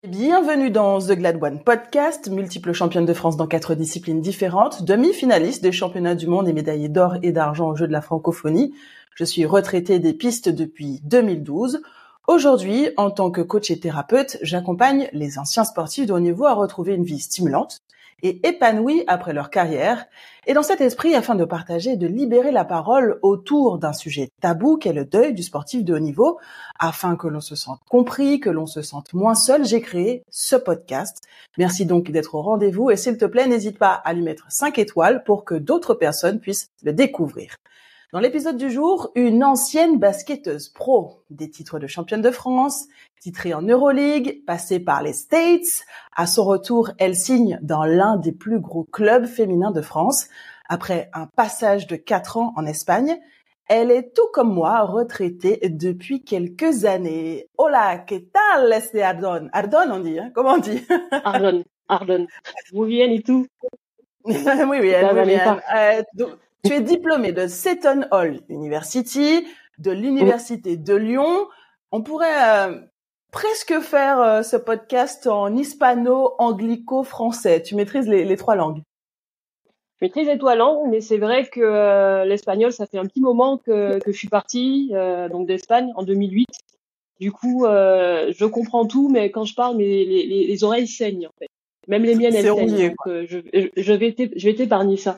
Bienvenue dans The Glad One Podcast, multiple championne de France dans 4 disciplines différentes, demi-finaliste des championnats du monde et médaillée d'or et d'argent aux Jeux de la francophonie. Je suis retraitée des pistes depuis 2012. Aujourd'hui, en tant que coach et thérapeute, j'accompagne les anciens sportifs de haut niveau à retrouver une vie stimulante et épanouie après leur carrière. Et dans cet esprit, afin de partager et de libérer la parole autour d'un sujet tabou qu'est le deuil du sportif de haut niveau, afin que l'on se sente compris, que l'on se sente moins seul, j'ai créé ce podcast. Merci donc d'être au rendez-vous et s'il te plaît, n'hésite pas à lui mettre 5 étoiles pour que d'autres personnes puissent le découvrir. Dans l'épisode du jour, une ancienne basketteuse pro, des titres de championne de France, titrée en Euroleague, passée par les States. À son retour, elle signe dans l'un des plus gros clubs féminins de France. Après un passage de 4 ans en Espagne, elle est tout comme moi retraitée depuis quelques années. Hola, ¿qué tal, Ardón? Ardón, on dit, hein? Comment on dit? Ardón. Muy bien, ¿y tú? Muy bien, muy bien. Tu es diplômée de Seton Hall University, de l'Université de Lyon. On pourrait presque faire ce podcast en hispano-anglico-français. Tu maîtrises les 3 langues? Je maîtrise les 3 langues, mais c'est vrai que l'espagnol, ça fait un petit moment que je suis partie donc d'Espagne en 2008. Du coup, je comprends tout, mais quand je parle, les oreilles saignent en fait. Même les miennes, elles saignent. Rouillé, donc je vais t'épargner ça.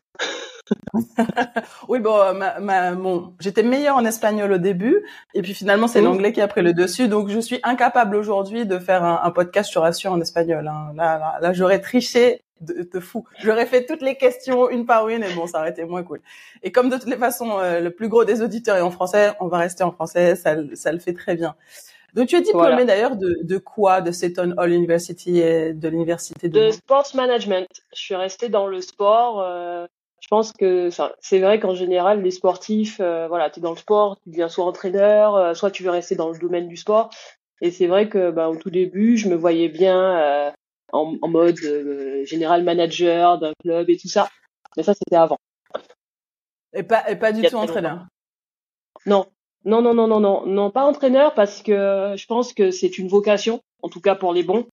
Oui, bon, j'étais meilleure en espagnol au début, et puis finalement c'est l'anglais qui a pris le dessus, donc je suis incapable aujourd'hui de faire un podcast, je te rassure, en espagnol. Hein. Là, j'aurais triché de fou. J'aurais fait toutes les questions une par une, et bon, ça aurait été moins cool. Et comme de toutes les façons, le plus gros des auditeurs est en français, on va rester en français, ça le fait très bien. Donc tu es diplômée d'ailleurs de quoi? De Seton Hall University et de l'université de Sports Management. Je suis restée dans le sport. Je pense que c'est vrai qu'en général, les sportifs, t'es dans le sport, tu deviens soit entraîneur, soit tu veux rester dans le domaine du sport. Et c'est vrai que au tout début, je me voyais bien en mode général manager d'un club et tout ça. Mais ça, c'était avant. Et pas du tout entraîneur. Non, pas entraîneur parce que je pense que c'est une vocation, en tout cas pour les bons.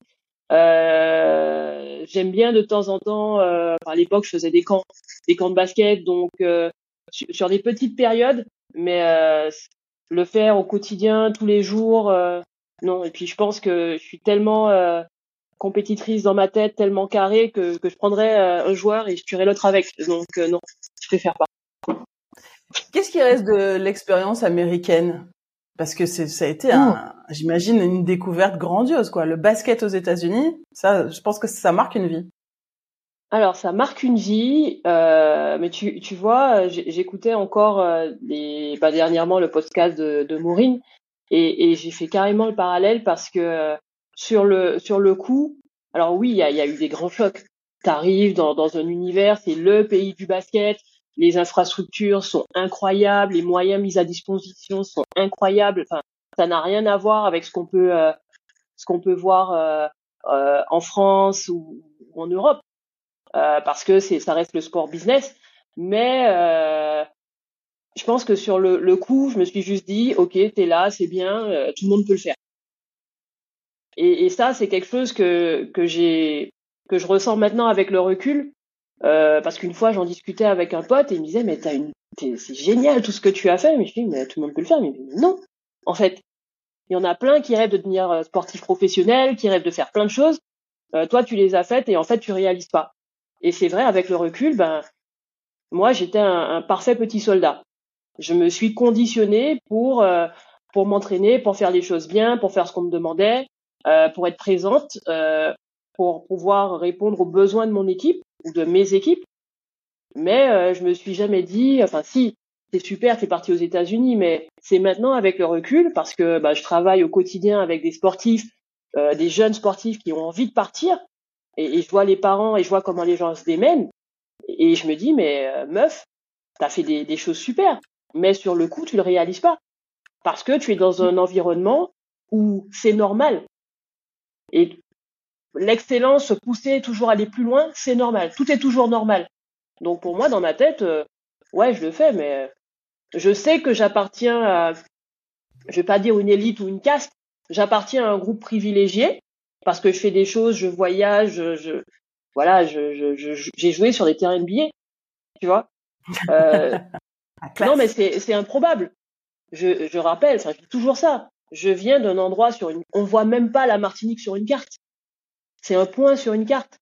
J'aime bien de temps en temps, à l'époque je faisais des camps de basket, donc sur des petites périodes, mais le faire au quotidien, tous les jours, non. Et puis je pense que je suis tellement compétitrice dans ma tête, tellement carrée que je prendrais un joueur et je tuerais l'autre avec. Donc non, je préfère pas. Qu'est-ce qui reste de l'expérience américaine? Parce que ça a été j'imagine, une découverte grandiose, quoi. Le basket aux États-Unis, ça, je pense que ça marque une vie. Alors, ça marque une vie, mais tu vois, j'écoutais encore dernièrement le podcast de Maureen et j'ai fait carrément le parallèle parce que sur le coup, alors oui, il y a eu des grands chocs. T'arrives dans un univers, c'est le pays du basket, les infrastructures sont incroyables, les moyens mis à disposition sont incroyables. Enfin, ça n'a rien à voir avec ce qu'on peut voir en France ou en Europe. Parce que ça reste le sport business, mais je pense que sur le coup, je me suis juste dit, ok, t'es là, c'est bien, tout le monde peut le faire. Et ça, c'est quelque chose que je ressens maintenant avec le recul, parce qu'une fois, j'en discutais avec un pote et il me disait, mais c'est génial tout ce que tu as fait. Mais je dis, mais tout le monde peut le faire. Mais non, en fait, il y en a plein qui rêvent de devenir sportif professionnel, qui rêvent de faire plein de choses. Toi, tu les as faites et en fait, tu réalises pas. Et c'est vrai, avec le recul, moi, j'étais un parfait petit soldat. Je me suis conditionnée pour m'entraîner, pour faire les choses bien, pour faire ce qu'on me demandait, pour être présente, pour pouvoir répondre aux besoins de mon équipe ou de mes équipes. Mais je me suis jamais dit, enfin si, c'est super, t'es parti aux États-Unis, mais c'est maintenant avec le recul parce que je travaille au quotidien avec des sportifs, des jeunes sportifs qui ont envie de partir. Et je vois les parents et je vois comment les gens se démènent. Et je me dis, mais meuf, t'as fait des choses super. Mais sur le coup, tu le réalises pas. Parce que tu es dans un environnement où c'est normal. Et l'excellence, pousser, toujours aller plus loin, c'est normal. Tout est toujours normal. Donc pour moi, dans ma tête, ouais, je le fais, mais je sais que j'appartiens à, je vais pas dire une élite ou une caste, j'appartiens à un groupe privilégié. parce que je fais des choses, je voyage, voilà, j'ai joué sur des terrains NBA, tu vois. Non, mais c'est improbable. Je rappelle, enfin, je dis toujours ça. Je viens d'un endroit on voit même pas la Martinique sur une carte. C'est un point sur une carte.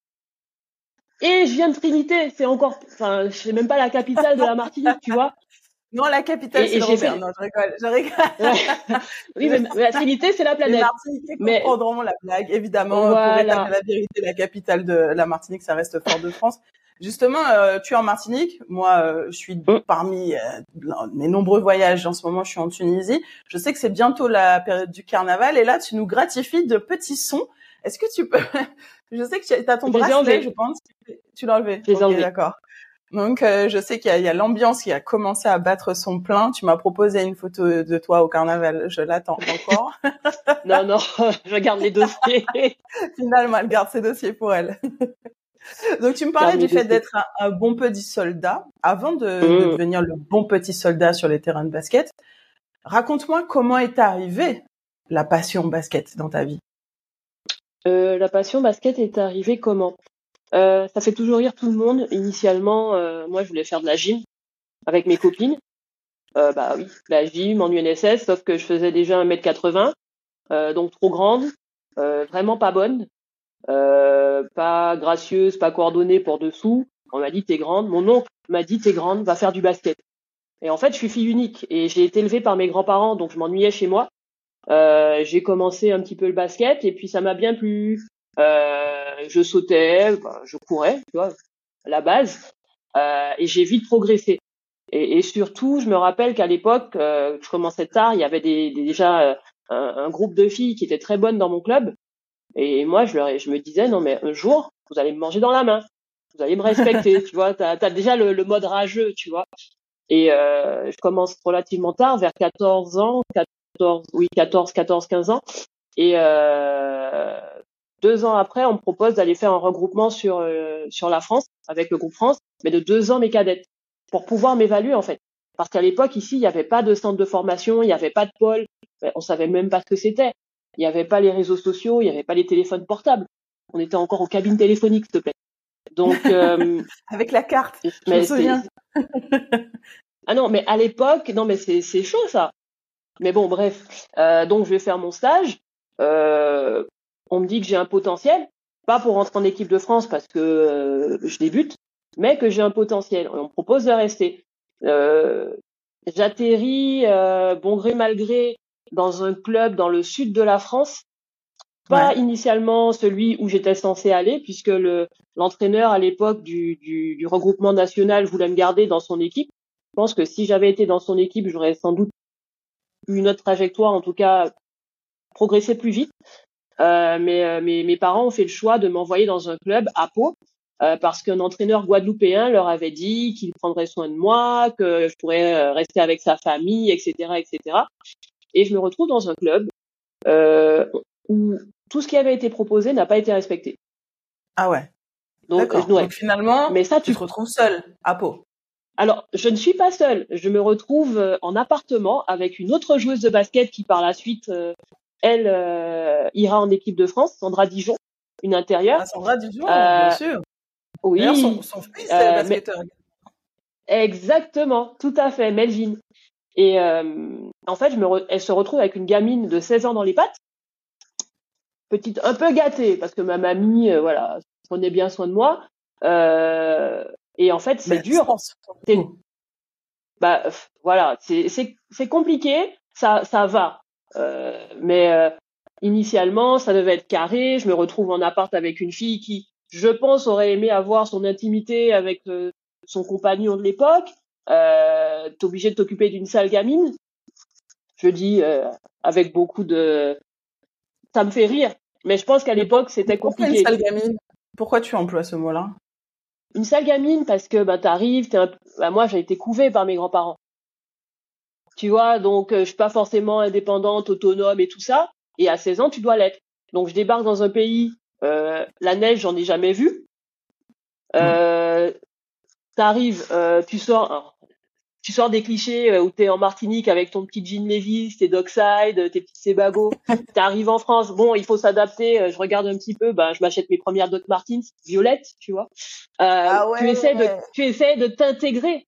Et je viens de Trinité, enfin, je sais même pas la capitale de la Martinique, tu vois. Non, la capitale, c'est le Robert. Non, je rigole. Ouais. Oui, mais la Trinité, c'est la planète. Les Martiniquais comprendront la blague, évidemment. Voilà. Pour établir la vérité, la capitale de la Martinique, ça reste Fort-de-France. Justement, tu es en Martinique. Moi, je suis parmi mes nombreux voyages. En ce moment, je suis en Tunisie. Je sais que c'est bientôt la période du carnaval. Et là, tu nous gratifies de petits sons. Est-ce que tu peux... Je sais que tu as ton bracelet, je pense. Tu l'as enlevé. Ok, d'accord. Donc, je sais qu'il y a l'ambiance qui a commencé à battre son plein. Tu m'as proposé une photo de toi au carnaval. Je l'attends encore. Non, je garde les dossiers. Finalement, elle garde ses dossiers pour elle. Donc, tu me parlais du fait d'être un bon petit soldat. Avant de devenir le bon petit soldat sur les terrains de basket, raconte-moi comment est arrivée la passion basket dans ta vie. La passion basket est arrivée comment ? Ça fait toujours rire tout le monde. Initialement, moi, je voulais faire de la gym avec mes copines. Bah oui, la gym en UNSS, sauf que je faisais déjà 1m80, donc trop grande, vraiment pas bonne, pas gracieuse, pas coordonnée pour dessous. On m'a dit t'es grande. Mon oncle m'a dit t'es grande, va faire du basket. Et en fait, je suis fille unique et j'ai été élevée par mes grands-parents, donc je m'ennuyais chez moi. J'ai commencé un petit peu le basket et puis ça m'a bien plu. Je sautais, je courais, tu vois, à la base, et j'ai vite progressé. Et surtout, je me rappelle qu'à l'époque, je commençais tard, il y avait déjà un groupe de filles qui étaient très bonnes dans mon club. Et moi, je me disais, non mais un jour, vous allez me manger dans la main, vous allez me respecter, tu vois. T'as déjà le mode rageux, tu vois. Et je commence relativement tard, vers 14 ans, 15 ans. Et 2 ans après, on me propose d'aller faire un regroupement sur la France, avec le groupe France, mais de 2 ans mes cadettes, pour pouvoir m'évaluer en fait. Parce qu'à l'époque, ici, il n'y avait pas de centre de formation, il n'y avait pas de pôle, on savait même pas ce que c'était. Il n'y avait pas les réseaux sociaux, il n'y avait pas les téléphones portables. On était encore aux cabines téléphoniques, s'il te plaît. Donc avec la carte, je me souviens. Ah non, mais à l'époque, non mais c'est chaud ça. Mais bon, bref. Donc je vais faire mon stage. On me dit que j'ai un potentiel, pas pour rentrer en équipe de France parce que je débute, mais que j'ai un potentiel. On me propose de rester. J'atterris, bon gré mal gré, dans un club dans le sud de la France. Pas initialement celui où j'étais censée aller, puisque l'entraîneur à l'époque du regroupement national voulait me garder dans son équipe. Je pense que si j'avais été dans son équipe, j'aurais sans doute eu une autre trajectoire, en tout cas progressé plus vite. Mais mes parents ont fait le choix de m'envoyer dans un club à Pau, parce qu'un entraîneur guadeloupéen leur avait dit qu'il prendrait soin de moi, que je pourrais rester avec sa famille, etc., etc. Et je me retrouve dans un club où tout ce qui avait été proposé n'a pas été respecté. Ah ouais. Donc finalement, mais ça, tu te retrouves seule à Pau. Alors, je ne suis pas seule. Je me retrouve en appartement avec une autre joueuse de basket qui, par la suite, elle ira en équipe de France, Sandra Dijon, une intérieure. Ah, Sandra Dijon, bien sûr. Oui. D'ailleurs, son fils est basketteur. Exactement, tout à fait, Melvin. Et en fait, elle se retrouve avec une gamine de 16 ans dans les pattes, petite, un peu gâtée, parce que ma mamie, voilà, prenait bien soin de moi. Et en fait, c'est dur. Voilà, c'est compliqué, ça va. Mais initialement, ça devait être carré. Je me retrouve en appart avec une fille qui, je pense, aurait aimé avoir son intimité avec son compagnon de l'époque. T'es obligé de t'occuper d'une sale gamine. Je dis avec beaucoup de... Ça me fait rire, mais je pense qu'à l'époque, c'était compliqué. Pourquoi une sale gamine ? Pourquoi tu emploies ce mot-là ? Une sale gamine parce que t'arrives, moi j'ai été couvée par mes grands-parents. Tu vois, donc je suis pas forcément indépendante, autonome et tout ça. Et à 16 ans, tu dois l'être. Donc je débarque dans un pays, la neige, j'en ai jamais vu. T'arrives, tu sors. Alors, tu sors des clichés où t'es en Martinique avec ton petit jean Levi's, tes Dockside, tes petits Sebago. T'arrives en France, bon, il faut s'adapter. Je regarde un petit peu, je m'achète mes premières Doc Martens violettes, tu vois. Tu essaies de t'intégrer.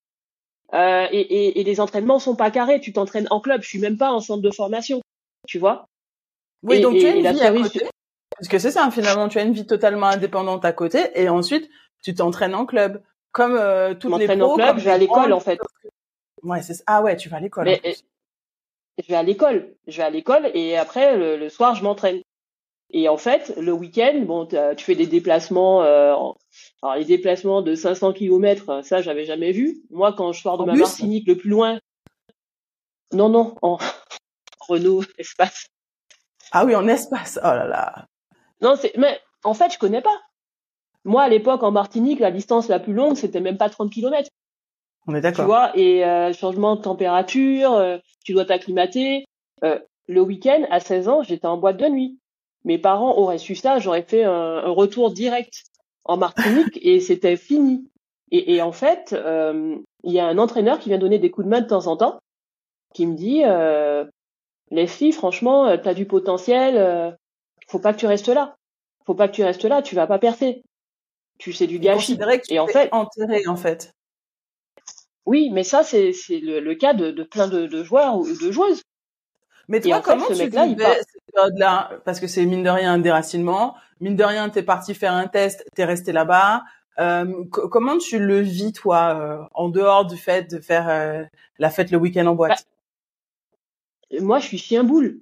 Et les entraînements sont pas carrés. Tu t'entraînes en club. Je suis même pas en centre de formation, tu vois. Oui, donc tu as une vie à côté. Parce que c'est ça, finalement, tu as une vie totalement indépendante à côté, et ensuite tu t'entraînes en club, comme toutes les pros. En club, je vais à l'école en fait. Ouais, c'est ça. Ah ouais, tu vas à l'école. Je vais à l'école et après le soir je m'entraîne. Et en fait, le week-end, tu fais des déplacements. Alors les déplacements de 500 km, ça j'avais jamais vu. Moi, quand je sors de ma Martinique le plus loin, non, en Renault Espace. Ah oui, en espace. Oh là là. Non, mais en fait, je connais pas. Moi, à l'époque, en Martinique, la distance la plus longue, c'était même pas 30 km. On est d'accord. Tu vois, et changement de température, tu dois t'acclimater. Le week-end, à 16 ans, j'étais en boîte de nuit. Mes parents auraient su ça, j'aurais fait un retour direct en Martinique et c'était fini. Et en fait, il y a un entraîneur qui vient donner des coups de main de temps en temps, qui me dit les filles, franchement, t'as du potentiel, faut pas que tu restes là. Tu vas pas percer. C'est du gâchis. Et en fait, enterré en fait. Oui, mais ça c'est le cas de plein de joueurs ou de joueuses. Mais toi, comment tu vivais cette période-là? Parce que c'est mine de rien un déracinement. Mine de rien, t'es parti faire un test, t'es resté là-bas. Comment tu le vis, toi, en dehors du fait de faire la fête le week-end en boîte? Moi, je suis chien-boule.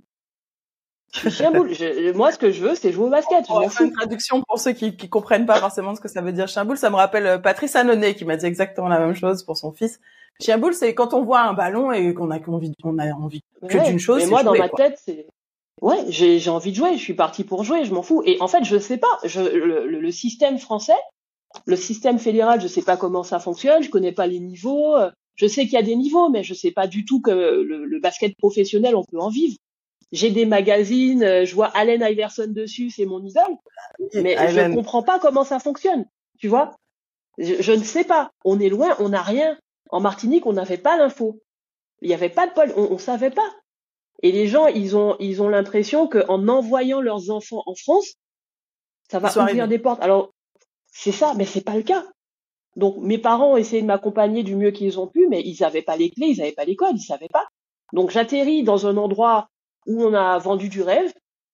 Moi, ce que je veux, c'est jouer au basket. On va faire une traduction pour ceux qui comprennent pas forcément ce que ça veut dire chien-boule. Ça me rappelle Patrice Annonay qui m'a dit exactement la même chose pour son fils. Chien-boule, c'est quand on voit un ballon et qu'on a envie que d'une chose. Mais moi, dans ma tête, c'est j'ai envie de jouer. Je suis partie pour jouer. Je m'en fous. Et en fait, je sais pas. Le système français, le système fédéral, je sais pas comment ça fonctionne. Je connais pas les niveaux. Je sais qu'il y a des niveaux, mais je sais pas du tout que le basket professionnel, on peut en vivre. J'ai des magazines, je vois Allen Iverson dessus, c'est mon idole. Mais je comprends pas comment ça fonctionne. Tu vois? Je ne sais pas. On est loin, on n'a rien. En Martinique, on n'avait pas l'info. Il n'y avait pas de pôle, on savait pas. Et les gens, ils ont l'impression qu'en envoyant leurs enfants en France, ça va ouvrir des portes. Alors, c'est ça, mais c'est pas le cas. Donc, mes parents ont essayé de m'accompagner du mieux qu'ils ont pu, mais ils n'avaient pas les clés, ils n'avaient pas les codes, ils savaient pas. Donc, j'atterris dans un endroit où on a vendu du rêve,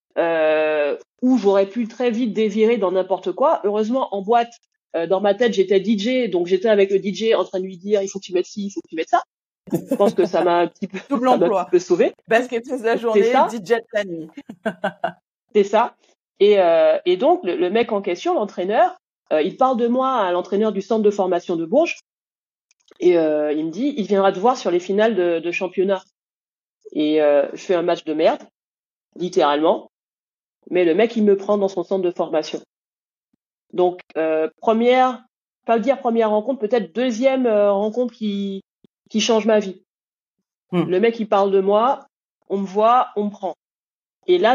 où j'aurais pu très vite dévirer dans n'importe quoi. Heureusement, en boîte, dans ma tête, j'étais DJ, donc j'étais avec le DJ en train de lui dire, il faut que tu mettes ci, il faut que tu mettes ça. Je pense que ça m'a un petit peu sauvé. Basketteuse la journée, DJ de la nuit. C'est ça. Et donc, le mec en question, l'entraîneur, il parle de moi à l'entraîneur du centre de formation de Bourges. Et il me dit, il viendra te voir sur les finales de championnat. Et je fais un match de merde, littéralement. Mais le mec, il me prend dans son centre de formation. Donc, première rencontre, peut-être deuxième rencontre qui change ma vie. Le mec, il parle de moi, on me voit, on me prend. Et là,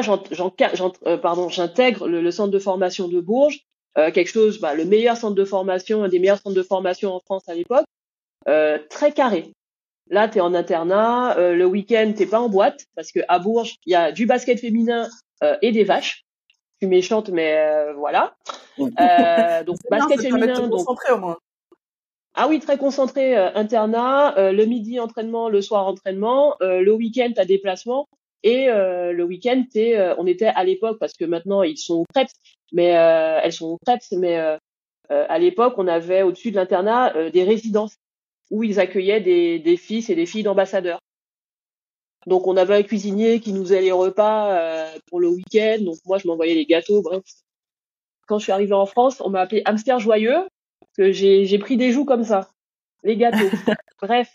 j'intègre le centre de formation de Bourges, quelque chose, le meilleur centre de formation, un des meilleurs centres de formation en France à l'époque, très carré. Là, t'es en internat, le week-end, t'es pas en boîte, parce que à Bourges, il y a du basket féminin et des vaches. Je suis méchante, mais voilà. Donc basket féminin, donc concentré au moins. Ah oui, très concentré, internat, le midi entraînement, le soir entraînement, le week-end t'as déplacement et le week-end on était à l'époque parce que maintenant ils sont aux crêpes, mais elles sont aux crêpes, mais à l'époque on avait au-dessus de l'internat des résidences où ils accueillaient des fils et des filles d'ambassadeurs. Donc on avait un cuisinier qui nous faisait les repas pour le week-end, donc moi je m'envoyais les gâteaux, bref. Quand je suis arrivée en France, on m'a appelé hamster joyeux. Que j'ai pris des joues comme ça, les gâteaux. Bref.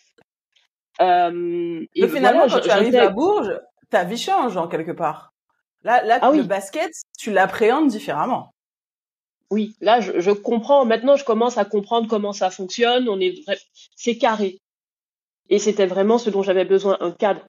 Et finalement, quand tu arrives à Bourges, ta vie change en quelque part. Là, le basket, tu l'appréhendes différemment. Oui, là, je comprends. Maintenant, je commence à comprendre comment ça fonctionne. C'est carré. Et c'était vraiment ce dont j'avais besoin, un cadre.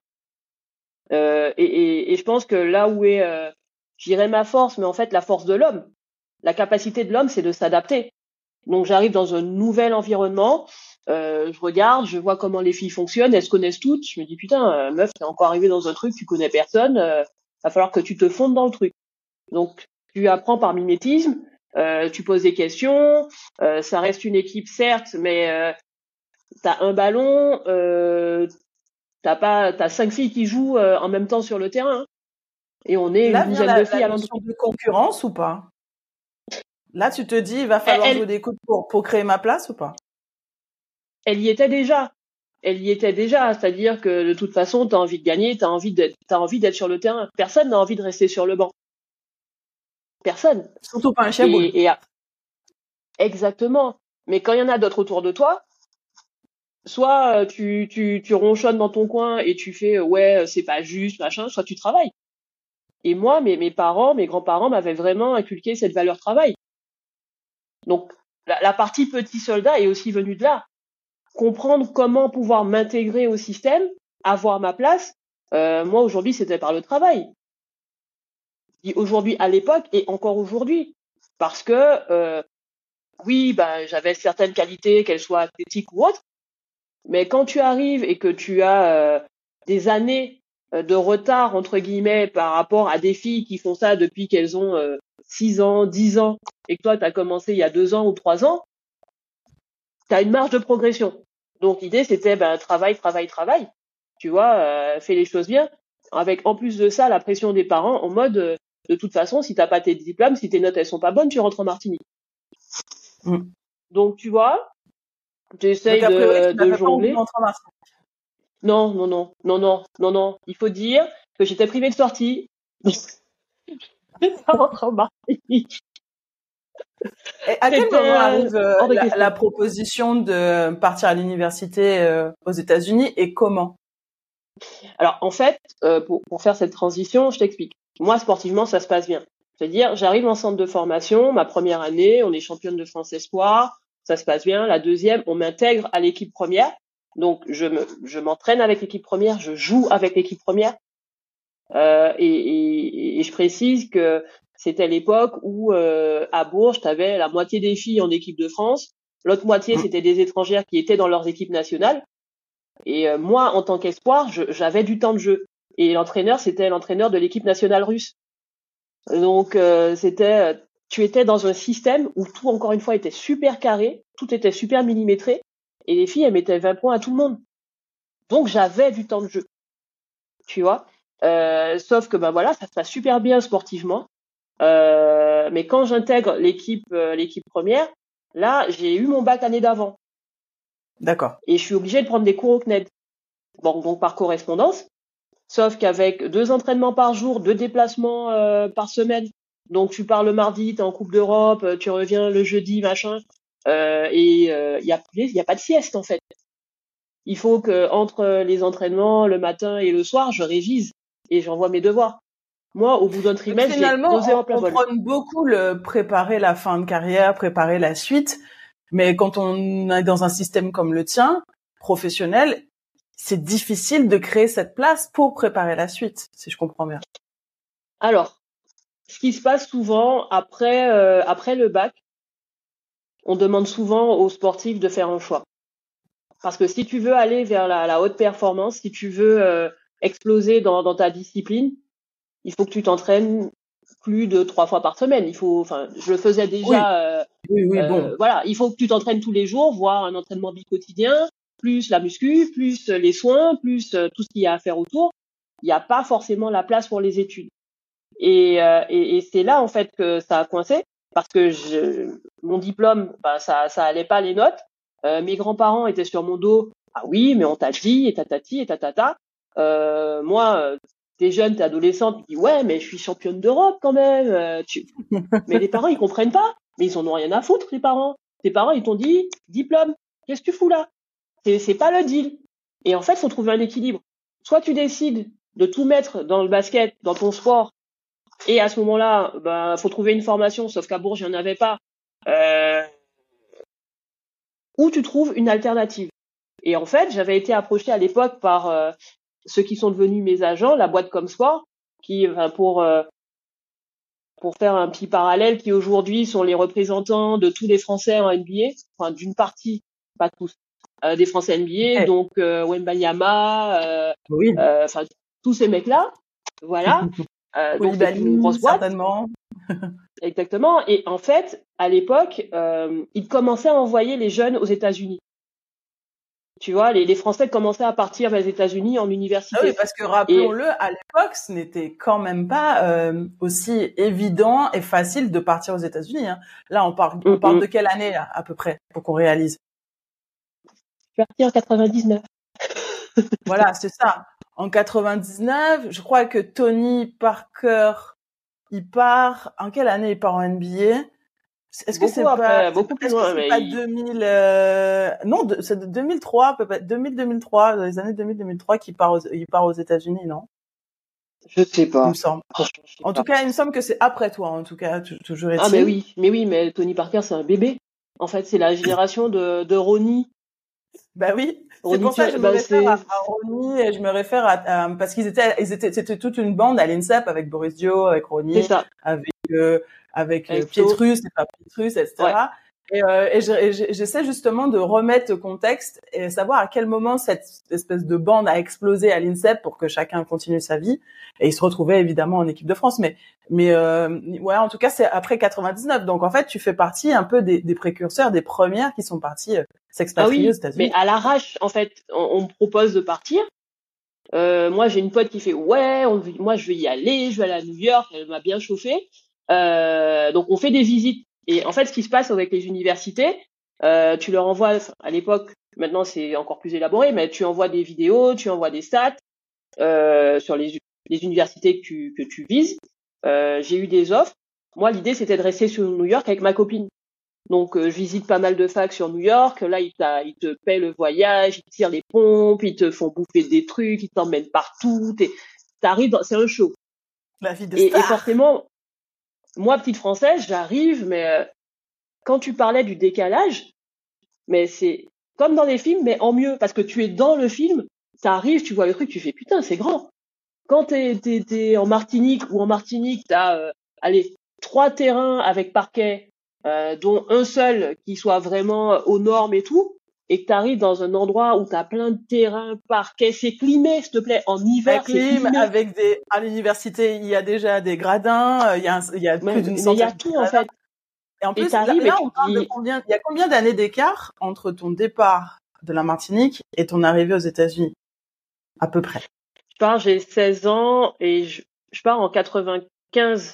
Et je pense que là où est, je dirais ma force, mais en fait la force de l'homme, la capacité de l'homme, c'est de s'adapter. Donc j'arrive dans un nouvel environnement, je regarde, je vois comment les filles fonctionnent, elles se connaissent toutes. Je me dis putain, meuf, t'es encore arrivée dans un truc, tu connais personne, va falloir que tu te fondes dans le truc. Donc tu apprends par mimétisme, tu poses des questions, ça reste une équipe certes, mais t'as un ballon, t'as 5 filles qui jouent en même temps sur le terrain, hein. Et on est Là une vient douzaine de filles la à notion l'entrée. de concurrence ou pas? Là, tu te dis, il va falloir jouer des coudes pour créer ma place ou pas? Elle y était déjà. Elle y était déjà, c'est-à-dire que de toute façon, t'as envie de gagner, t'as envie d'être sur le terrain. Personne n'a envie de rester sur le banc. Personne. Surtout pas un chiaboule. Exactement. Mais quand il y en a d'autres autour de toi, soit tu ronchonnes dans ton coin et tu fais ouais, c'est pas juste, machin, soit tu travailles. Et moi, mes parents, mes grands-parents m'avaient vraiment inculqué cette valeur travail. Donc la partie petit soldat est aussi venue de là. Comprendre comment pouvoir m'intégrer au système, avoir ma place. Moi aujourd'hui, c'était par le travail. Aujourd'hui, à l'époque et encore aujourd'hui, parce que oui, ben j'avais certaines qualités, qu'elles soient athlétiques ou autres, mais quand tu arrives et que tu as des années de retard entre guillemets par rapport à des filles qui font ça depuis qu'elles ont 6 ans, 10 ans, et que toi tu as commencé il y a 2 ans ou 3 ans, tu as une marge de progression. Donc l'idée c'était travail, tu vois, fais les choses bien, avec en plus de ça la pression des parents en mode de toute façon si t'as pas tes diplômes, si tes notes elles sont pas bonnes, tu rentres en Martinique. Donc tu vois, j'essaye Donc a priori, tu de n'avais pas envie jongler. d'entrer en Martinique. Non. Il faut dire que j'étais privée de sortie. Ça rentre en Martinique. Et à quel moment arrive hors de question. la proposition de partir à l'université aux États-Unis et comment? Alors en fait, pour faire cette transition, je t'explique. Moi, sportivement, ça se passe bien. C'est-à-dire, j'arrive en centre de formation, ma première année, on est championne de France espoir, ça se passe bien. La deuxième, on m'intègre à l'équipe première. Donc je m'entraîne avec l'équipe première, je joue avec l'équipe première. Et je précise que c'était l'époque où à Bourges, tu avais la moitié des filles en équipe de France, l'autre moitié c'était des étrangères qui étaient dans leurs équipes nationales. Et moi, en tant qu'espoir, j'avais du temps de jeu. Et l'entraîneur, c'était l'entraîneur de l'équipe nationale russe. Donc tu étais dans un système où tout, encore une fois, était super carré, tout était super millimétré, et les filles, elles mettaient 20 points à tout le monde. Donc j'avais du temps de jeu, tu vois. Sauf que voilà, ça se passe super bien sportivement. Mais quand j'intègre l'équipe première, là, j'ai eu mon bac l'année d'avant. D'accord. Et je suis obligée de prendre des cours au CNED. Bon, donc par correspondance. Sauf qu'avec 2 entraînements par jour, 2 déplacements par semaine. Donc tu pars le mardi, t'es en Coupe d'Europe, tu reviens le jeudi, machin. Et il y a pas de sieste en fait. Il faut que entre les entraînements, le matin et le soir, je révise et j'envoie mes devoirs. Moi, au bout d'un Donc trimestre, j'ai finalement, nausée en plein on vol. prône beaucoup le préparer la fin de carrière, préparer la suite. Mais quand on est dans un système comme le tien, professionnel, c'est difficile de créer cette place pour préparer la suite, si je comprends bien. Alors, ce qui se passe souvent après le bac, on demande souvent aux sportifs de faire un choix. Parce que si tu veux aller vers la haute performance, si tu veux exploser dans ta discipline, il faut que tu t'entraînes plus de 3 fois par semaine. Je le faisais déjà. Oui, bon. Voilà, il faut que tu t'entraînes tous les jours, voire un entraînement bi-quotidien, plus la muscu, plus les soins, plus tout ce qu'il y a à faire autour. Il n'y a pas forcément la place pour les études. Et c'est là en fait que ça a coincé parce que mon diplôme, ça allait pas les notes. Mes grands-parents étaient sur mon dos. Ah oui, mais on t'a dit et tatati et tatata. Moi, t'es jeune, t'es adolescente, tu dis ouais, mais je suis championne d'Europe quand même. Mais les parents ils comprennent pas. Mais ils en ont rien à foutre les parents. Tes parents ils t'ont dit diplôme. Qu'est-ce que tu fous là? C'est pas le deal. Et en fait, faut trouver un équilibre. Soit tu décides de tout mettre dans le basket, dans ton sport. Et à ce moment-là, faut trouver une formation, sauf qu'à Bourges, il n'y en avait pas. Ou tu trouves une alternative. Et en fait, j'avais été approchée à l'époque par ceux qui sont devenus mes agents, la boîte Comsport, qui, pour faire un petit parallèle, qui aujourd'hui sont les représentants de tous les Français en NBA, enfin d'une partie, pas tous, des Français NBA, donc Wembanyama, Oui. enfin tous ces mecs-là, voilà. Donc c'est une grosse Koulibaly, boîte. certainement. Exactement. Et en fait, à l'époque, ils commençaient à envoyer les jeunes aux États-Unis. Tu vois, les Français commençaient à partir vers les États-Unis en Ah université. oui, parce que Et rappelons-le, à l'époque, ce n'était quand même pas aussi évident et facile de partir aux États-Unis. Hein. Là, on parle de quelle année là, à peu près pour qu'on réalise? je suis partie en 99. Voilà, c'est ça. En 99, je crois que Tony Parker, il part. En quelle année il part en NBA? Est-ce que Beaucoup c'est pas, après, beaucoup plus est-ce que loin. c'est Mais pas 2000, non, c'est de 2003, peut-être 2000-2003, dans les années 2000-2003 il part aux États-Unis, non? je sais Il pas. me semble. Franchement, je sais En tout pas. cas, il me semble que c'est après toi, en tout cas, toujours Ah, est-il. mais Tony Parker, c'est un bébé. En fait, c'est la génération de Ronnie. Bah oui, c'est Ronnie, pour ça que je me bah réfère à c'est Ronnie et je me réfère parce c'était toute une bande à l'INSEP avec Boris Dio, avec Ronnie, ça. avec euh, Avec Flo. Pietrus, et pas Pietrus, etc. Ouais. J'essaie justement de remettre le contexte et savoir à quel moment cette espèce de bande a explosé à l'INSEP pour que chacun continue sa vie. Et ils se retrouvaient évidemment en équipe de France. Mais ouais, en tout cas, c'est après 99. Donc en fait, tu fais partie un peu des précurseurs, des premières qui sont parties s'expatrier aux États-Unis. Mais à l'arrache, en fait, on me propose de partir. Moi, j'ai une pote qui fait ouais, moi je vais y aller, je vais aller à New York, elle m'a bien chauffé. Donc on fait des visites. Et en fait, ce qui se passe avec les universités, tu leur envoies, à l'époque, maintenant c'est encore plus élaboré, mais tu envoies des vidéos, tu envoies des stats sur les universités que tu vises. J'ai eu des offres. Moi, l'idée c'était de rester sur New York avec ma copine. Donc, je visite pas mal de facs sur New York. Là, ils te paient le voyage, ils tirent les pompes, ils te font bouffer des trucs, ils t'emmènent partout. C'est un show. La vie de Et star. forcément, moi, petite Française, j'arrive, mais quand tu parlais du décalage, mais c'est comme dans les films, mais en mieux, parce que tu es dans le film, t'arrives, tu vois le truc, tu fais putain, c'est grand. Quand t'es en Martinique t'as, allez, 3 terrains avec parquet, dont un seul qui soit vraiment aux normes et tout, et que t'arrives dans un endroit où t'as plein de terrains, parquet, c'est climé, s'il te plaît, en hiver, c'est climé. À l'université, il y a déjà des gradins, il y a plus d'une Mais il y a centaine de tout, en gradins. fait. Et en Et plus, t'arrives et là, tu on te parle de dis, il y a combien d'années d'écart entre ton départ de la Martinique et ton arrivée aux États-Unis? À peu près. j'ai 16 ans et je pars en 95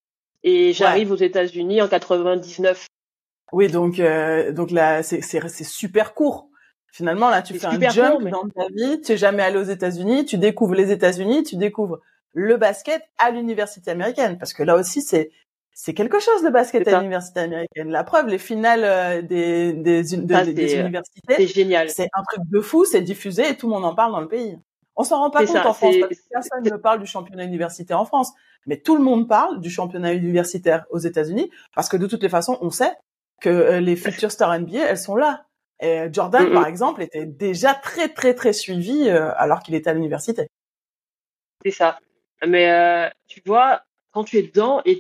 et j'arrive Ouais. aux États-Unis en 99. Oui, donc là, c'est super court. Finalement, là, tu C'est fais un super court, jump mais dans ta vie. Tu es jamais allé aux États-Unis. Tu découvres les États-Unis. Tu découvres le basket à l'université américaine. Parce que là aussi, c'est quelque chose, le basket c'est à ça. l'université américaine. La preuve, les finales des universités, C'est génial. c'est un truc de fou. C'est diffusé et tout le monde en parle dans le pays. On s'en rend pas C'est compte ça. en France parce que personne ne parle du championnat universitaire en France. Mais tout le monde parle du championnat universitaire aux États-Unis parce que de toutes les façons, on sait que les futures stars NBA, elles sont là. Et Jordan, par exemple, était déjà très, très, très suivi alors qu'il était à l'université. C'est ça. Mais tu vois, quand tu es dedans et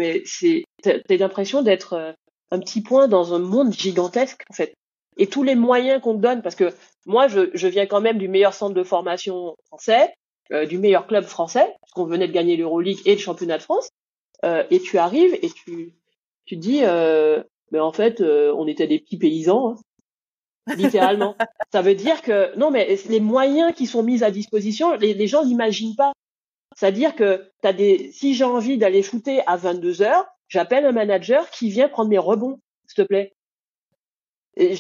t'as l'impression d'être un petit point dans un monde gigantesque, en fait. Et tous les moyens qu'on te donne, parce que moi, je viens quand même du meilleur centre de formation français, du meilleur club français, parce qu'on venait de gagner l'Euroleague et le championnat de France. Et tu arrives et tu dis, mais en fait, on était des petits paysans, hein, littéralement. Ça veut dire que non, mais les moyens qui sont mis à disposition, les gens n'imaginent pas. C'est-à-dire que si j'ai envie d'aller shooter à 22h, j'appelle un manager qui vient prendre mes rebonds, s'il te plaît. Et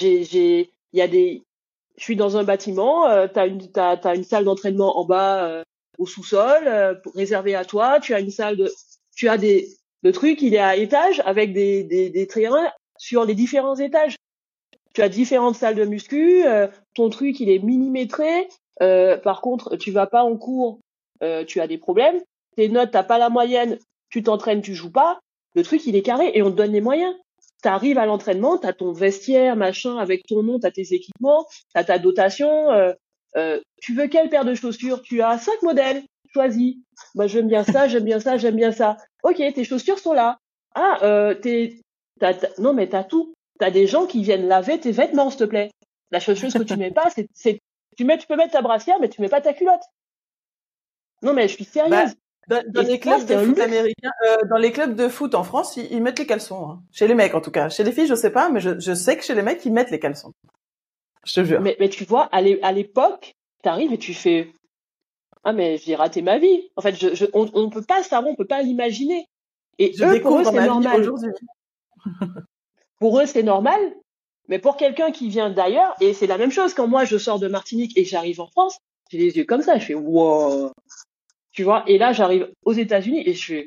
je suis dans un bâtiment, t'as une salle d'entraînement en bas, au sous-sol, réservée à toi, tu as le truc, il est à étage avec des terrains sur les différents étages. Tu as différentes salles de muscu, ton truc, il est millimétré, par contre, tu vas pas en cours, tu as des problèmes, tes notes, t'as pas la moyenne, tu t'entraînes, tu joues pas, le truc, il est carré et on te donne les moyens. T'arrives à l'entraînement, t'as ton vestiaire, machin, avec ton nom, t'as tes équipements, t'as ta dotation, tu veux quelle paire de chaussures? Tu as 5 modèles, choisis. Moi, j'aime bien ça, j'aime bien ça, j'aime bien ça. Ok, tes chaussures sont là. Ah, non, mais t'as tout. T'as des gens qui viennent laver tes vêtements, s'il te plaît. La seule chose que tu mets pas, tu peux mettre ta brassière, mais tu mets pas ta culotte. Non, mais je suis sérieuse. Dans les clubs de foot américains, dans les clubs de foot en France, ils mettent les caleçons. Hein. Chez les mecs, en tout cas. Chez les filles, je sais pas, mais je sais que chez les mecs, ils mettent les caleçons. Je te jure. Mais tu vois, à l'époque, t'arrives et tu fais, ah, mais j'ai raté ma vie. En fait, on peut pas savoir, on peut pas l'imaginer. Et eux, pour eux, c'est normal. Pour eux, c'est normal. Mais pour quelqu'un qui vient d'ailleurs, et c'est la même chose quand moi je sors de Martinique et j'arrive en France, j'ai les yeux comme ça, je fais wow, tu vois. Et là, j'arrive aux États-Unis et je fais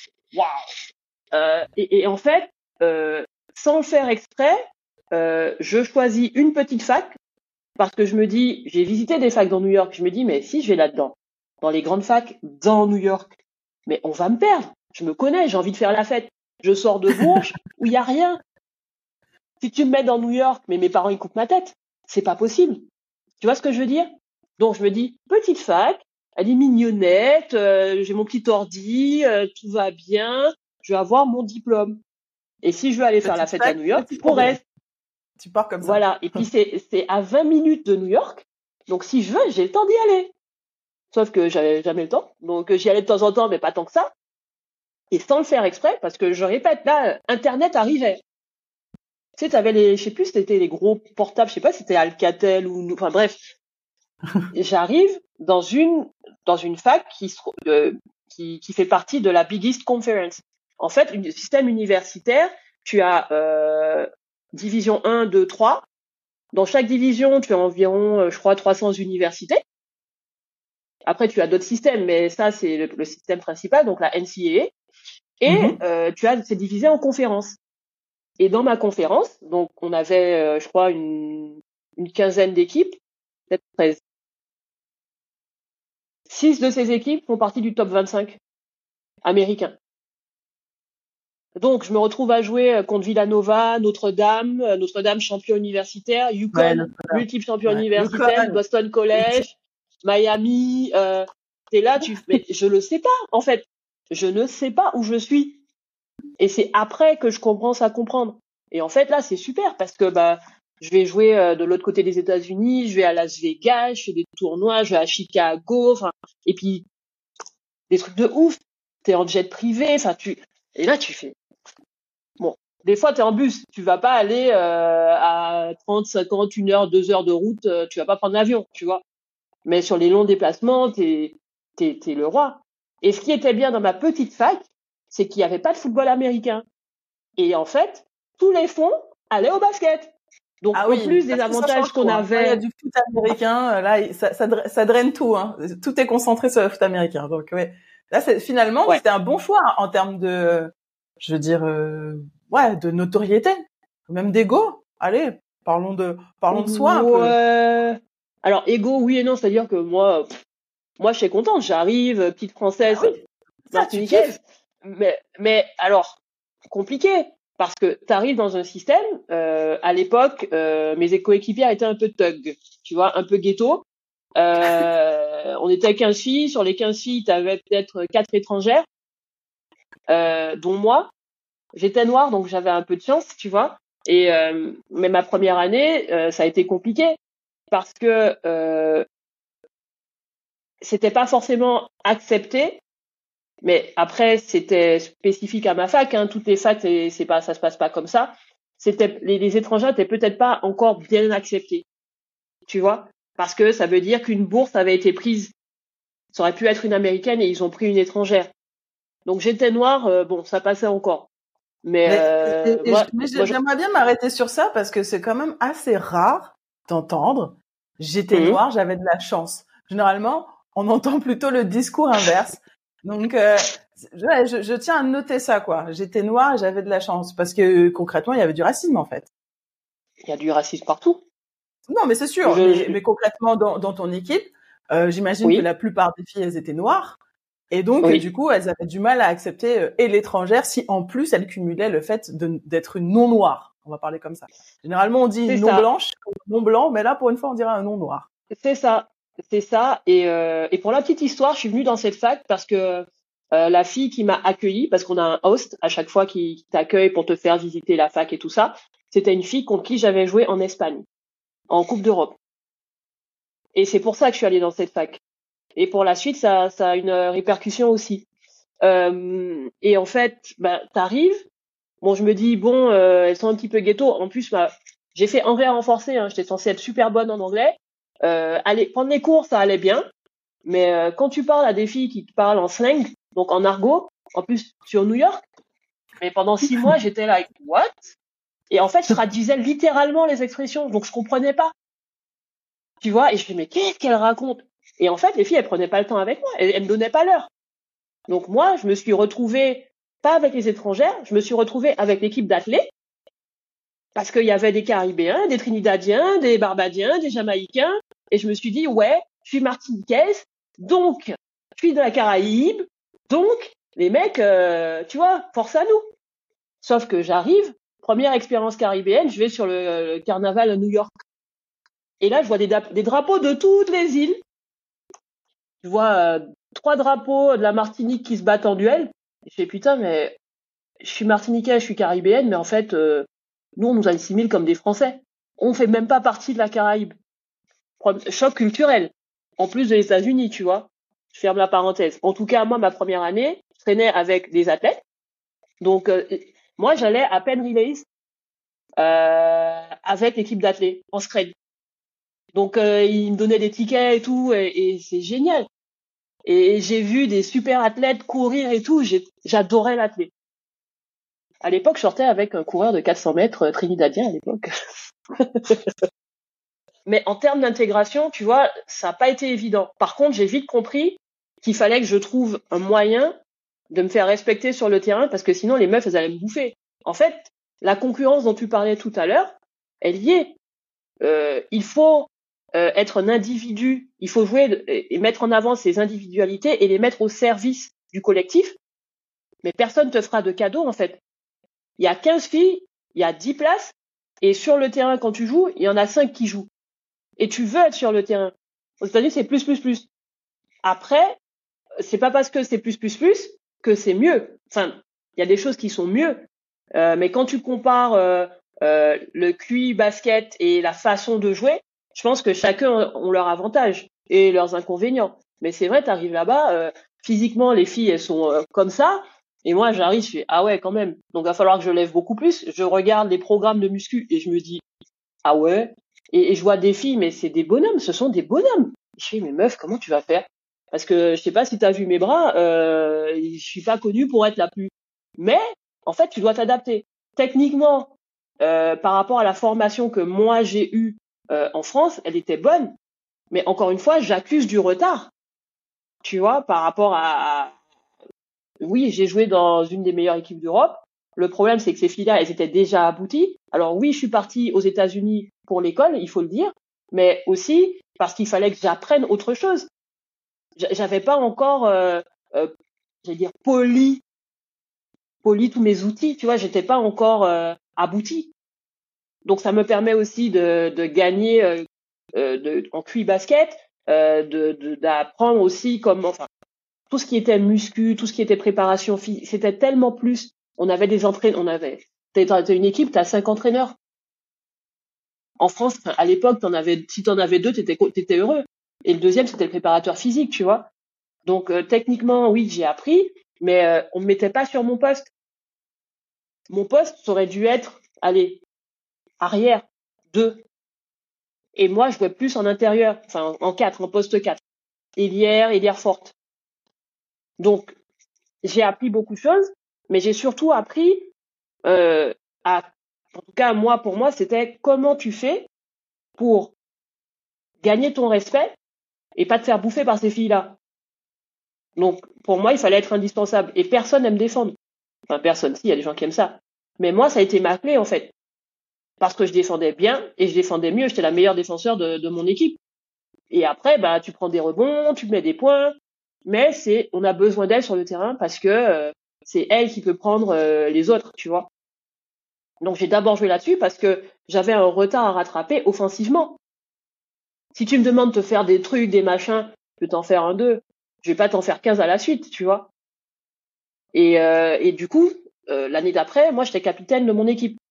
waouh. Et en fait, sans le faire exprès, je choisis une petite fac parce que je me dis, j'ai visité des facs dans New York, je me dis mais si je vais là-dedans, dans les grandes facs dans New York, mais on va me perdre. Je me connais, j'ai envie de faire la fête. Je sors de Bourges où il y a rien. Si tu me mets dans New York, mais mes parents ils coupent ma tête, c'est pas possible. Tu vois ce que je veux dire? Donc je me dis petite fac, elle est mignonnette, j'ai mon petit ordi, tout va bien, je vais avoir mon diplôme. Et si je veux aller faire la fête à New York, je pourrais. Tu pars comme ça. Voilà. Et puis c'est à 20 minutes de New York, donc si je veux, j'ai le temps d'y aller. Sauf que j'avais jamais le temps, donc j'y allais de temps en temps, mais pas tant que ça. Et sans le faire exprès, parce que je répète, là, Internet arrivait. Tu sais, t'avais je sais plus, c'était les gros portables, je sais pas si c'était Alcatel ou, enfin bref. J'arrive dans une fac qui fait partie de la Biggest Conference. En fait, un système universitaire, tu as division 1, 2, 3. Dans chaque division, tu as environ, je crois, 300 universités. Après, tu as d'autres systèmes, mais ça, c'est le système principal, donc la NCAA. Et c'est divisé en conférences. Et dans ma conférence, donc on avait, je crois, une quinzaine d'équipes, peut-être 13. 6 de ces équipes font partie du top 25 américain. Donc, je me retrouve à jouer contre Villanova, Notre-Dame champion universitaire, UConn, multiple champion universitaire, Boston College, Miami. T'es là, mais je le sais pas, en fait. Je ne sais pas où je suis. Et c'est après que je commence à comprendre. Et en fait, là, c'est super parce que je vais jouer de l'autre côté des États-Unis, je vais à Las Vegas, je fais des tournois, je vais à Chicago, et puis des trucs de ouf. T'es en jet privé, et là tu fais. Bon, des fois t'es en bus, tu vas pas aller à 30, 50, 1 heure, 2 heures de route, tu vas pas prendre l'avion, tu vois. Mais sur les longs déplacements, t'es le roi. Et ce qui était bien dans ma petite fac, c'est qu'il y avait pas de football américain. Et en fait, tous les fonds allaient au basket. Donc, en plus des avantages qu'on avait. Il y a du foot américain, là, ça draine tout, hein. Tout est concentré sur le foot américain. Donc, ouais. Là, finalement, c'était un bon choix en termes de, je veux dire, de notoriété. Même d'ego. Allez, parlons de soi un peu. Alors, ego, oui et non. C'est-à-dire que moi, je suis contente. J'arrive, petite française, martiniquaise. Mais alors, compliqué. Parce que tu arrives dans un système, à l'époque, mes coéquipières étaient un peu thug, tu vois, un peu ghetto. On était 15 filles, sur les 15 filles, tu avais peut-être 4 étrangères, dont moi. J'étais noire, donc j'avais un peu de chance, tu vois. Et mais ma première année, ça a été compliqué parce que c'était pas forcément accepté. Mais après, c'était spécifique à ma fac, hein. Toutes les facs, ça se passe pas comme ça. Les étrangers étaient peut-être pas encore bien acceptés. Tu vois? Parce que ça veut dire qu'une bourse avait été prise. Ça aurait pu être une américaine et ils ont pris une étrangère. Donc j'étais noire, bon, ça passait encore. Mais j'aimerais bien m'arrêter sur ça parce que c'est quand même assez rare d'entendre. J'étais noire, j'avais de la chance. Généralement, on entend plutôt le discours inverse. Donc, je tiens à noter ça, quoi. J'étais noire et j'avais de la chance parce que concrètement, il y avait du racisme, en fait. Il y a du racisme partout. Non, mais c'est sûr. Mais concrètement, dans ton équipe, j'imagine que la plupart des filles, elles étaient noires. Et donc, du coup, elles avaient du mal à accepter et l'étrangère si, en plus, elles cumulaient le fait d'être une non-noire. On va parler comme ça. Généralement, on dit non-blanche, non-blanc, mais là, pour une fois, on dirait un non-noir. C'est ça. C'est ça. Et pour la petite histoire, je suis venue dans cette fac parce que la fille qui m'a accueillie, parce qu'on a un host à chaque fois qui t'accueille pour te faire visiter la fac et tout ça, c'était une fille contre qui j'avais joué en Espagne. en Coupe d'Europe. Et c'est pour ça que je suis allée dans cette fac. Et pour la suite, ça a une répercussion aussi. Et en fait, t'arrives. Bon, je me dis bon, elles sont un petit peu ghetto. En plus, j'ai fait anglais renforcé. Hein. J'étais censée être super bonne en anglais. Aller prendre les cours, ça allait bien. Mais quand tu parles à des filles qui te parlent en slang, donc en argot, en plus sur New York, mais pendant 6 mois, j'étais like what? Et en fait, je traduisais littéralement les expressions, donc je comprenais pas. Tu vois? Et je me dis mais qu'est-ce qu'elle raconte? Et en fait, les filles, elles prenaient pas le temps avec moi, elles me donnaient pas l'heure. Donc moi, je me suis retrouvée pas avec les étrangères, je me suis retrouvée avec l'équipe d'athlètes parce qu'il y avait des Caribéens, des Trinidadiens, des Barbadiens, des Jamaïcains, et je me suis dit ouais, je suis martiniquaise, donc je suis de la Caraïbe, donc les mecs, tu vois, force à nous. Sauf que j'arrive, première expérience caribéenne, je vais sur le carnaval à New York. Et là, je vois des drapeaux de toutes les îles. Je vois 3 drapeaux de la Martinique qui se battent en duel. Et je fais putain, mais je suis martiniquaise, je suis caribéenne, mais en fait, nous, on nous assimile comme des Français. On fait même pas partie de la Caraïbe. Choc culturel. En plus de les États-Unis, tu vois. Je ferme la parenthèse. En tout cas, moi, ma première année, je traînais avec des athlètes. Donc, moi, j'allais à Penn Relays avec l'équipe d'athlètes en scred. Donc, ils me donnaient des tickets et tout, et c'est génial. Et j'ai vu des super athlètes courir et tout. J'adorais l'athlète. À l'époque, je sortais avec un coureur de 400 mètres trinidadien à l'époque. Mais en termes d'intégration, tu vois, ça n'a pas été évident. Par contre, j'ai vite compris qu'il fallait que je trouve un moyen de me faire respecter sur le terrain parce que sinon les meufs, elles allaient me bouffer. En fait, la concurrence dont tu parlais tout à l'heure, elle y est. Il faut être un individu, il faut jouer et mettre en avant ses individualités et les mettre au service du collectif. Mais personne te fera de cadeau, en fait. Il y a 15 filles, il y a 10 places, et sur le terrain, quand tu joues, il y en a 5 qui jouent. Et tu veux être sur le terrain. Aux États-Unis, c'est plus, plus, plus. Après, c'est pas parce que c'est plus, plus, plus que c'est mieux. Enfin, il y a des choses qui sont mieux. Mais quand tu compares le QI basket et la façon de jouer, je pense que chacun ont leurs avantages et leurs inconvénients. Mais c'est vrai, t'arrives là-bas, physiquement, les filles, elles sont comme ça. Et moi, j'arrive, je fais, ah ouais, quand même. Donc, il va falloir que je lève beaucoup plus. Je regarde les programmes de muscu et je me dis, ah ouais. Et je vois des filles, mais c'est des bonhommes, ce sont des bonhommes. Je fais, mais meuf, comment tu vas faire? Parce que je sais pas si t'as vu mes bras, je suis pas connue pour être la plus. Mais, en fait, tu dois t'adapter. Techniquement, par rapport à la formation que moi j'ai eue en France, elle était bonne. Mais encore une fois, j'accuse du retard. Tu vois, par rapport oui, j'ai joué dans une des meilleures équipes d'Europe. Le problème, c'est que ces filles-là, elles étaient déjà abouties. Alors oui, je suis partie aux États-Unis pour l'école, il faut le dire, mais aussi parce qu'il fallait que j'apprenne autre chose. J'avais pas encore, j'allais dire, poli tous mes outils. Tu vois, j'étais pas encore aboutie. Donc ça me permet aussi de gagner en QI basket, d'apprendre aussi comment, enfin, tout ce qui était muscu, tout ce qui était préparation physique, c'était tellement plus. On avait des entraîneurs, t'as une équipe, t'as 5 entraîneurs. En France, à l'époque, si t'en avais 2, t'étais heureux. Et le deuxième, c'était le préparateur physique, tu vois. Donc, techniquement, oui, j'ai appris, mais on me mettait pas sur mon poste. Mon poste, ça aurait dû être, allez, arrière, 2. Et moi, je jouais plus en intérieur, enfin, en 4, en poste 4. Ailière forte. Donc, j'ai appris beaucoup de choses, mais j'ai surtout appris en tout cas, pour moi, c'était comment tu fais pour gagner ton respect et pas te faire bouffer par ces filles-là. Donc, pour moi, il fallait être indispensable. Et personne n'aime défendre. Enfin, personne. Si, il y a des gens qui aiment ça. Mais moi, ça a été ma clé, en fait. Parce que je défendais bien et je défendais mieux. J'étais la meilleure défenseur de mon équipe. Et après, tu prends des rebonds, tu mets des points. Mais on a besoin d'elle sur le terrain parce que c'est elle qui peut prendre les autres, tu vois. Donc, j'ai d'abord joué là-dessus parce que j'avais un retard à rattraper offensivement. Si tu me demandes de te faire des trucs, des machins, je vais t'en faire 1, 2. Je vais pas t'en faire 15 à la suite, tu vois. Et du coup, l'année d'après, moi, j'étais capitaine de mon équipe.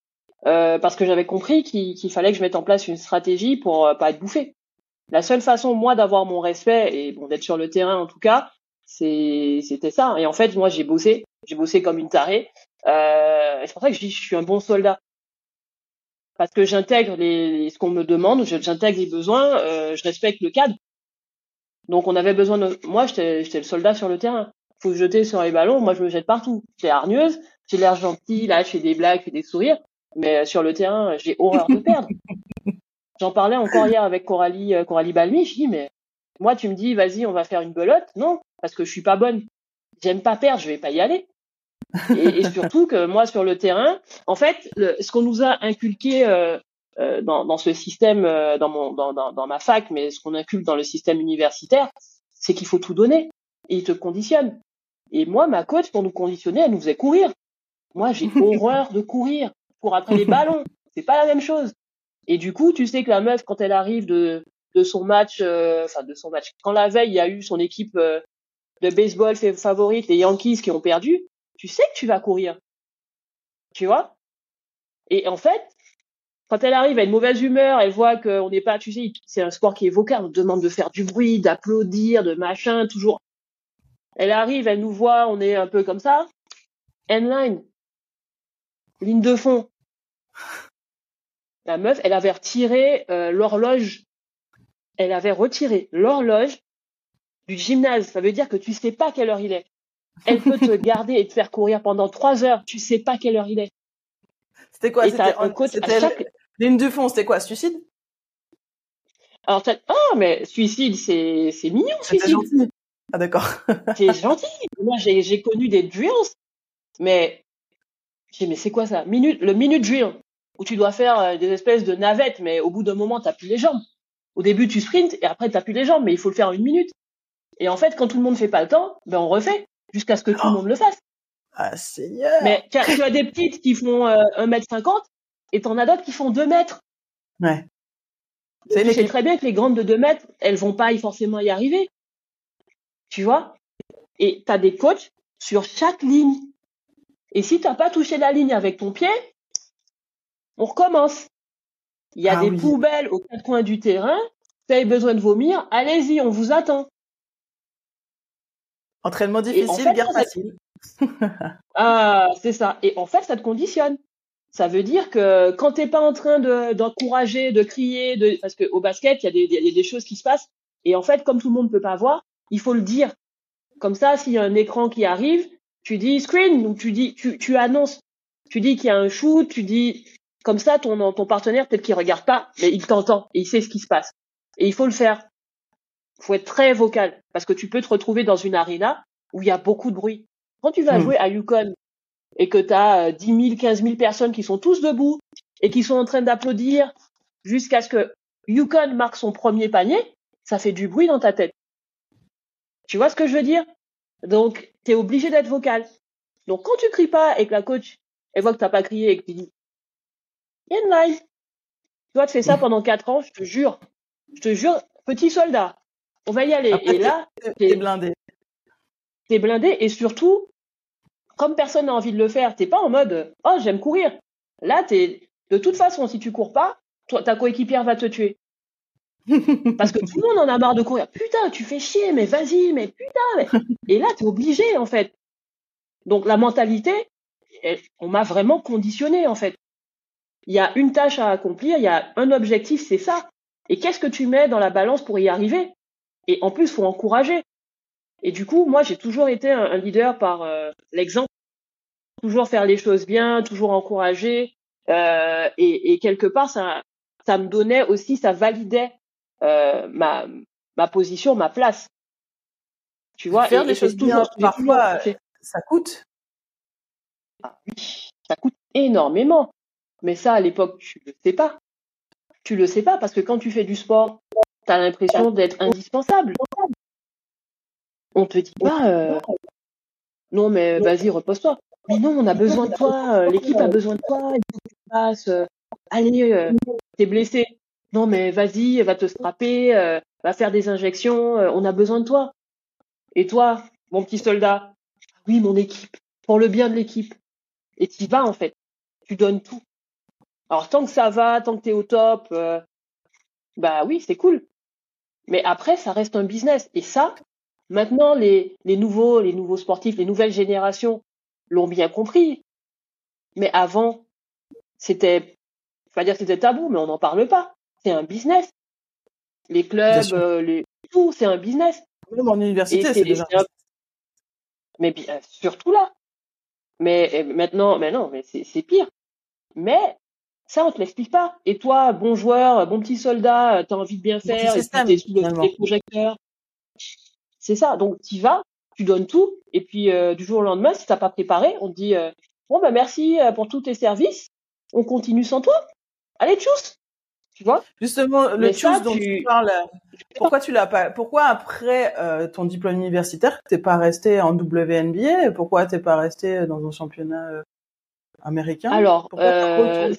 parce que j'avais compris qu'il fallait que je mette en place une stratégie pour pas être bouffé. La seule façon, moi, d'avoir mon respect et bon, d'être sur le terrain en tout cas, c'était ça. Et en fait, moi, j'ai bossé comme une tarée. Et c'est pour ça que je dis je suis un bon soldat. Parce que j'intègre ce qu'on me demande, j'intègre les besoins, je respecte le cadre. Donc on avait besoin de moi, j'étais le soldat sur le terrain. Faut jeter sur les ballons, moi je me jette partout. J'étais hargneuse, j'ai l'air gentil, là je fais des blagues, je fais des sourires, mais sur le terrain, j'ai horreur de perdre. J'en parlais encore hier avec Coralie Balmy, je dis mais moi tu me dis vas-y, on va faire une belote. Non, parce que je suis pas bonne. J'aime pas perdre, je vais pas y aller. Et surtout que moi sur le terrain, en fait, ce qu'on nous a inculqué dans ce système, dans ma fac, mais ce qu'on inculque dans le système universitaire, c'est qu'il faut tout donner. Et ils te conditionnent. Et moi, ma coach, pour nous conditionner, elle nous faisait courir. Moi, j'ai horreur de courir pour après les ballons. C'est pas la même chose. Et du coup, tu sais que la meuf, quand elle arrive de son match, quand la veille, il y a eu son équipe de baseball favorite, les Yankees qui ont perdu, tu sais que tu vas courir. Tu vois? Et en fait, quand elle arrive à une mauvaise humeur, elle voit qu'on n'est pas, tu sais, c'est un sport qui est vocal, on te demande de faire du bruit, d'applaudir, de machin, toujours. Elle arrive, elle nous voit, on est un peu comme ça. End-line. Ligne de fond. La meuf, elle avait retiré l'horloge. Elle avait retiré l'horloge du gymnase. Ça veut dire que tu sais pas quelle heure il est. Elle peut te garder et te faire courir pendant 3 heures. Tu sais pas quelle heure il est. C'était quoi? C'était un coach à chaque... Ligne de fond, c'était quoi? Suicide? Alors, mais suicide, c'est mignon, C'était suicide. gentil. Ah, d'accord. C'est gentil. Moi, j'ai connu des drills, mais c'est quoi ça? Le minute drill, où tu dois faire des espèces de navettes, mais au bout d'un moment, t'as plus les jambes. Au début, tu sprints et après, t'as plus les jambes, mais il faut le faire en 1 minute. Et en fait, quand tout le monde fait pas le temps, ben on refait jusqu'à ce que tout le monde le fasse. Ah, Seigneur. Mais tu as des petites qui font 1,50 m et t'en as d'autres qui font 2 mètres. Ouais. Tu sais très bien que les grandes de 2 mètres, elles vont pas forcément y arriver. Tu vois? Et t'as des coachs sur chaque ligne. Et si t'as pas touché la ligne avec ton pied, on recommence. Il y a des poubelles aux 4 coins du terrain. Vous avez besoin de vomir, allez-y, on vous attend. Entraînement difficile, guerre facile. Ah, c'est ça. Et en fait, ça te conditionne. Ça veut dire que quand t'es pas en train d'encourager, de crier, parce que au basket, il y a des choses qui se passent. Et en fait, comme tout le monde peut pas voir, il faut le dire. Comme ça, s'il y a un écran qui arrive, tu dis screen, ou tu annonces. Tu dis qu'il y a un shoot, tu dis, comme ça, ton partenaire, peut-être qu'il regarde pas, mais il t'entend et il sait ce qui se passe. Et il faut le faire. Il faut être très vocal. Parce que tu peux te retrouver dans une arena où il y a beaucoup de bruit. Quand tu vas jouer à UConn et que tu as 10 000, 15 000 personnes qui sont tous debout et qui sont en train d'applaudir jusqu'à ce que UConn marque son premier panier, ça fait du bruit dans ta tête. Tu vois ce que je veux dire? Donc, tu es obligé d'être vocal. Donc, quand tu cries pas et que la coach, elle voit que t'as pas crié et que tu dis « in line », toi, tu fais ça pendant 4 ans, je te jure, petit soldat, on va y aller. Après, et là, t'es blindé. T'es blindé et surtout, comme personne n'a envie de le faire, t'es pas en mode « oh, j'aime courir ». Là, de toute façon, si tu cours pas, ta coéquipière va te tuer. Parce que tout le monde en a marre de courir. Putain, tu fais chier, mais vas-y, mais putain. Et là, t'es obligé, en fait. Donc, la mentalité, on m'a vraiment conditionné, en fait. Il y a une tâche à accomplir, il y a un objectif, c'est ça. Et qu'est-ce que tu mets dans la balance pour y arriver? Et en plus, faut encourager. Et du coup, moi, j'ai toujours été un leader par l'exemple. Toujours faire les choses bien, toujours encourager. Et quelque part, ça me donnait aussi, ça validait ma position, ma place. Tu vois, faire les choses bien, parfois, ça coûte. Ah oui, ça coûte énormément. Mais ça, à l'époque, tu le sais pas. Tu le sais pas parce que quand tu fais du sport, t'as l'impression d'être indispensable. On te dit pas, non mais vas-y, repose-toi. Mais non, on a besoin de toi, l'équipe a besoin de toi, il faut que tu passes. Allez, t'es blessé. Non mais vas-y, va te strapper, va faire des injections, on a besoin de toi. Et toi, mon petit soldat, oui, mon équipe, pour le bien de l'équipe. Et t'y vas en fait. Tu donnes tout. Alors tant que ça va, tant que t'es au top, bah oui, c'est cool. Mais après, ça reste un business. Et ça, maintenant, les nouveaux sportifs, les nouvelles générations l'ont bien compris. Mais avant, c'était, faut pas dire que c'était tabou, mais on n'en parle pas. C'est un business. Les Bien clubs, sûr. tout, c'est un business. Même en Et université, c'est déjà. mais bien, surtout là. Mais maintenant, mais non, mais c'est pire. Mais ça, on te l'explique pas. Et toi, bon joueur, bon petit soldat, t'as envie de bien faire, et puis Multisystème, t'es sous finalement. les projecteurs. C'est ça. Donc, t'y vas, tu donnes tout, et puis du jour au lendemain, si t'as pas préparé, on te dit bon bah merci pour tous tes services, on continue sans toi. Allez, tchuss, tu vois. Justement, le Mais ça, tchuss dont tu parles, pourquoi tu l'as pas, pourquoi après ton diplôme universitaire, t'es pas resté en WNBA? Pourquoi t'es pas resté dans un championnat américain? alors, Pourquoi t'es retourné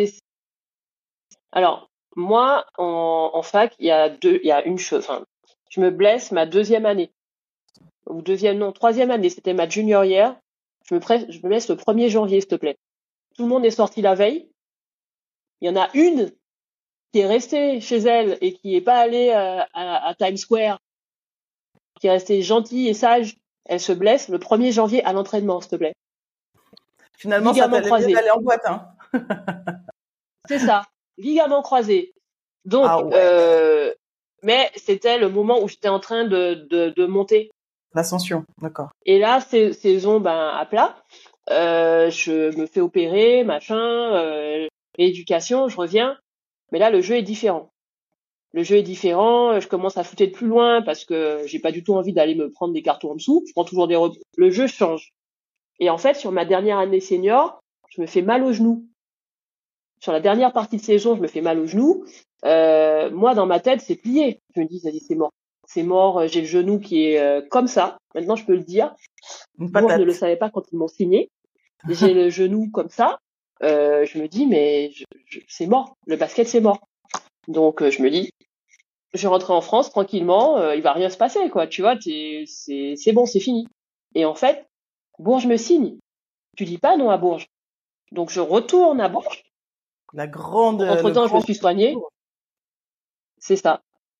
alors moi en fac, il y a une chose. Enfin, je me blesse ma deuxième année ou troisième année. C'était ma junior year. Je me blesse le 1er janvier, s'il te plaît. Tout le monde est sorti la veille. Il y en a une qui est restée chez elle et qui est pas allée à Times Square, qui est restée gentille et sage. Elle se blesse le 1er janvier à l'entraînement, s'il te plaît. Finalement, ça Ligament t'allait mieux croisé. d'aller en boîte, hein? C'est ça. Ligament croisé. Ah Donc, ouais, mais c'était le moment où j'étais en train de monter. l'ascension, d'accord. Et là, saison à plat. Je me fais opérer, machin, rééducation, je reviens. Mais là, le jeu est différent. Le jeu est différent. Je commence à shooter de plus loin parce que j'ai pas du tout envie d'aller me prendre des cartons en dessous. Je prends toujours le jeu change. Et en fait, sur ma dernière année senior, je me fais mal au genou. Sur la dernière partie de saison, je me fais mal au genou. Moi, dans ma tête, c'est plié. Je me dis, ça y est, c'est mort. C'est mort. J'ai le genou qui est comme ça. Maintenant, je peux le dire. Une Bon, je ne le patate. savais pas quand ils m'ont signé. J'ai le genou comme ça. Je me dis, mais c'est mort. Le basket, c'est mort. Donc, je me dis, je vais rentrer en France tranquillement. Il va rien se passer, quoi. Tu vois, c'est bon, c'est fini. Et en fait, Bourges me signe. Tu dis pas non à Bourges. Donc, je retourne à Bourges. Le Entre-temps, je me grand. suis soignée. C'est ça.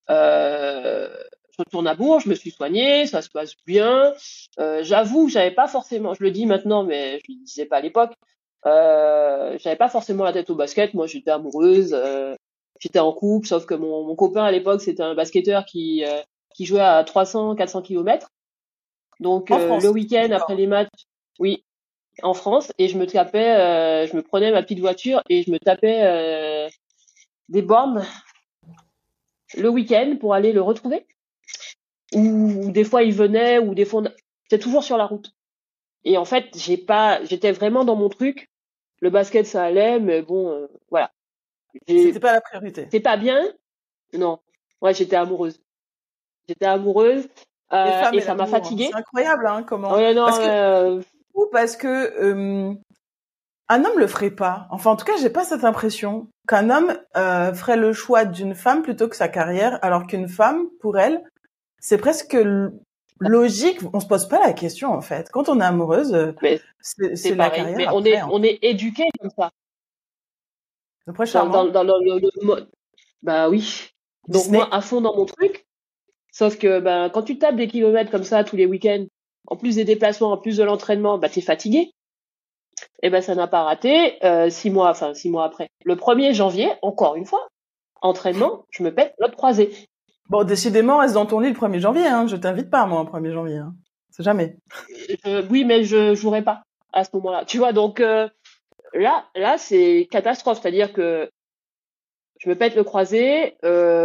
Je retourne à Bourges, je me suis soignée, ça se passe bien. J'avoue que j'avais pas forcément, je le dis maintenant, mais je le disais pas à l'époque, j'avais pas forcément la tête au basket. Moi, j'étais amoureuse, j'étais en couple, sauf que mon copain à l'époque, c'était un basketteur qui jouait à 300, 400 kilomètres. Donc, En le France. week-end, après les matchs, oui, en France, et je me prenais ma petite voiture et je me tapais des bornes le week-end pour aller le retrouver. Ou des fois il venait, ou des fois c'était toujours sur la route. Et en fait, j'étais vraiment dans mon truc. Le basket ça allait, mais bon, voilà. C'était pas la priorité. C'est pas bien, non. Ouais, j'étais amoureuse Les femmes et et ça m'a l'amour, hein. fatiguée. C'est incroyable, hein, comment. Ouais, non, Parce que un homme le ferait pas. Enfin, en tout cas, j'ai pas cette impression qu'un homme ferait le choix d'une femme plutôt que sa carrière, alors qu'une femme, pour elle, c'est presque logique. On se pose pas la question en fait. Quand on est amoureuse, mais c'est c'est la pareil. carrière Mais après. Hein. on est éduqués comme ça. Le prince charmant. Dans le mode. Bah oui. Donc Disney. moi à fond dans mon truc. Sauf que quand tu tapes des kilomètres comme ça tous les week-ends, en plus des déplacements, en plus de l'entraînement, t'es fatigué. Et ça n'a pas raté. 6 mois après. Le 1er janvier, encore une fois, entraînement, je me pète l'autre croisé. Bon, décidément, reste dans ton lit le 1er janvier. Hein. Je t'invite pas moi, le 1er janvier. Hein. C'est jamais. Oui, mais je jouerai pas à ce moment-là. Tu vois, donc là, c'est catastrophe. C'est-à-dire que je me pète le croisé.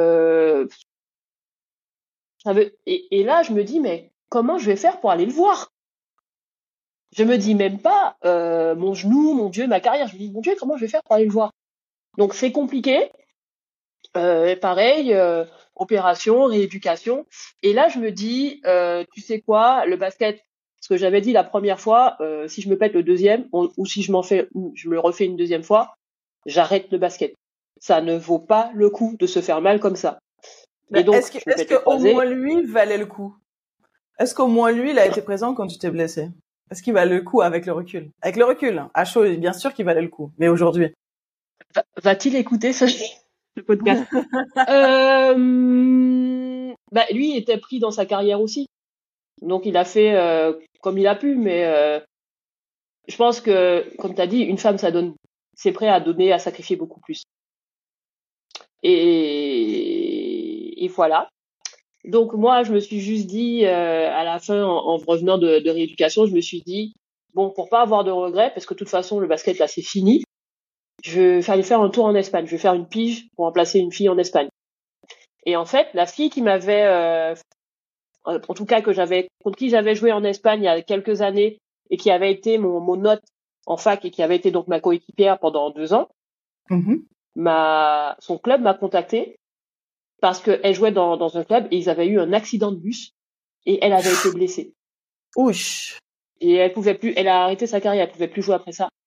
Et là, je me dis, mais comment je vais faire pour aller le voir? Je me dis même pas mon genou, mon Dieu, ma carrière. Je me dis, mon Dieu, comment je vais faire pour aller le voir? Donc c'est compliqué. Pareil, opération, rééducation. Et là, je me dis, tu sais quoi, le basket, ce que j'avais dit la première fois, si je me pète le deuxième, ou si je me le refais une deuxième fois, j'arrête le basket. Ça ne vaut pas le coup de se faire mal comme ça. Mais Et donc, est-ce je me pète le qu'au croisé. moins lui valait le coup? Est-ce qu'au moins lui, il a été présent quand tu t'es blessé? Est-ce qu'il valait le coup avec le recul? Avec le recul, hein. À chaud, bien sûr qu'il valait le coup. Mais aujourd'hui? Va-t-il écouter le podcast? Lui était pris dans sa carrière aussi. Donc il a fait comme il a pu, mais je pense que, comme tu as dit, une femme, c'est prêt à donner, à sacrifier beaucoup plus. Et voilà. Donc moi, je me suis juste dit, à la fin, en revenant de rééducation, je me suis dit, bon, pour pas avoir de regrets, parce que de toute façon, le basket, là, c'est fini, je vais aller faire un tour en Espagne. Je vais faire une pige pour remplacer une fille en Espagne. Et en fait, la fille qui m'avait, en tout cas contre qui j'avais joué en Espagne il y a quelques années, et qui avait été mon hôte en fac et qui avait été donc ma coéquipière pendant 2 ans, son club m'a contacté parce qu'elle jouait dans un club et ils avaient eu un accident de bus et elle avait été blessée. Ouch. Et elle a arrêté sa carrière, elle pouvait plus jouer après ça.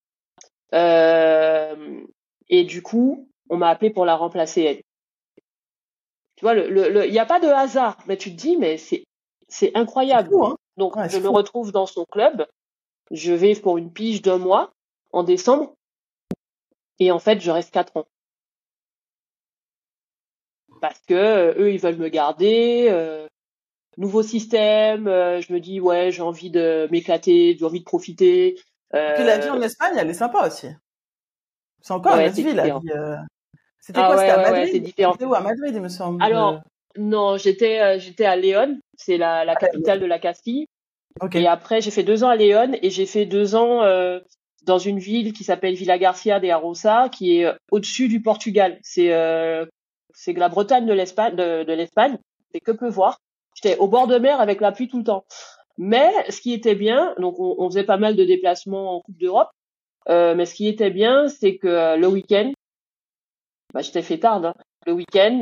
Et du coup, on m'a appelé pour la remplacer elle. Tu vois, il y a pas de hasard, mais tu te dis, mais c'est incroyable. C'est fou, hein. Donc, je me retrouve dans son club. Je vais pour une pige d'1 mois en décembre. Et en fait, je reste 4 ans. Parce que eux, ils veulent me garder. Nouveau système. Je me dis, ouais, j'ai envie de m'éclater, j'ai envie de profiter. Et puis la vie en Espagne, elle est sympa aussi. C'est encore une autre vie, la vie. C'était quoi? C'était à Madrid? C'est différent. C'était où? À Madrid, il me semble. Alors, non, j'étais à Léon. C'est la capitale de la Castille. Okay. Et après, j'ai fait 2 ans à Léon et j'ai fait 2 ans dans une ville qui s'appelle Villagarcía de Arosa, qui est au-dessus du Portugal. C'est la Bretagne de l'Espagne. C'est que peu voir. J'étais au bord de mer avec la pluie tout le temps. Mais ce qui était bien, donc on faisait pas mal de déplacements en Coupe d'Europe, mais ce qui était bien, c'est que le week-end, j'étais fêtarde, hein. Le week-end,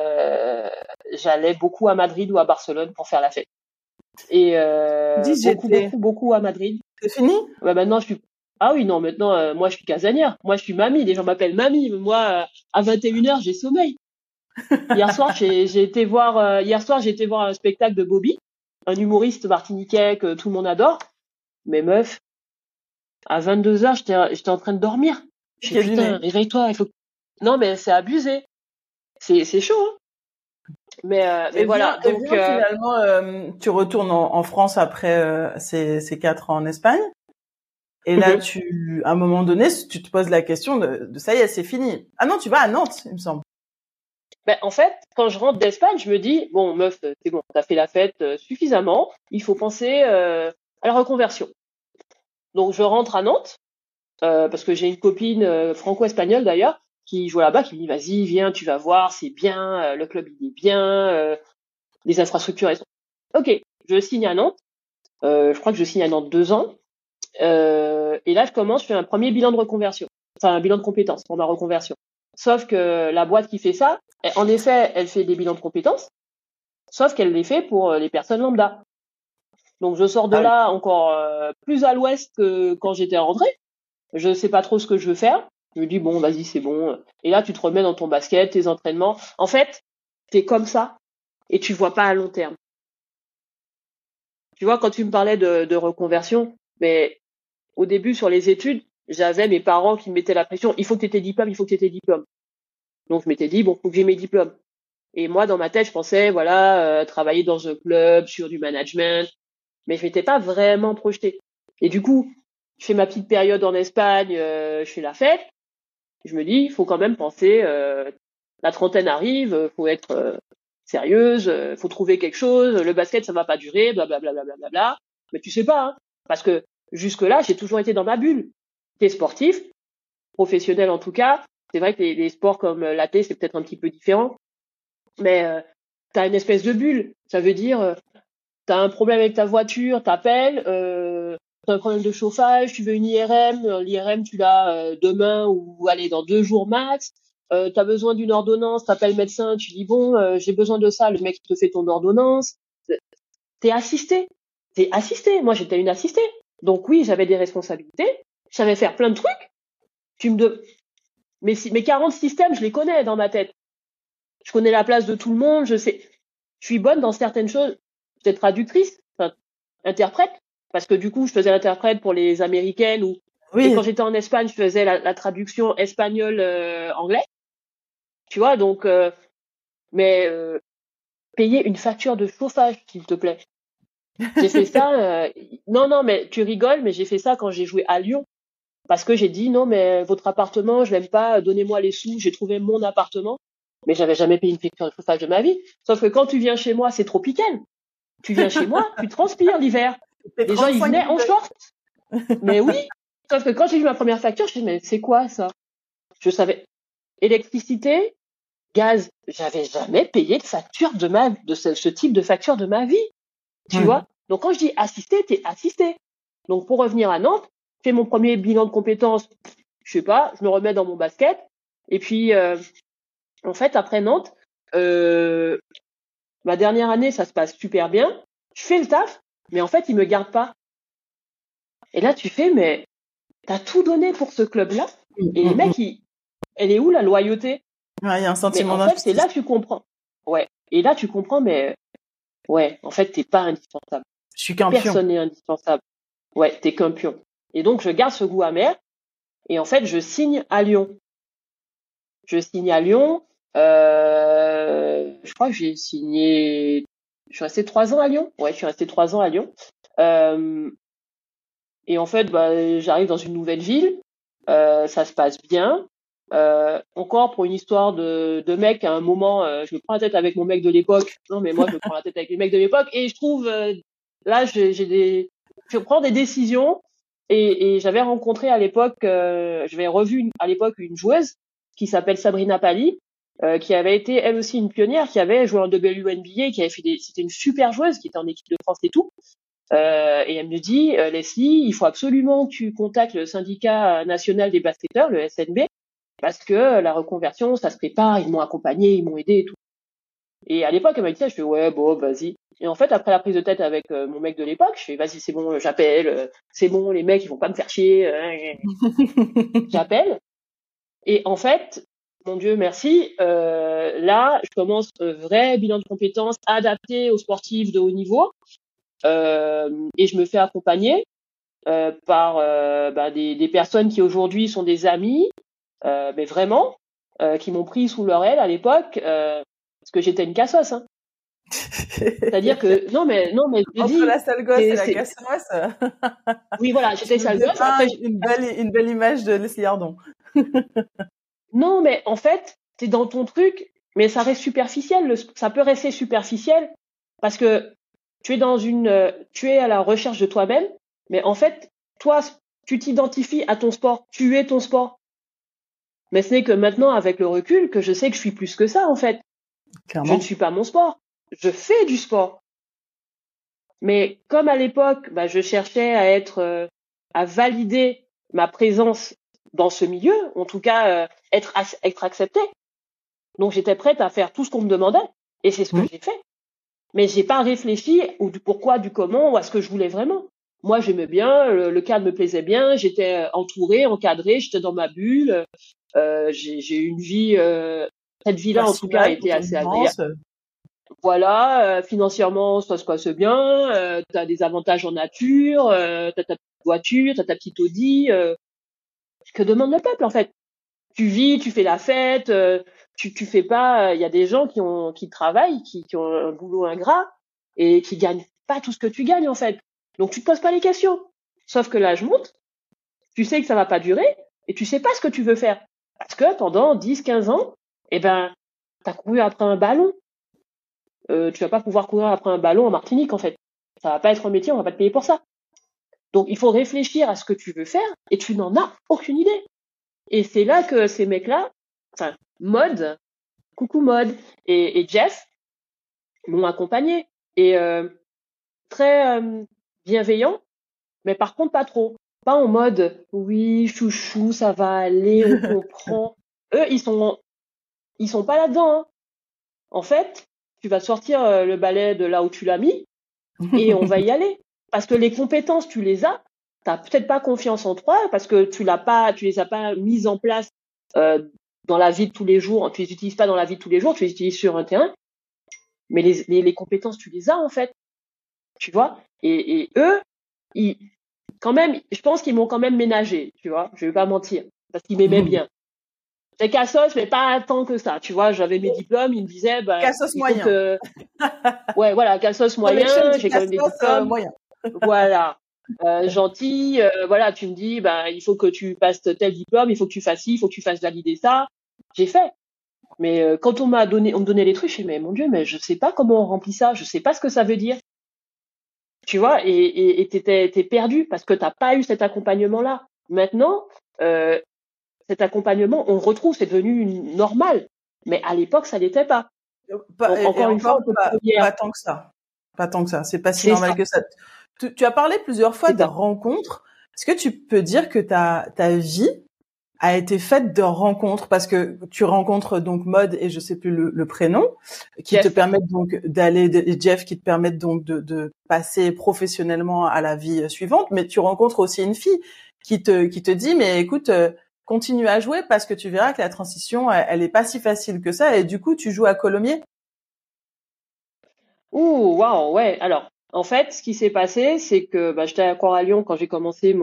j'allais beaucoup à Madrid ou à Barcelone pour faire la fête. Et beaucoup à Madrid. C'est fini? Maintenant, ah oui, non, maintenant, moi, je suis casanière. Moi, je suis mamie. Les gens m'appellent mamie. Mais moi, à 21h, j'ai sommeil. Hier soir, j'ai été voir un spectacle de Bobby, un humoriste martiniquais que tout le monde adore. Mais meuf, à 22h, j'étais en train de dormir. Je suis putain, réveille-toi, Non, mais c'est abusé. C'est chaud, hein. Mais voilà. Donc, finalement, tu retournes en France après ces 4 ans en Espagne. Et là, à un moment donné, tu te poses la question de ça y est, c'est fini. Ah non, tu vas à Nantes, il me semble. En fait, quand je rentre d'Espagne, je me dis, bon, meuf, c'est bon, t'as fait la fête suffisamment. Il faut penser à la reconversion. Donc, je rentre à Nantes, parce que j'ai une copine franco-espagnole d'ailleurs, qui joue là-bas, qui me dit, vas-y, viens, tu vas voir, c'est bien, le club, il est bien, les infrastructures, elles sont... Ok, je signe à Nantes. Je crois que je signe à Nantes 2 ans. Et là, je fais un premier bilan de reconversion. Enfin, un bilan de compétences pour ma reconversion. Sauf que la boîte qui fait ça, en effet, elle fait des bilans de compétences, sauf qu'elle les fait pour les personnes lambda. Donc, je sors de là encore plus à l'ouest que quand j'étais rentrée. Je sais pas trop ce que je veux faire. Je me dis, bon, vas-y, c'est bon. Et là, tu te remets dans ton basket, tes entraînements. En fait, t'es comme ça et tu vois pas à long terme. Tu vois, quand tu me parlais de reconversion, mais au début, sur les études, j'avais mes parents qui me mettaient la pression. Il faut que tu aies tes diplômes, il faut que tu aies tes diplômes. Donc, je m'étais dit, bon, faut que j'ai mes diplômes. Et moi, dans ma tête, je pensais, voilà, travailler dans un club, sur du management. Mais je m'étais pas vraiment projetée. Et du coup, je fais ma petite période en Espagne, je fais la fête. Je me dis, il faut quand même penser, la trentaine arrive, faut être sérieuse, faut trouver quelque chose. Le basket, ça va pas durer, blablabla, blablabla. Mais tu sais pas, hein, parce que jusque-là, j'ai toujours été dans ma bulle. T'es sportif, professionnel en tout cas. C'est vrai que les sports comme l'athlé, c'est peut-être un petit peu différent. Mais t'as une espèce de bulle. Ça veut dire, t'as un problème avec ta voiture, t'appelles, t'as un problème de chauffage, tu veux une IRM, l'IRM tu l'as demain ou allez dans 2 jours max. T'as besoin d'une ordonnance, t'appelles le médecin, tu dis bon, j'ai besoin de ça, le mec te fait ton ordonnance. T'es assisté. Moi, j'étais une assistée. Donc oui, j'avais des responsabilités. Je savais faire plein de trucs. Mes 40 systèmes, je les connais dans ma tête. Je connais la place de tout le monde, je sais. Je suis bonne dans certaines choses. J'étais traductrice, interprète, parce que du coup, je faisais l'interprète pour les Américaines ou Oui. Et quand j'étais en Espagne, je faisais la traduction espagnol-anglais. Tu vois, donc, payer une facture de chauffage, s'il te plaît. J'ai fait ça. Non, mais tu rigoles, mais j'ai fait ça quand j'ai joué à Lyon. Parce que j'ai dit, non, mais votre appartement, je l'aime pas, donnez-moi les sous, j'ai trouvé mon appartement. Mais j'avais jamais payé une facture de chauffage de ma vie. Sauf que quand tu viens chez moi, c'est tropical. Tu viens chez moi, tu transpires l'hiver. Les gens, ils venaient en short. Mais oui. Sauf que quand j'ai vu ma première facture, je me suis dit, mais c'est quoi ça? Je savais. Électricité, gaz, j'avais jamais payé de facture de ce type de facture de ma vie. Tu vois? Donc quand je dis assisté, t'es assisté. Donc pour revenir à Nantes, je fais mon premier bilan de compétences, je sais pas, je me remets dans mon basket. Et puis en fait, après Nantes, ma dernière année, ça se passe super bien. Je fais le taf, mais en fait, ils me gardent pas. Et là, tu fais, mais t'as tout donné pour ce club-là. Et les mecs, elle est où la loyauté? Ouais, il y a un sentiment d'injustice. En fait, c'est là que tu comprends. Ouais. Et là, tu comprends, mais ouais, en fait, t'es pas indispensable. Je suis qu'un pion. Personne n'est indispensable. Ouais, t'es qu'un pion. Et donc, je garde ce goût amer. Et en fait, je signe à Lyon. Je crois que j'ai signé. Je suis restée 3 ans à Lyon. Ouais, je suis restée 3 ans à Lyon. Et en fait, j'arrive dans une nouvelle ville. Ça se passe bien. Encore pour une histoire de mec, à un moment, je me prends la tête avec mon mec de l'époque. Non, mais moi, je me prends la tête avec les mecs de l'époque. Et je trouve, là, je prends des décisions. Et j'avais rencontré à l'époque, j'avais revu à l'époque une joueuse qui s'appelle Sabrina Pali, qui avait été elle aussi une pionnière, qui avait joué en WNBA, qui avait fait c'était une super joueuse, qui était en équipe de France et tout. Et elle me dit, Leslie, il faut absolument que tu contactes le syndicat national des basketteurs, le SNB, parce que la reconversion, ça se prépare, ils m'ont accompagné, ils m'ont aidé et tout. Et à l'époque, elle m'a dit ça, je fais ouais, bon, vas-y. Et en fait, après la prise de tête avec mon mec de l'époque, je fais vas-y, c'est bon, j'appelle, c'est bon, les mecs, ils vont pas me faire chier. J'appelle. Et en fait, mon Dieu, merci. Là, je commence un vrai bilan de compétences adapté aux sportifs de haut niveau. Et je me fais accompagner par des personnes qui aujourd'hui sont des amis, mais vraiment, qui m'ont pris sous leur aile à l'époque, parce que j'étais une cassos. Hein. C'est-à-dire que non mais je entre dis, la sale gosse et la cassos. Oui voilà, j'étais sale gosse. Après, une belle image de Leslie Ardon. Non mais en fait, t'es dans ton truc, mais ça reste superficiel. Ça peut rester superficiel parce que tu es à la recherche de toi-même, mais en fait, toi, tu t'identifies à ton sport, tu es ton sport. Mais ce n'est que maintenant, avec le recul, que je sais que je suis plus que ça, en fait. Clairement. Je ne suis pas mon sport. Je fais du sport. Mais comme à l'époque, je cherchais à valider ma présence dans ce milieu, en tout cas, être acceptée. Donc, j'étais prête à faire tout ce qu'on me demandait. Et c'est ce que j'ai fait. Mais j'ai pas réfléchi du pourquoi, du comment, ou à ce que je voulais vraiment. Moi, j'aimais bien, le cadre me plaisait bien, j'étais entourée, encadrée, j'étais dans ma bulle. J'ai eu une vie, cette vie-là en tout cas a été assez agréable. Voilà, financièrement ça se passe bien, t'as des avantages en nature, t'as ta petite voiture, t'as ta petite Audi. Que demande le peuple en fait? Tu vis, tu fais la fête, tu fais pas. Il y a des gens qui travaillent, qui ont un boulot ingrat et qui gagnent pas tout ce que tu gagnes en fait. Donc tu te poses pas les questions. Sauf que l'âge monte, tu sais que ça va pas durer et tu sais pas ce que tu veux faire. Parce que pendant 10-15 ans, t'as couru après un ballon. Tu vas pas pouvoir courir après un ballon en Martinique en fait. Ça va pas être un métier, on va pas te payer pour ça. Donc il faut réfléchir à ce que tu veux faire et tu n'en as aucune idée. Et c'est là que ces mecs-là, enfin Maude, coucou Maude et Jeff m'ont accompagné et très bienveillant, mais par contre pas trop. Pas en mode oui chouchou ça va aller, on comprend. Eux ils sont pas là-dedans. Hein. En fait, tu vas sortir le balai de là où tu l'as mis et on va y aller. Parce que les compétences, tu les as. T'as peut-être pas confiance en toi parce que tu les as pas mises en place dans la vie de tous les jours. Tu les utilises pas dans la vie de tous les jours, tu les utilises sur un terrain. Mais les compétences, tu les as en fait. Tu vois. Et eux, quand même, je pense qu'ils m'ont quand même ménagé, tu vois. Je vais pas mentir, parce qu'ils m'aimaient bien. C'est cassos, mais pas tant que ça, tu vois. J'avais mes diplômes, ils me disaient, Cassos il faut moyen. que, ouais, voilà, cassos moyen, j'ai quand même des diplômes, moyen. voilà. Gentil, voilà, tu me dis, il faut que tu passes tel diplôme, il faut que tu fasses ci, il faut que tu fasses valider ça. J'ai fait. Mais quand on me donnait les trucs, je dis, mais mon Dieu, mais je sais pas comment on remplit ça, je sais pas ce que ça veut dire. Tu vois, et t'es perdu parce que t'as pas eu cet accompagnement-là. Maintenant, cet accompagnement, on le retrouve, c'est devenu normal. Mais à l'époque, ça l'était pas. Donc, encore une fois, on peut pas tant que ça. Pas tant que ça. C'est pas si c'est normal ça. que ça. Tu as parlé plusieurs fois C'est de ça. rencontres. Est-ce que tu peux dire que ta vie a été faite de rencontres, parce que tu rencontres donc Maud et je sais plus le prénom, qui Jeff. te permettent donc Jeff, qui te permettent donc de passer professionnellement à la vie suivante, mais tu rencontres aussi une fille qui te dit, mais écoute, continue à jouer parce que tu verras que la transition, elle est pas si facile que ça, et du coup, tu joues à Colomiers. Ouh, waouh, ouais. Alors, en fait, ce qui s'est passé, c'est que j'étais encore à Lyon quand j'ai commencé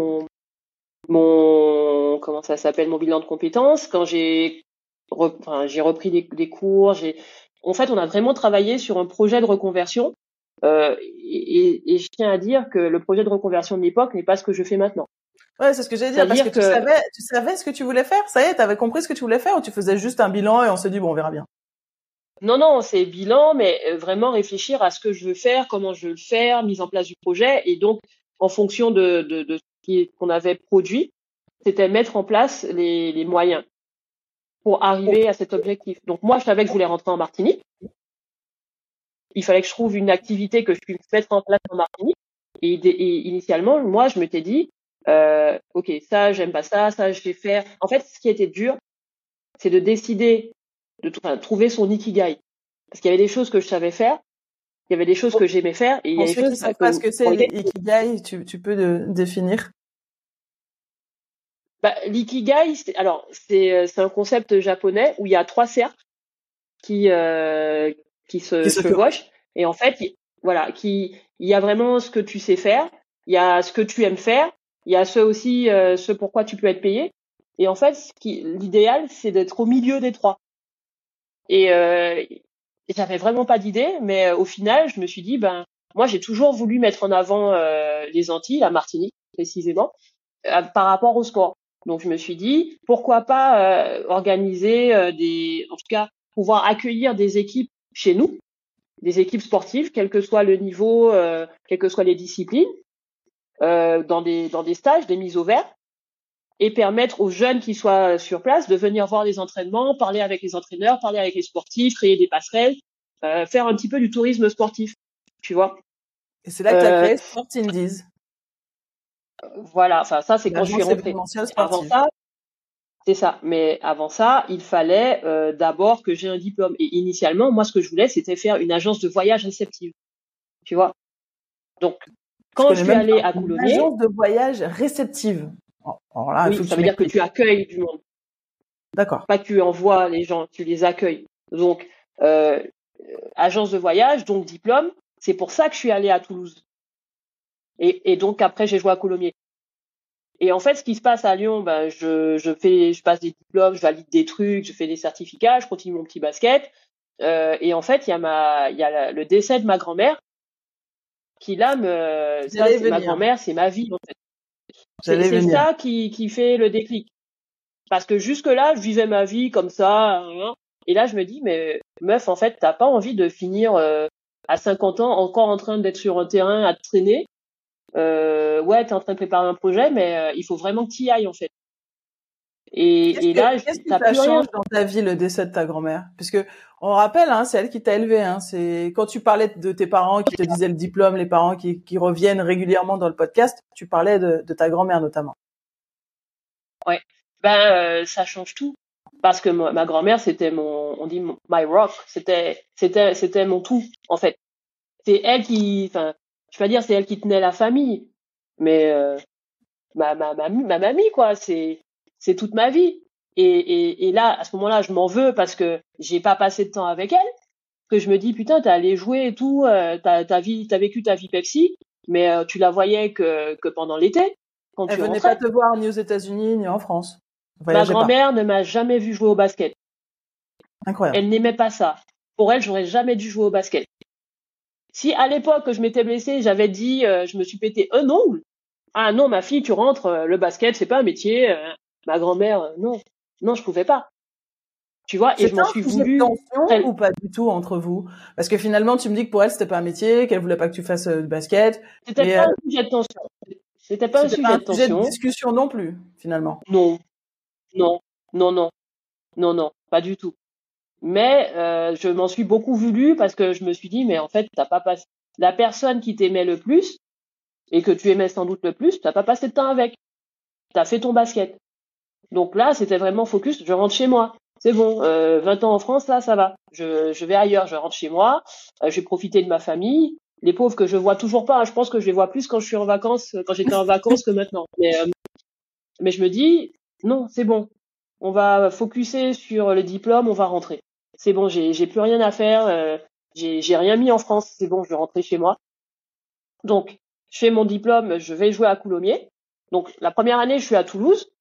comment ça s'appelle, mon bilan de compétences. Quand j'ai repris des cours, en fait, on a vraiment travaillé sur un projet de reconversion. Et je tiens à dire que le projet de reconversion de l'époque n'est pas ce que je fais maintenant. Ouais, c'est ce que j'allais dire, parce que C'est-à-dire que tu savais ce que tu voulais faire. Ça y est, t'avais compris ce que tu voulais faire, ou tu faisais juste un bilan et on se dit, bon, on verra bien. non, c'est bilan, mais vraiment réfléchir à ce que je veux faire, comment je veux le faire, mise en place du projet, et donc en fonction de ce qu'on avait produit, c'était mettre en place les moyens pour arriver à cet objectif. Donc moi, je savais que je voulais rentrer en Martinique. Il fallait que je trouve une activité que je puisse mettre en place en Martinique. Et initialement, moi, je m'étais dit, ok, ça, j'aime pas ça, ça, je vais faire. En fait, ce qui était dur, c'est de décider de trouver son ikigai. Parce qu'il y avait des choses que je savais faire, il y avait des choses que j'aimais faire, et il y Pour a des ceux qui choses savent pas ce que c'est pour lesquelles... l'ikigai, tu peux définir? L'ikigai, c'est un concept japonais où il y a 3 cercles qui Qui se se chevauchent, et en fait, il y a vraiment ce que tu sais faire, il y a ce que tu aimes faire, il y a ce aussi ce pourquoi tu peux être payé, et en fait, l'idéal, c'est d'être au milieu des 3. Et j'avais vraiment pas d'idée, mais au final, je me suis dit, moi, j'ai toujours voulu mettre en avant les Antilles, la Martinique précisément, par rapport au sport. Donc, je me suis dit, pourquoi pas organiser en tout cas, pouvoir accueillir des équipes chez nous, des équipes sportives, quel que soit le niveau, quelles que soient les disciplines, dans des stages, des mises au vert, et permettre aux jeunes qui soient sur place de venir voir les entraînements, parler avec les entraîneurs, parler avec les sportifs, créer des passerelles, faire un petit peu du tourisme sportif, tu vois. Et c'est là que tu as créé Sport Indies. Voilà, enfin ça c'est quand je suis L'agence rentrée. événementielle Avant sportive. ça, c'est ça. Mais avant ça, il fallait d'abord que j'ai un diplôme. Et initialement, moi ce que je voulais, c'était faire une agence de voyage réceptive, tu vois. Donc Je quand je connais suis même allée pas. à Une Coulommiers, agence de voyage réceptive. Alors là, il faut oui, que ça tu veut dire que m'expliques. tu accueilles du monde. D'accord. Pas que tu envoies les gens, tu les accueilles. Donc, agence de voyage, donc diplôme. C'est pour ça que je suis allée à Toulouse. Et donc après, j'ai joué à Coulommiers. Et en fait, ce qui se passe à Lyon, je passe des diplômes, je valide des trucs, je fais des certificats, je continue mon petit basket. Et en fait, il y a le décès de ma grand-mère qui là J'allais y c'est ma venir. grand-mère, c'est ma vie en fait. J'allais y C'est venir. ça qui fait le déclic. Parce que jusque-là, je vivais ma vie comme ça. Hein. Et là, je me dis, mais meuf, en fait, t'as pas envie de finir à 50 ans encore en train d'être sur un terrain à te traîner. Ouais, t'es en train de préparer un projet, mais il faut vraiment que t'y ailles, en fait. Et là, Qu'est-ce que t'as ça plus rien. change dans ta vie, le décès de ta grand-mère? Puisque on rappelle, hein, c'est elle qui t'a élevé. Hein, c'est quand tu parlais de tes parents qui te disaient le diplôme, les parents qui reviennent régulièrement dans le podcast, tu parlais de ta grand-mère notamment. Ouais. Ça change tout. Parce que ma grand-mère, c'était on dit my rock. C'était mon tout, en fait. C'est elle enfin, je vais pas dire c'est elle qui tenait la famille, mais ma mamie quoi, c'est toute ma vie. Et là à ce moment-là je m'en veux parce que j'ai pas passé de temps avec elle, que je me dis putain t'es allé jouer et tout, t'as vécu ta vie Pepsi, mais tu la voyais que pendant l'été. quand Elle tu venait rentrais. pas te voir ni aux États-Unis ni en France. Elle Ma voyageait pas. grand-mère ne m'a jamais vu jouer au basket. Incroyable. Elle n'aimait pas ça. Pour elle, j'aurais jamais dû jouer au basket. Si à l'époque je m'étais blessée, j'avais dit, je me suis pété un ongle. Ah non, ma fille, tu rentres, le basket, c'est pas un métier. Ma grand-mère, non, je pouvais pas. Tu vois, et je C'était m'en un suis sujet de voulu. tension ou pas du tout entre vous? Parce que finalement, tu me dis que pour elle, c'était pas un métier, qu'elle voulait pas que tu fasses du basket, C'était mais pas un sujet de tension. C'était pas un c'était pas sujet un de sujet de tension. discussion non plus, finalement. Non, non, non, non, non, pas du tout. Mais je m'en suis beaucoup voulu parce que je me suis dit, mais en fait, t'as pas passé la personne qui t'aimait le plus et que tu aimais sans doute le plus, t'as pas passé de temps avec. T'as fait ton basket. Donc là, c'était vraiment focus. Je rentre chez moi. C'est bon. 20 ans en France, là, ça va. Je vais ailleurs. Je rentre chez moi. Je vais profiter de ma famille. Les pauvres que je vois toujours pas. Hein, je pense que je les vois plus quand je suis en vacances, quand j'étais en vacances que maintenant. Mais je me dis, non, c'est bon. On va focuser sur le diplôme. On va rentrer. C'est bon. J'ai plus rien à faire. J'ai rien mis en France. C'est bon. Je vais rentrer chez moi. Donc, je fais mon diplôme. Je vais jouer à Coulommiers. Donc, la première année, je suis à Toulouse.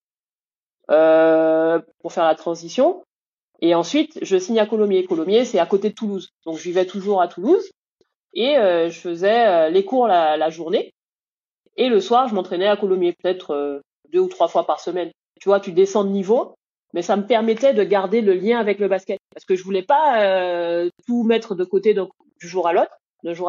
Pour faire la transition. Et ensuite, je signe à Colomiers. Colomiers, c'est à côté de Toulouse. Donc, je vivais toujours à Toulouse. Et je faisais les cours la journée. Et le soir, je m'entraînais à Colomiers, peut-être 2 ou 3 fois par semaine. Tu vois, tu descends de niveau. Mais ça me permettait de garder le lien avec le basket. Parce que je voulais pas tout mettre de côté d'un jour à l'autre.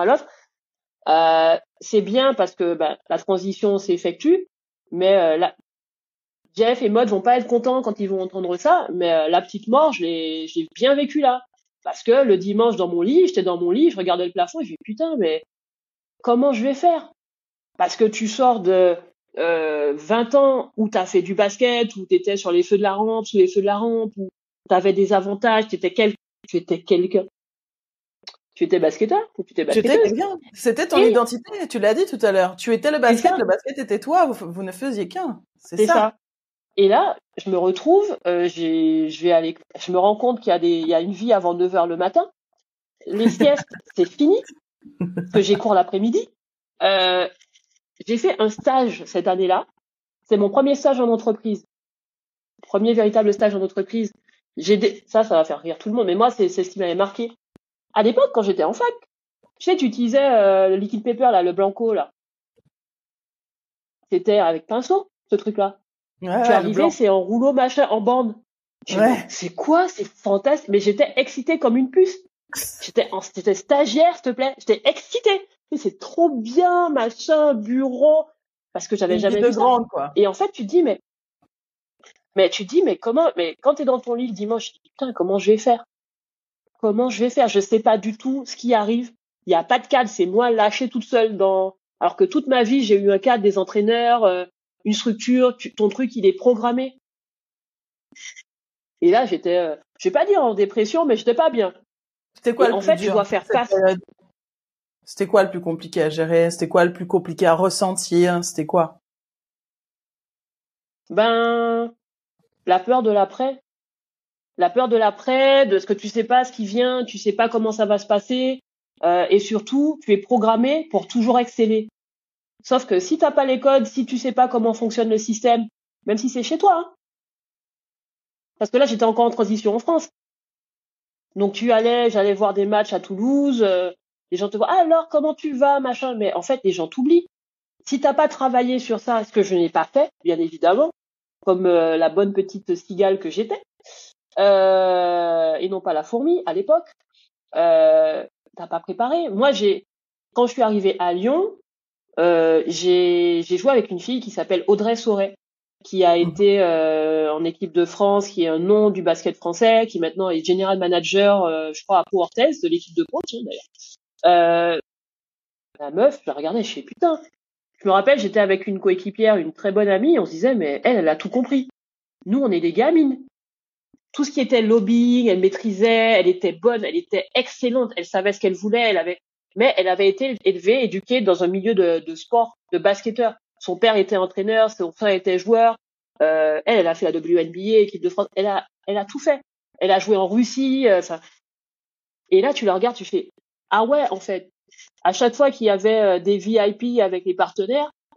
C'est bien parce que la transition s'effectue. Mais Jeff et Maud vont pas être contents quand ils vont entendre ça, mais la petite mort, j'ai bien vécu là. Parce que le dimanche j'étais dans mon lit, je regardais le plafond et je me dis putain, mais comment je vais faire? Parce que tu sors de 20 ans où t'as fait du basket, où t'étais sur les feux de la rampe, sous les feux de la rampe, où t'avais des avantages, tu étais quelqu'un. Tu étais basketteur ou tu étais Tu étais basketteuse. quelqu'un. C'était ton Et identité. Tu l'as dit tout à l'heure. Tu étais le c'est ça, basket était toi. Vous ne faisiez qu'un. C'est c'est ça. ça. Et là, je me retrouve, je me rends compte il y a une vie avant 9 heures le matin. Les siestes, c'est fini, parce que j'ai cours l'après-midi. Euh, j'ai fait un stage cette année-là. C'est mon premier stage en entreprise. Premier véritable stage en entreprise. Ça va faire rire tout le monde, mais moi, c'est ce qui m'avait marqué. À l'époque, quand j'étais en fac, tu sais, tu utilisais le liquid paper, là, le blanco, là. C'était avec pinceau, ce truc-là. Ouais, Tu ouais, le arrivais, blanc. c'est en rouleau, machin, en bande. Mais Ouais. c'est quoi? C'est fantastique. Mais j'étais excitée comme une puce. J'étais stagiaire, s'il te plaît. J'étais excitée. C'est trop bien, machin, bureau. Parce que j'avais Une vie jamais de vu ça. grande, quoi. Et en fait, mais comment, mais quand t'es dans ton lit le dimanche, tu te dis, putain, comment je vais faire? Comment je vais faire? Je sais pas du tout ce qui arrive. Il y a pas de cadre. C'est moi lâchée toute seule alors que toute ma vie, j'ai eu un cadre, des entraîneurs, une structure, ton truc, il est programmé. Et là, je vais pas dire en dépression, mais j'étais pas bien. C'était quoi Et le en plus fait, tu dur dois faire cette face. période? C'était quoi le plus compliqué à gérer? C'était quoi le plus compliqué à ressentir? C'était quoi? Ben, la peur de l'après. La peur de l'après, de ce que tu sais pas, ce qui vient, tu sais pas comment ça va se passer. Et surtout, tu es programmé pour toujours exceller. Sauf que si t'as pas les codes, si tu sais pas comment fonctionne le système, même si c'est chez toi, hein, parce que là, j'étais encore en transition en France. Donc j'allais voir des matchs à Toulouse, les gens te voient, ah, alors comment tu vas, machin. Mais en fait, les gens t'oublient. Si t'as pas travaillé sur ça, ce que je n'ai pas fait, bien évidemment, comme la bonne petite cigale que j'étais, et non pas la fourmi à l'époque, t'as pas préparé. Moi, quand je suis arrivée à Lyon, j'ai joué avec une fille qui s'appelle Audrey Sauret, qui a été en équipe de France, qui est un nom du basket français, qui maintenant est general manager, je crois, à Pau Orthez, de l'équipe de Pau, tiens, d'ailleurs. La meuf, je la regardais, je fais putain. Je me rappelle, j'étais avec une coéquipière, une très bonne amie, on se disait, mais elle a tout compris. Nous, on est des gamines. Tout ce qui était lobbying, elle maîtrisait, elle était bonne, elle était excellente, elle savait ce qu'elle voulait, mais elle avait été élevée, éduquée dans un milieu de sport, de basketteur. Son père était entraîneur, son frère était joueur. Elle a fait la WNBA, équipe de France. Elle a tout fait. Elle a joué en Russie. Et là, tu la regardes, tu fais, ah ouais, en fait, à chaque fois qu'il y avait des VIP avec les partenaires,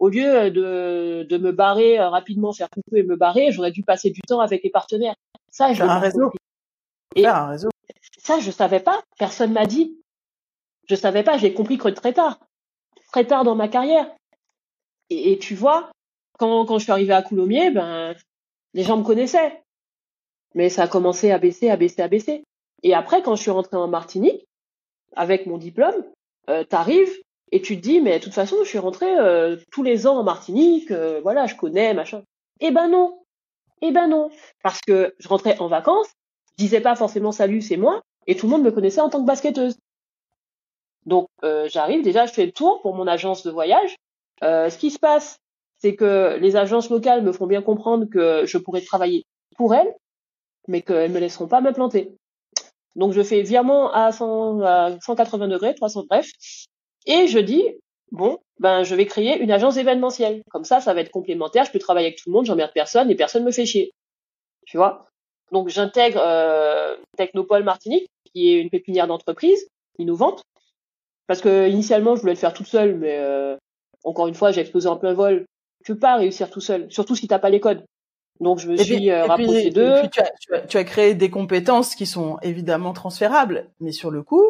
au lieu de me barrer rapidement, faire coucou et me barrer, j'aurais dû passer du temps avec les partenaires. Ça, je Faire l'ai un pas réseau. compris. Et Faire un réseau. ça, je savais pas. Personne m'a dit. Je savais pas. J'ai compris que très tard dans ma carrière. Et tu vois, quand je suis arrivée à Coulommiers, ben, les gens me connaissaient. Mais ça a commencé à baisser, à baisser, à baisser. Et après, quand je suis rentrée en Martinique, avec mon diplôme, t'arrives et tu te dis, mais de toute façon, je suis rentrée tous les ans en Martinique, voilà, je connais, machin. Eh ben non, eh ben non, parce que je rentrais en vacances, je disais pas forcément salut, c'est moi, et tout le monde me connaissait en tant que basketteuse. Donc j'arrive, déjà, je fais le tour pour mon agence de voyage. Ce qui se passe, c'est que les agences locales me font bien comprendre que je pourrais travailler pour elles, mais qu'elles me laisseront pas m'implanter. Donc je fais virement à 180 degrés, 300, bref, et je dis bon, ben je vais créer une agence événementielle. Comme ça va être complémentaire. Je peux travailler avec tout le monde, j'emmerde personne et personne me fait chier. Tu vois. Donc j'intègre Technopole Martinique, qui est une pépinière d'entreprise innovante, parce que initialement je voulais le faire toute seule, mais encore une fois j'ai explosé en plein vol. Tu peux pas réussir tout seul, surtout si t'as pas les codes. Donc je me suis rapprochée d'eux. Et puis tu as créé des compétences qui sont évidemment transférables, mais sur le coup,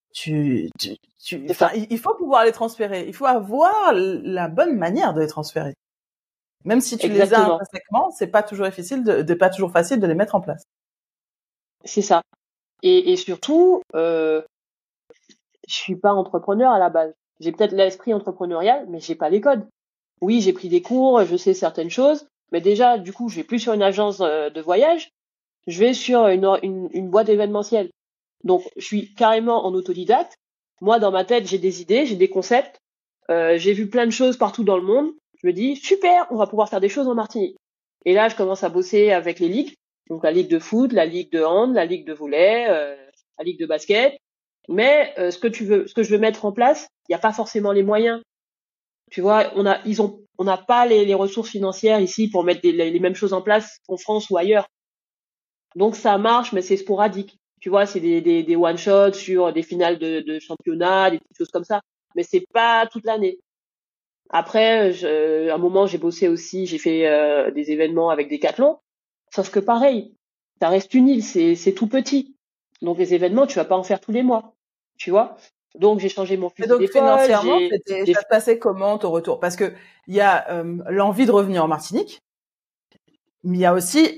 enfin, il faut pouvoir les transférer. Il faut avoir la bonne manière de les transférer. Même si tu les as intrinsèquement, c'est pas toujours facile pas toujours facile de les mettre en place. C'est ça. Et surtout, je suis pas entrepreneur à la base. J'ai peut-être l'esprit entrepreneurial, mais j'ai pas les codes. Oui, j'ai pris des cours, je sais certaines choses, mais déjà, du coup, je vais plus sur une agence de voyage, je vais sur une boîte événementielle. Donc, je suis carrément en autodidacte. Moi, dans ma tête, j'ai des idées, j'ai des concepts, j'ai vu plein de choses partout dans le monde. Je me dis, super, on va pouvoir faire des choses en Martinique. Et là, je commence à bosser avec les ligues. Donc, la ligue de foot, la ligue de hand, la ligue de volley, la ligue de basket. Mais ce que je veux mettre en place, il n'y a pas forcément les moyens. Tu vois, on n'a pas les ressources financières ici pour mettre les mêmes choses en place qu'en France ou ailleurs. Donc ça marche, mais c'est sporadique. Tu vois, c'est des one shots sur des finales de championnat, des petites choses comme ça. Mais c'est pas toute l'année. Après, à un moment, j'ai bossé aussi, j'ai fait des événements avec Decathlon. Sauf que pareil, ça reste une île, c'est tout petit. Donc les événements, tu vas pas en faire tous les mois. Tu vois. Donc j'ai changé mon fusil d'épaule. Financièrement, ça se passait comment ton retour? Parce que il y a l'envie de revenir en Martinique, mais il y a aussi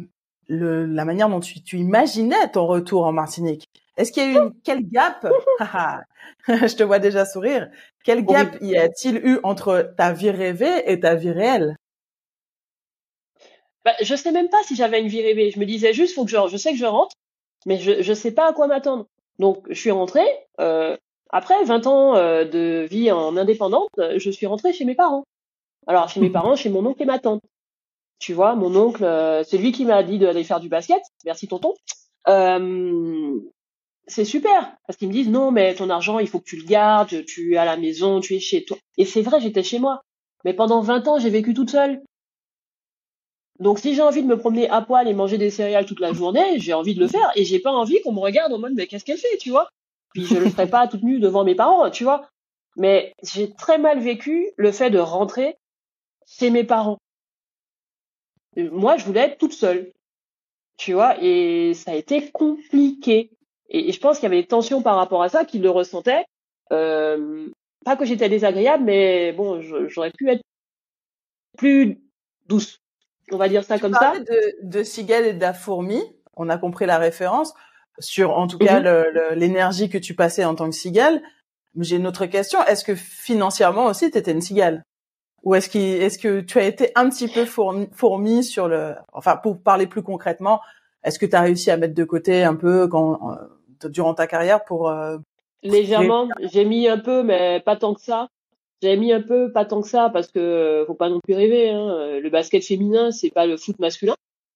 la manière dont tu imaginais ton retour en Martinique. Est-ce qu'il y a eu quel gap? Je te vois déjà sourire. Quel gap y a-t-il eu entre ta vie rêvée et ta vie réelle? Bah, je sais même pas si j'avais une vie rêvée. Je me disais juste, faut que je sais que je rentre, mais je sais pas à quoi m'attendre. Donc je suis rentrée. Après 20 ans de vie en indépendante, je suis rentrée chez mes parents. Alors chez mes parents, chez mon oncle et ma tante. Tu vois, mon oncle, c'est lui qui m'a dit d'aller faire du basket. Merci tonton. C'est super parce qu'ils me disent non, mais ton argent, il faut que tu le gardes. Tu es à la maison, tu es chez toi. Et c'est vrai, j'étais chez moi. Mais pendant 20 ans, j'ai vécu toute seule. Donc si j'ai envie de me promener à poil et manger des céréales toute la journée, j'ai envie de le faire et j'ai pas envie qu'on me regarde en mode mais qu'est-ce qu'elle fait, tu vois. Puis je le ferai pas toute nue devant mes parents, tu vois. Mais j'ai très mal vécu le fait de rentrer chez mes parents. Moi, je voulais être toute seule, tu vois, et ça a été compliqué. Et je pense qu'il y avait des tensions par rapport à ça, qu'ils le ressentaient. Pas que j'étais désagréable, mais bon, j'aurais pu être plus douce. On va dire ça comme ça. Tu parlais de cigale et d'Afourmi. On a compris la référence sur, en tout cas, l'énergie que tu passais en tant que cigale. Mais j'ai une autre question. Est-ce que financièrement aussi, tu étais une cigale? Ou est-ce que tu as été un petit peu fourmi sur enfin, pour parler plus concrètement, est-ce que tu as réussi à mettre de côté un peu durant ta carrière pour, légèrement, j'ai mis un peu, mais pas tant que ça. J'ai mis un peu, pas tant que ça, parce que faut pas non plus rêver. Hein. Le basket féminin, c'est pas le foot masculin.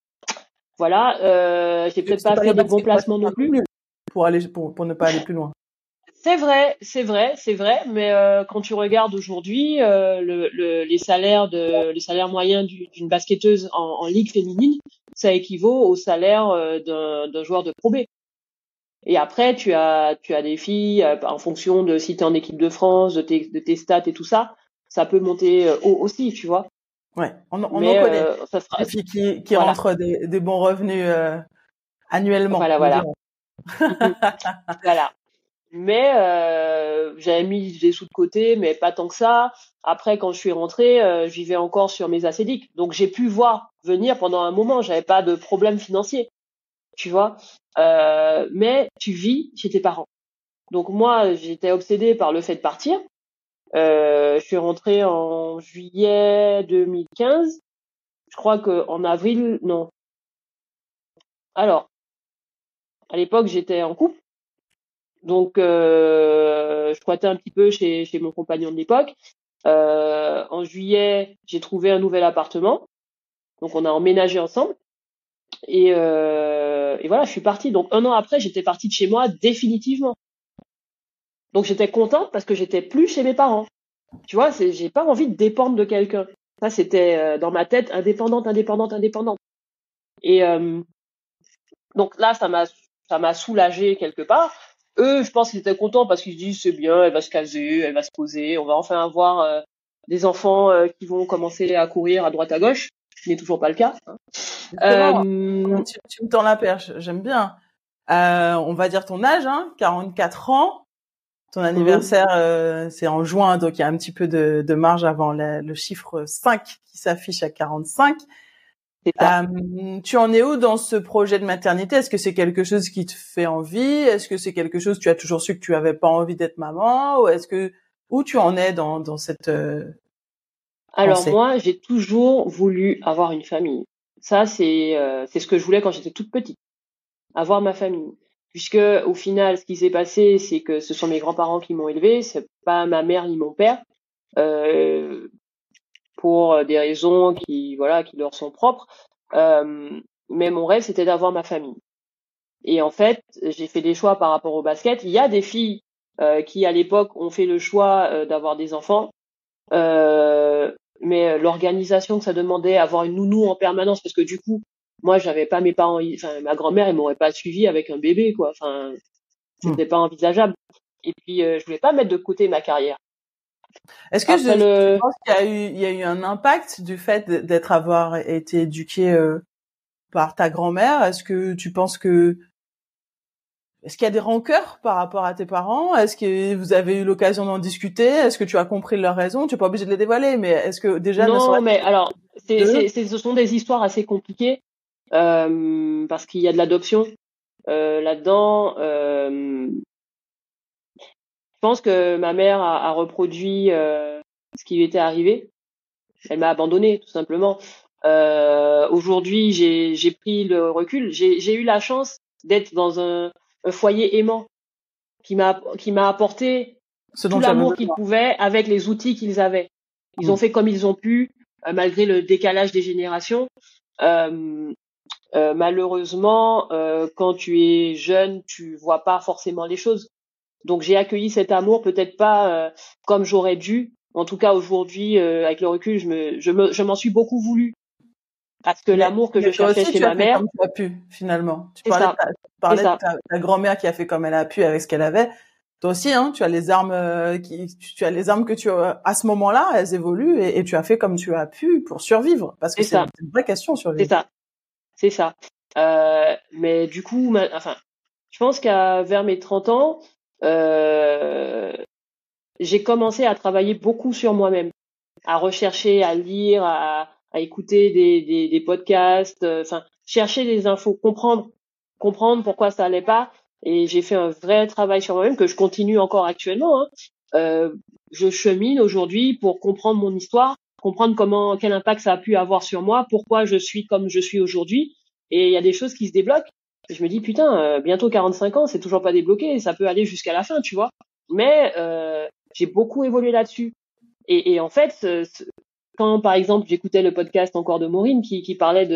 Voilà, j'ai peut-être pas fait les bons placements non plus. Pour ne pas aller plus loin. C'est vrai, c'est vrai, c'est vrai. Mais quand tu regardes aujourd'hui, les salaires moyens d'une basketteuse en ligue féminine, ça équivaut au salaire d'un joueur de Pro B. Et après, tu as des filles en fonction de si tu es en équipe de France, de tes stats et tout ça. ça peut monter haut aussi, tu vois. Ouais, on en connaît. Ça sera, Des filles qui voilà. rentrent des bons revenus annuellement, nous Voilà. dirons. Voilà. Mais j'avais mis des sous de côté, mais pas tant que ça. Après, quand je suis rentrée, je vivais encore sur mes assédiques. Donc, j'ai pu voir venir pendant un moment. J'avais pas de problème financier, tu vois. Mais tu vis chez tes parents. Donc, moi, j'étais obsédée par le fait de partir. Je suis rentrée en juillet 2015. Je crois que en avril, non. Alors, à l'époque, j'étais en couple. Donc, je squattais un petit peu chez mon compagnon de l'époque. En juillet, j'ai trouvé un nouvel appartement. Donc, on a emménagé ensemble. Et voilà, je suis partie. Donc, un an après, j'étais partie de chez moi définitivement. Donc, j'étais contente parce que j'étais plus chez mes parents. Tu vois, j'ai pas envie de dépendre de quelqu'un. Ça, c'était dans ma tête, indépendante. Et donc là, ça m'a soulagée quelque part. Eux, je pense qu'ils étaient contents parce qu'ils se disent c'est bien, elle va se caser, elle va se poser, on va enfin avoir des enfants qui vont commencer à courir à droite à gauche, ce n'est toujours pas le cas. Justement, tu me tends la perche, j'aime bien. On va dire ton âge, 44 ans. Ton anniversaire, c'est en juin, donc il y a un petit peu de marge avant le chiffre 5 qui s'affiche à 45. Tu en es où dans ce projet de maternité? Est-ce que c'est quelque chose qui te fait envie? Est-ce que c'est quelque chose, tu as toujours su que tu avais pas envie d'être maman? Ou où tu en es dans cette Alors pensée? moi, j'ai toujours voulu avoir une famille. Ça, c'est ce que je voulais quand j'étais toute petite, avoir ma famille. Puisque au final, ce qui s'est passé, c'est que ce sont mes grands-parents qui m'ont élevée, c'est pas ma mère ni mon père, pour des raisons qui leur sont propres. Mais mon rêve, c'était d'avoir ma famille. Et en fait, j'ai fait des choix par rapport au basket. Il y a des filles qui, à l'époque, ont fait le choix d'avoir des enfants. Mais l'organisation que ça demandait, avoir une nounou en permanence, parce que du coup, moi, j'avais pas mes parents, enfin, ma grand-mère, elle m'aurait pas suivi avec un bébé, quoi. Enfin, c'était pas envisageable. Et puis, je voulais pas mettre de côté ma carrière. Est-ce que tu penses qu'il y a eu un impact du fait avoir été éduqué par ta grand-mère? Est-ce qu'il y a des rancœurs par rapport à tes parents? Est-ce que vous avez eu l'occasion d'en discuter? Est-ce que tu as compris leurs raisons? Tu n'es pas obligé de les dévoiler, mais est-ce que déjà non, mais alors, ce sont des histoires assez compliquées parce qu'il y a de l'adoption là-dedans. Je pense que ma mère a reproduit ce qui lui était arrivé. Elle m'a abandonnée, tout simplement. Aujourd'hui, j'ai pris le recul. J'ai eu la chance d'être dans un foyer aimant qui m'a apporté ce dont tout tu avais l'amour qu'ils besoin. pouvaient avec les outils qu'ils avaient. Ils ont fait comme ils ont pu, malgré le décalage des générations. Malheureusement, quand tu es jeune, tu vois pas forcément les choses. Donc j'ai accueilli cet amour, peut-être pas comme j'aurais dû. En tout cas, aujourd'hui, avec le recul, je m'en suis beaucoup voulu. Parce que l'amour que je Mais toi cherchais aussi, chez tu as ma fait mère, comme tu as pu, finalement. Tu c'est parlais ça, c'est de ça, ta grand-mère qui a fait comme elle a pu avec ce qu'elle avait. Toi aussi, tu as les armes tu as les armes que tu as à ce moment-là, elles évoluent et tu as fait comme tu as pu pour survivre. Parce que c'est c'est ça, une vraie question, c'est survivre. ça, c'est ça. Mais du coup, enfin, je pense qu'à vers mes 30 ans, euh, j'ai commencé à travailler beaucoup sur moi-même, à rechercher, à lire, à écouter des podcasts, enfin, chercher des infos, comprendre pourquoi ça allait pas. Et j'ai fait un vrai travail sur moi-même que je continue encore actuellement. Je chemine aujourd'hui pour comprendre mon histoire, comprendre quel impact ça a pu avoir sur moi, pourquoi je suis comme je suis aujourd'hui. Et il y a des choses qui se débloquent. Et je me dis, putain, bientôt 45 ans, c'est toujours pas débloqué, ça peut aller jusqu'à la fin, tu vois. Mais j'ai beaucoup évolué là-dessus. Et en fait, quand par exemple j'écoutais le podcast encore de Maureen qui parlait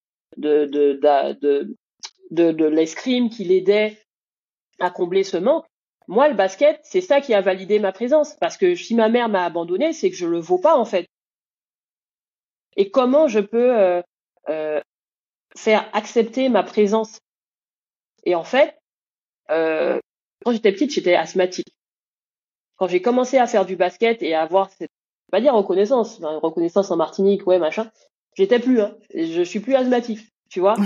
de l'escrime qui l'aidait à combler ce manque, moi le basket, c'est ça qui a validé ma présence. Parce que si ma mère m'a abandonnée, c'est que je le vaux pas en fait. Et comment je peux faire accepter ma présence? Et en fait, quand j'étais petite, j'étais asthmatique. Quand j'ai commencé à faire du basket et à avoir pas dire reconnaissance, enfin, reconnaissance en Martinique, ouais, machin. J'étais plus, hein. Je suis plus asthmatique, tu vois.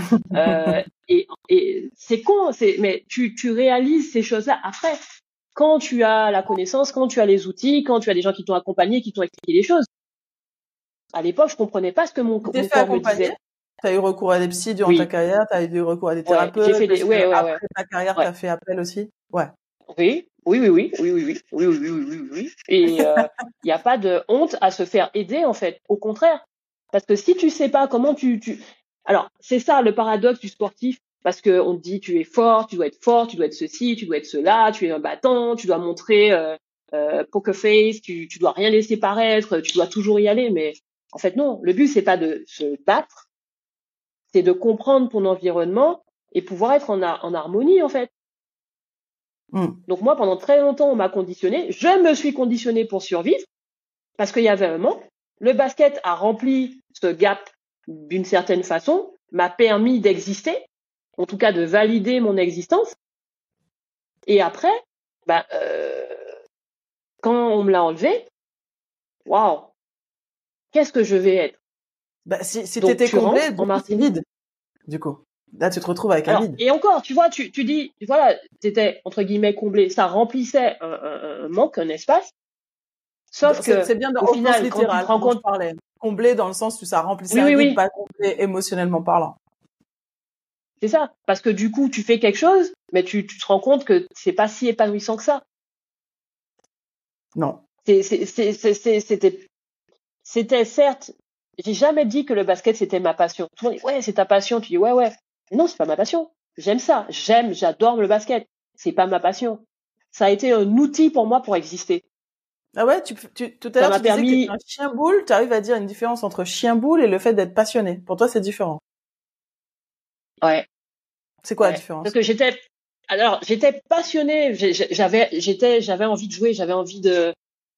Et c'est con, mais tu réalises ces choses-là après. Quand tu as la connaissance, quand tu as les outils, quand tu as des gens qui t'ont accompagné, qui t'ont expliqué les choses. À l'époque, je comprenais pas ce que mon Tu t'es fait corps me accompagner? disait. Tu as eu recours à des psys durant ta Oui, carrière? Tu as eu recours à des ouais, j'ai thérapeutes? fait des, Est-ce que ouais, ouais, ouais, après ta carrière, tu ouais. as fait appel aussi? Ouais. Oui, oui, oui, oui, oui, oui, oui, oui, oui, oui, oui, oui, oui. Et il n'y a pas de honte à se faire aider, en fait. Au contraire, parce que si tu sais pas comment alors c'est ça le paradoxe du sportif, parce que on te dit tu es fort, tu dois être fort, tu dois être ceci, tu dois être cela, tu es un battant, tu dois montrer poker face, tu dois rien laisser paraître, tu dois toujours y aller. Mais en fait non, le but c'est pas de se battre, c'est de comprendre ton environnement et pouvoir être en harmonie, en fait. Donc moi, pendant très longtemps, on m'a conditionné. Je me suis conditionné pour survivre parce qu'il y avait un manque. Le basket a rempli ce gap d'une certaine façon, m'a permis d'exister, en tout cas de valider mon existence. Et après, bah, quand on me l'a enlevé, waouh, qu'est-ce que je vais être? Bah, si Donc t'étais tu comblé, rentres du en coup, c'est Martinique. vide. Du coup, là, tu te retrouves avec un Alors, vide. et encore, tu vois, tu dis, voilà, t'étais entre guillemets comblé. Ça remplissait un manque, un espace. Sauf que, C'est bien au au sens final, quand tu te littéral rends dont je compte, parlais. Comblé dans le sens où ça remplissait oui, un oui, vide, oui, pas comblé émotionnellement parlant. c'est ça. Parce que du coup, tu fais quelque chose, mais tu te rends compte que c'est pas si épanouissant que ça. Non. C'était certes, j'ai jamais dit que le basket c'était ma passion. Tout le monde dit, ouais, c'est ta passion. Tu dis, ouais, ouais. Mais non, c'est pas ma passion. J'aime ça. J'adore le basket. C'est pas ma passion. Ça a été un outil pour moi pour exister. Ah ouais, tout à Ça l'heure, m'a tu disais que t'étais permis, un chien-boule. Tu arrives à dire une différence entre chien-boule et le fait d'être passionné. Pour toi, c'est différent. ouais, C'est quoi la ouais. Parce différence? que j'étais passionnée. J'avais envie de jouer. J'avais envie de,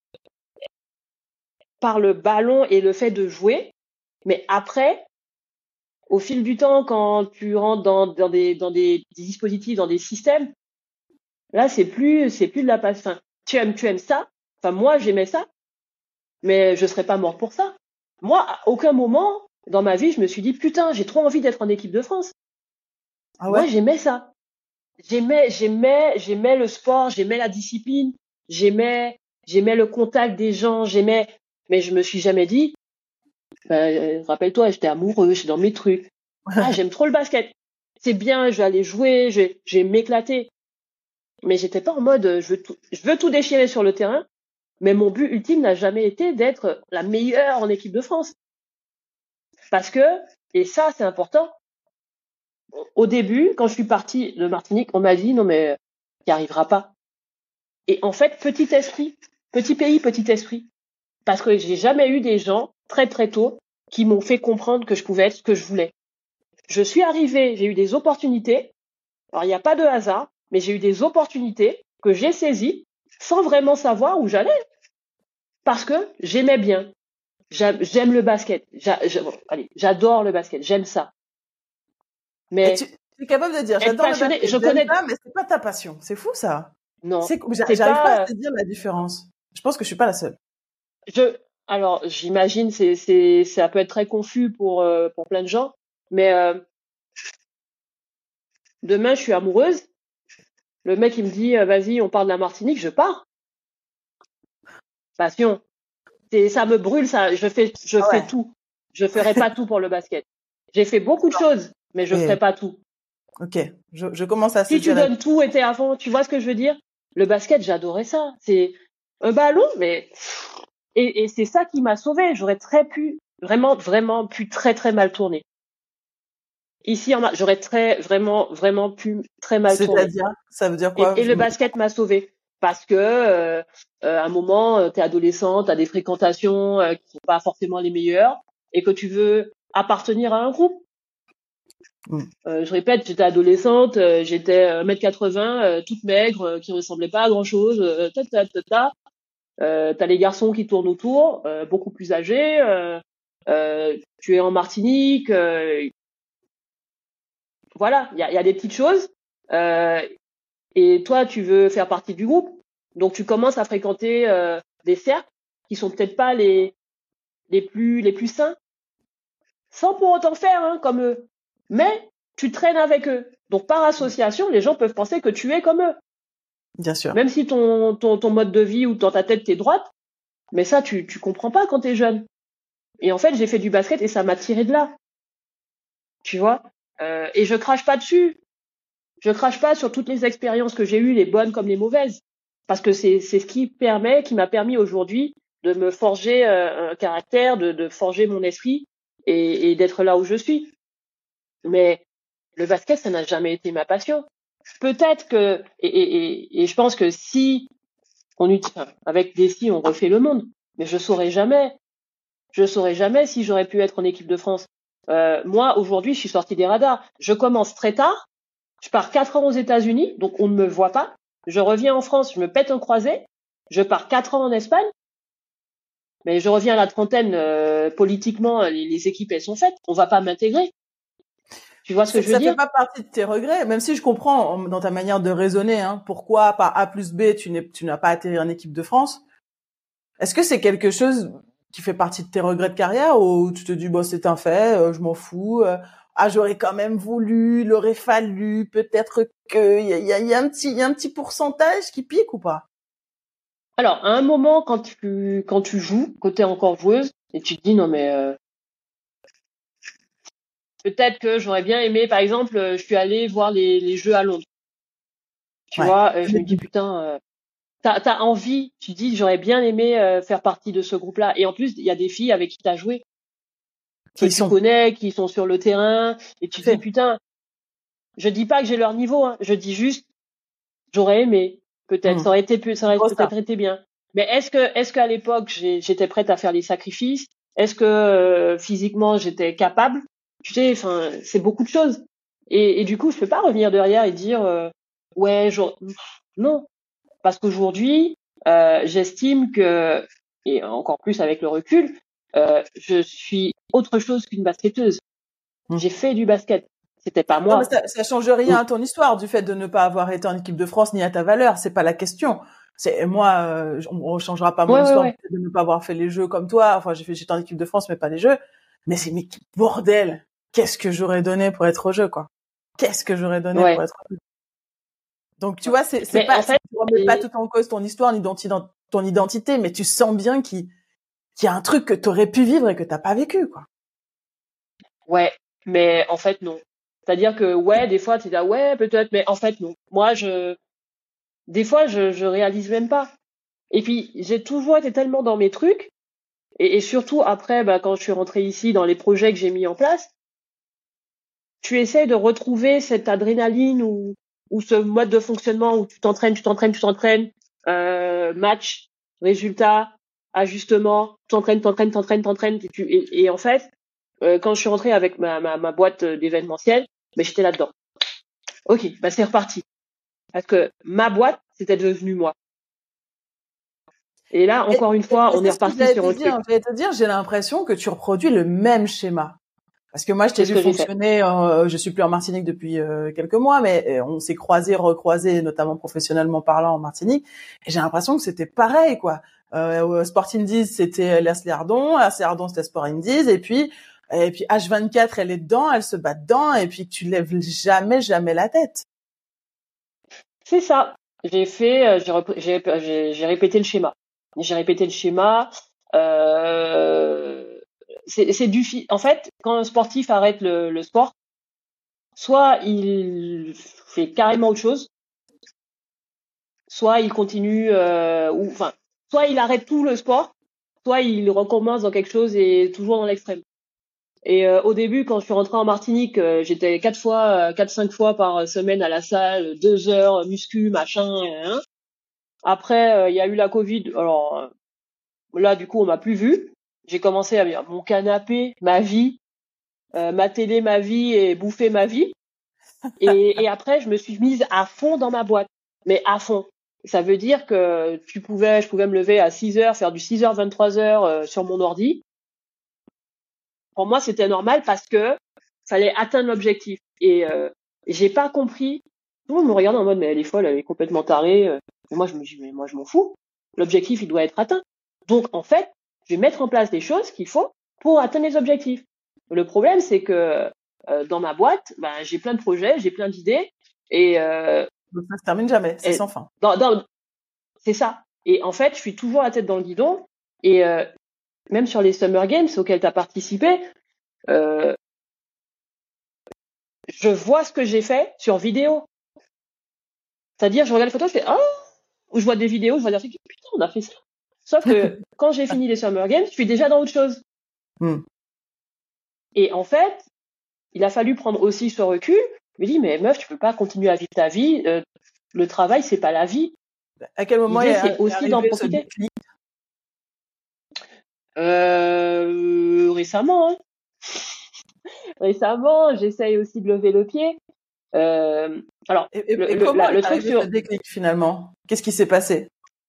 par le ballon et le fait de jouer. Mais après, au fil du temps, quand tu rentres dans des dispositifs, dans des systèmes, là, c'est plus de la passion. Enfin, tu aimes ça. Enfin, moi, j'aimais ça, mais je serais pas mort pour ça. Moi, à aucun moment dans ma vie, je me suis dit, putain, j'ai trop envie d'être en équipe de France. Ah Moi, ouais? j'aimais ça. J'aimais le sport, j'aimais la discipline, j'aimais, j'aimais le contact des gens, mais je me suis jamais dit, rappelle-toi, j'étais amoureux, j'étais dans mes trucs. Ah, j'aime trop le basket. C'est bien, je vais aller jouer, je vais m'éclater. Mais j'étais pas en mode, je veux tout déchirer sur le terrain. Mais mon but ultime n'a jamais été d'être la meilleure en équipe de France. Parce que, et ça, c'est important. Au début, quand je suis partie de Martinique, on m'a dit, non, mais, tu n'y arriveras pas. Et en fait, petit esprit, petit pays, petit esprit. Parce que j'ai jamais eu des gens, très très tôt, qui m'ont fait comprendre que je pouvais être ce que je voulais. Je suis arrivée, j'ai eu des opportunités. Alors, il n'y a pas de hasard, mais j'ai eu des opportunités que j'ai saisies sans vraiment savoir où j'allais. Parce que j'aimais bien. J'aime le basket. Allez, j'adore le basket. J'aime ça. Et Mais tu es capable de dire, être j'adore le passionné, basket, je j'aime connais. ça, mais c'est pas ta passion. C'est fou, ça. Non, c'est J'arrive pas à pas. te dire la différence. Je pense que je suis pas la seule. Alors, j'imagine, ça peut être très confus pour plein de gens. Mais demain, je suis amoureuse. Le mec, il me dit, vas-y, on part de la Martinique, je pars. Passion. Ça me brûle, ça. Je Ah fais ouais. tout. Je ferai pas tout pour le basket. J'ai fait beaucoup de choses, mais je ferai Et, pas tout. ok. Je commence à Si tu saisir la donnes tout et t'es à fond, tu vois ce que je veux dire? Le basket, j'adorais ça. C'est un ballon, mais et c'est ça qui m'a sauvée. J'aurais vraiment, vraiment pu très, très mal tourner. Ici, j'aurais vraiment, vraiment pu très mal tourner. C'est-à-dire, ça veut dire quoi? Et le basket m'a sauvée. Parce que à un moment, t'es adolescent, t'as des fréquentations qui sont pas forcément les meilleures, et que tu veux appartenir à un groupe. Mm. Je répète, j'étais adolescente, j'étais 1m80, toute maigre, qui ressemblait pas à grand chose. T'as les garçons qui tournent autour, beaucoup plus âgés. Tu es en Martinique, voilà, il y a des petites choses. Et toi, tu veux faire partie du groupe, donc tu commences à fréquenter des cercles qui sont peut-être pas les plus sains, sans pour autant faire comme eux. Mais tu traînes avec eux. Donc par association, les gens peuvent penser que tu es comme eux. Bien sûr. Même si ton mode de vie ou dans ta tête t'es droite, mais ça tu comprends pas quand t'es jeune. Et en fait, j'ai fait du basket et ça m'a tiré de là. Tu vois. Et je crache pas dessus. Je crache pas sur toutes les expériences que j'ai eues, les bonnes comme les mauvaises, parce que c'est ce qui m'a permis aujourd'hui de me forger un caractère, de forger mon esprit et d'être là où je suis. Mais le basket, ça n'a jamais été ma passion. Peut-être que et je pense que si avec des si on refait le monde, mais je saurais jamais si j'aurais pu être en équipe de France. Moi aujourd'hui, je suis sortie des radars. Je commence très tard. Je pars 4 ans aux États-Unis, donc on ne me voit pas. Je reviens en France, je me pète un croisé. Je pars 4 ans en Espagne. Mais je reviens à la trentaine, politiquement, les équipes, elles sont faites. On va pas m'intégrer. Tu vois ce que je veux dire? Ça fait pas partie de tes regrets, même si je comprends dans ta manière de raisonner, pourquoi par A plus B, tu n'as pas atterri en équipe de France. Est-ce que c'est quelque chose qui fait partie de tes regrets de carrière ou tu te dis, bon, c'est un fait, je m'en fous, j'aurais quand même voulu, il aurait fallu, peut-être que, il y a un petit pourcentage qui pique ou pas? Alors, à un moment, quand tu joues, quand t'es encore joueuse, et tu te dis, non, mais, peut-être que j'aurais bien aimé, par exemple, je suis allée voir les Jeux à Londres. Tu Ouais. vois, je me dis, putain, t'as envie, tu te dis, j'aurais bien aimé faire partie de ce groupe-là. Et en plus, il y a des filles avec qui t'as joué, que tu connais, qui sont sur le terrain, et tu te dis, putain, je dis pas que j'ai leur niveau, je dis juste, j'aurais aimé, peut-être, ça aurait peut-être été bien. Mais est-ce qu'à l'époque, j'étais prête à faire les sacrifices? Est-ce que physiquement, j'étais capable? Tu sais, enfin, c'est beaucoup de choses. Et du coup, je peux pas revenir derrière et dire, ouais, non. Parce qu'aujourd'hui, j'estime que, et encore plus avec le recul, je suis autre chose qu'une basketteuse. J'ai fait du basket. C'était pas Non, moi. mais ça change rien à ton histoire du fait de ne pas avoir été en équipe de France ni à ta valeur. C'est pas la question. C'est moi, on changera pas mon histoire de ne pas avoir fait les Jeux comme toi. Enfin, j'étais en équipe de France, mais pas les Jeux. Mais bordel, qu'est-ce que j'aurais donné pour être au jeu, quoi. Qu'est-ce que j'aurais donné pour être au jeu. Donc, tu vois, c'est pas, en fait, tu remets pas tout en cause ton histoire ni ton identité, mais tu sens bien qu'il y a un truc que t'aurais pu vivre et que t'as pas vécu, quoi. Ouais, mais en fait, non. C'est-à-dire que, des fois, tu dis, ouais, peut-être, mais en fait, non. Moi, des fois, je réalise même pas. Et puis, j'ai toujours été tellement dans mes trucs, et surtout après, quand je suis rentrée ici, dans les projets que j'ai mis en place, tu essaies de retrouver cette adrénaline ou ce mode de fonctionnement où tu t'entraînes, match, résultat, ajustement, t'entraînes, et en fait, quand je suis rentrée avec ma boîte d'événementiel, j'étais là-dedans. Ok, c'est reparti. Parce que ma boîte, c'était devenu moi. Et là, encore une fois, on est reparti sur un truc. Je vais te dire, j'ai l'impression que tu reproduis le même schéma. Parce que moi, je t'ai vu fonctionner, je suis plus en Martinique depuis quelques mois, mais on s'est recroisés, notamment professionnellement parlant en Martinique. Et j'ai l'impression que c'était pareil, quoi. Sport Indies, c'était Leslie Ardon, Ardon, c'était Sport Indies, et puis H24, elle est dedans, elle se bat dedans, et puis tu lèves jamais la tête. C'est ça. J'ai répété le schéma. En fait, quand un sportif arrête le sport, soit il fait carrément autre chose, soit il continue, soit il arrête tout le sport, soit il recommence dans quelque chose et toujours dans l'extrême. Et au début, quand je suis rentrée en Martinique, j'étais 4-5 fois par semaine à la salle, 2 heures, muscu, machin. Après, il y a eu la Covid. Alors là, du coup, on m'a plus vu. J'ai commencé à dire mon canapé, ma vie, ma télé, ma vie et bouffer ma vie. Et après, je me suis mise à fond dans ma boîte, mais à fond. Ça veut dire que je pouvais me lever à 6 heures, faire du 6h, 23 heures sur mon ordi. Pour moi, c'était normal parce que fallait atteindre l'objectif. Et j'ai pas compris. Tout le monde me regarde en mode, mais elle est folle, elle est complètement tarée. Et moi, je me dis, mais moi, je m'en fous. L'objectif, il doit être atteint. Donc, en fait, je vais mettre en place des choses qu'il faut pour atteindre les objectifs. Le problème, c'est que dans ma boîte, j'ai plein de projets, j'ai plein d'idées et, Donc ça se termine jamais, c'est sans fin. C'est ça. Et en fait, je suis toujours la tête dans le guidon et même sur les Summer Games auxquels tu as participé, je vois ce que j'ai fait sur vidéo. C'est-à-dire, je regarde les photos, je fais ou je vois des vidéos, je vois des trucs, putain, on a fait ça. Sauf que quand j'ai fini les Summer Games, je suis déjà dans autre chose. Et en fait, il a fallu prendre aussi ce recul. Je me dis, mais meuf, tu peux pas continuer à vivre ta vie. Le travail, c'est pas la vie. À quel moment l'idée, c'est aussi d'en profiter. Récemment, hein. Récemment, j'essaye aussi de lever le pied. Alors, et comment le truc sur ce déclic finalement, qu'est-ce qui s'est passé?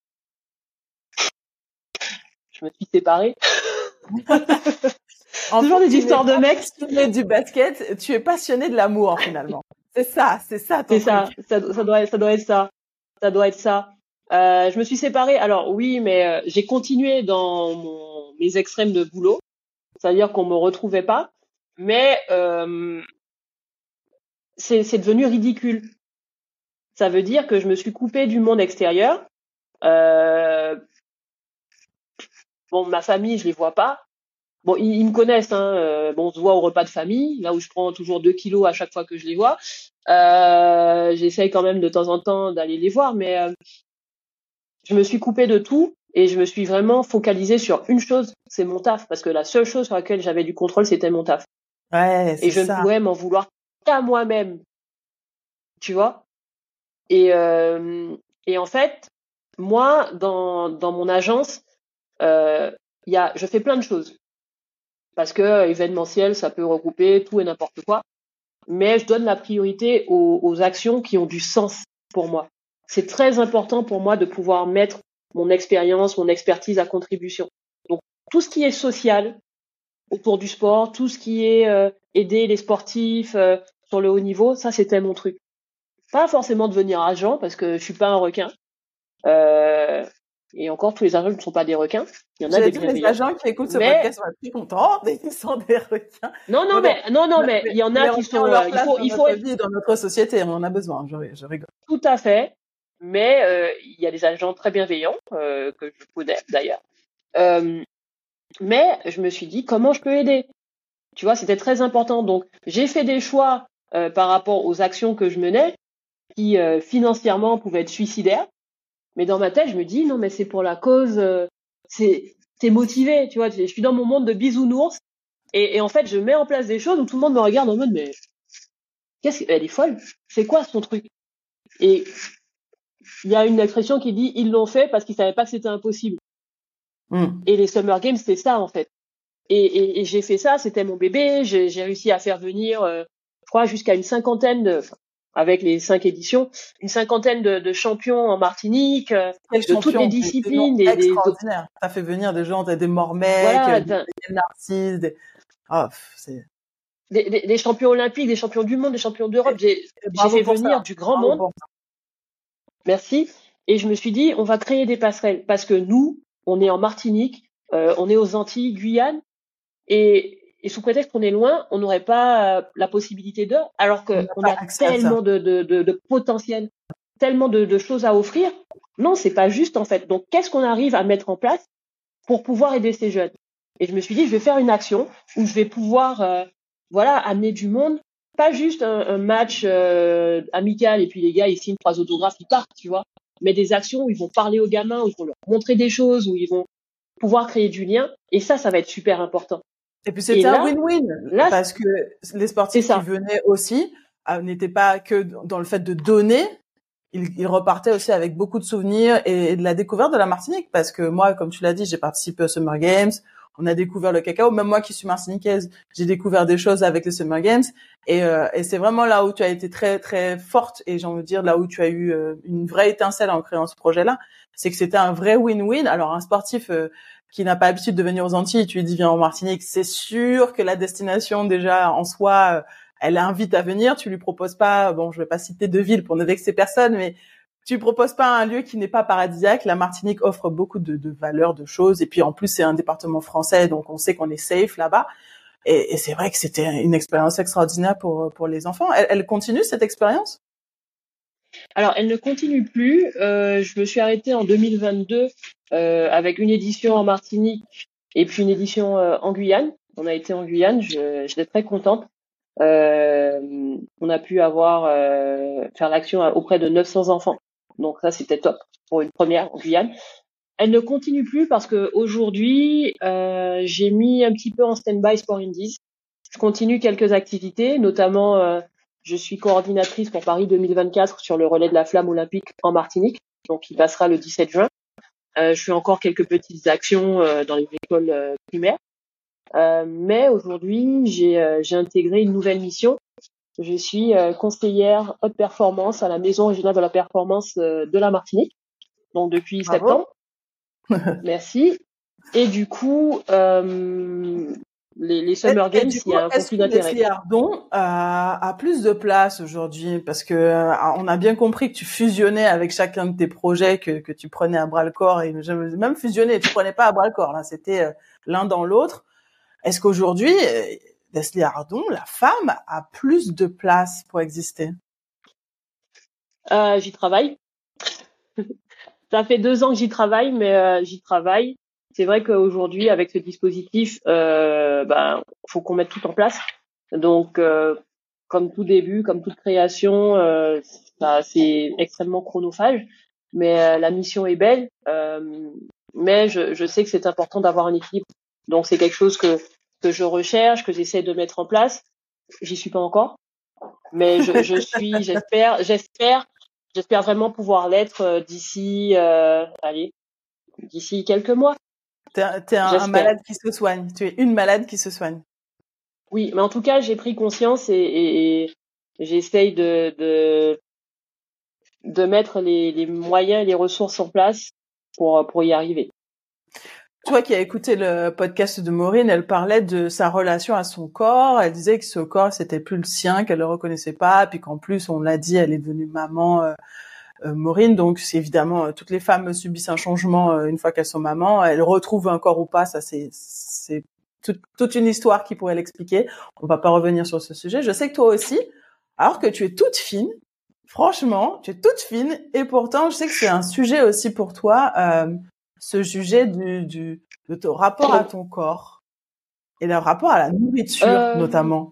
Je me suis séparée. Toujours des histoires de mecs. Passionné du basket, tu es passionné de l'amour finalement. C'est ça ton truc. Ça doit être ça. Ça doit être ça. Je me suis séparée. Alors oui, mais j'ai continué dans mes extrêmes de boulot, c'est-à-dire qu'on me retrouvait pas. Mais c'est devenu ridicule. Ça veut dire que je me suis coupée du monde extérieur. Bon, ma famille, je les vois pas. Bon, ils me connaissent, hein. Bon, on se voit au repas de famille, là où je prends toujours 2 kilos à chaque fois que je les vois. J'essaye quand même de temps en temps d'aller les voir, mais je me suis coupée de tout et je me suis vraiment focalisée sur une chose, c'est mon taf, parce que la seule chose sur laquelle j'avais du contrôle, c'était mon taf. Ouais, c'est et je ça. ne pouvais m'en vouloir qu'à moi-même, tu vois. Et en fait, moi, dans mon agence, je fais plein de choses. Parce que événementiel, ça peut regrouper tout et n'importe quoi. Mais je donne la priorité aux actions qui ont du sens pour moi. C'est très important pour moi de pouvoir mettre mon expérience, mon expertise à contribution. Donc, tout ce qui est social autour du sport, tout ce qui est aider les sportifs sur le haut niveau, ça, c'était mon truc. Pas forcément devenir agent, parce que je suis pas un requin. Et encore, tous les agents ne sont pas des requins. Il y en a des bienveillants. Les agents qui écoutent ce podcast sont très contents, ils sont des requins. Non, mais il y en a qui sont. Il faut vie dans notre société, on en a besoin. Je rigole. Tout à fait. Mais il y a des agents très bienveillants que je connais d'ailleurs. Mais je me suis dit comment je peux aider. Tu vois, c'était très important. Donc j'ai fait des choix par rapport aux actions que je menais qui financièrement pouvaient être suicidaires. Mais dans ma tête, je me dis non, mais c'est pour la cause. T'es motivé, tu vois. Je suis dans mon monde de bisounours et en fait, je mets en place des choses où tout le monde me regarde en mode mais elle est folle. C'est quoi son truc? Et il y a une expression qui dit ils l'ont fait parce qu'ils savaient pas que c'était impossible. Et les Summer Games, c'est ça en fait. Et j'ai fait ça, c'était mon bébé. J'ai réussi à faire venir, je crois, jusqu'à une cinquantaine avec les 5 éditions, une cinquantaine de champions en Martinique, de toutes les disciplines. Extraordinaire. Ça fait venir des gens, des Mormecs, des Narcisses, des champions olympiques, des champions du monde, des champions d'Europe. J'ai fait venir du grand monde. Merci. Et je me suis dit, on va créer des passerelles parce que nous, on est en Martinique, on est aux Antilles, Guyane, et sous prétexte qu'on est loin, on n'aurait pas la possibilité de, alors que on a tellement de potentiel, tellement de choses à offrir. Non, c'est pas juste en fait. Donc, qu'est-ce qu'on arrive à mettre en place pour pouvoir aider ces jeunes? Et je me suis dit, je vais faire une action où je vais pouvoir, amener du monde, pas juste un match amical et puis les gars ils signent 3 autographes, ils partent, tu vois. Mais des actions où ils vont parler aux gamins, où ils vont leur montrer des choses, où ils vont pouvoir créer du lien. Et ça va être super important. Et puis c'était un win-win, parce que les sportifs qui venaient aussi n'étaient pas que dans le fait de donner, ils repartaient aussi avec beaucoup de souvenirs et de la découverte de la Martinique, parce que moi, comme tu l'as dit, j'ai participé aux Summer Games, on a découvert le cacao, même moi qui suis martiniquaise, j'ai découvert des choses avec les Summer Games, et c'est vraiment là où tu as été très très forte, et j'ai envie de dire là où tu as eu une vraie étincelle en créant ce projet-là, c'est que c'était un vrai win-win. Alors un sportif qui n'a pas l'habitude de venir aux Antilles, tu lui dis viens en Martinique, c'est sûr que la destination déjà en soi, elle invite à venir. Tu lui proposes pas, bon, je vais pas citer de ville pour ne vexer personne, mais tu proposes pas un lieu qui n'est pas paradisiaque. La Martinique offre beaucoup de valeurs, de choses. Et puis, en plus, c'est un département français, donc on sait qu'on est safe là-bas. Et c'est vrai que c'était une expérience extraordinaire pour les enfants. Elle continue cette expérience? Alors, elle ne continue plus. Je me suis arrêtée en 2022 avec une édition en Martinique et puis une édition en Guyane. On a été en Guyane, j'étais très contente. On a pu faire l'action auprès de 900 enfants. Donc ça, c'était top pour une première en Guyane. Elle ne continue plus parce que aujourd'hui, j'ai mis un petit peu en stand-by Sport Indies. Je continue quelques activités, notamment je suis coordinatrice pour Paris 2024 sur le relais de la flamme olympique en Martinique, donc il passera le 17 juin. Je fais encore quelques petites actions dans les écoles primaires. Mais aujourd'hui, j'ai intégré une nouvelle mission. Je suis conseillère haute performance à la Maison régionale de la performance de la Martinique, donc depuis Bravo. septembre. Merci. Et du coup, les Summer Games, il y a un conflit d'intérêt. Leslie Ardon a plus de place aujourd'hui parce que on a bien compris que tu fusionnais avec chacun de tes projets, que tu prenais à bras le corps, et même fusionner, tu prenais pas à bras le corps, là, c'était l'un dans l'autre. Est-ce qu'aujourd'hui, Leslie Ardon, la femme, a plus de place pour exister? J'y travaille. Ça fait 2 ans que j'y travaille, mais j'y travaille. C'est vrai qu'aujourd'hui, avec ce dispositif, faut qu'on mette tout en place. Donc, comme tout début, comme toute création, c'est extrêmement chronophage. Mais la mission est belle. Mais je sais que c'est important d'avoir un équilibre. Donc, c'est quelque chose que je recherche, que j'essaie de mettre en place. J'y suis pas encore, mais j'espère vraiment pouvoir l'être d'ici quelques mois. T'es un malade qui se soigne. Tu es une malade qui se soigne. Oui, mais en tout cas, j'ai pris conscience et j'essaye de mettre les moyens et les ressources en place pour y arriver. Toi qui as écouté le podcast de Maureen, elle parlait de sa relation à son corps. Elle disait que ce corps, c'était plus le sien, qu'elle le reconnaissait pas, puis qu'en plus, on l'a dit, elle est devenue maman, Maureen. Donc, c'est évidemment, toutes les femmes subissent un changement une fois qu'elles sont mamans. Elles retrouvent un corps ou pas, ça c'est toute une histoire qui pourrait l'expliquer. On va pas revenir sur ce sujet. Je sais que toi aussi, alors que tu es toute fine, franchement, tu es toute fine, et pourtant, je sais que c'est un sujet aussi pour toi. Ce sujet de ton rapport à ton corps et le rapport à la nourriture notamment.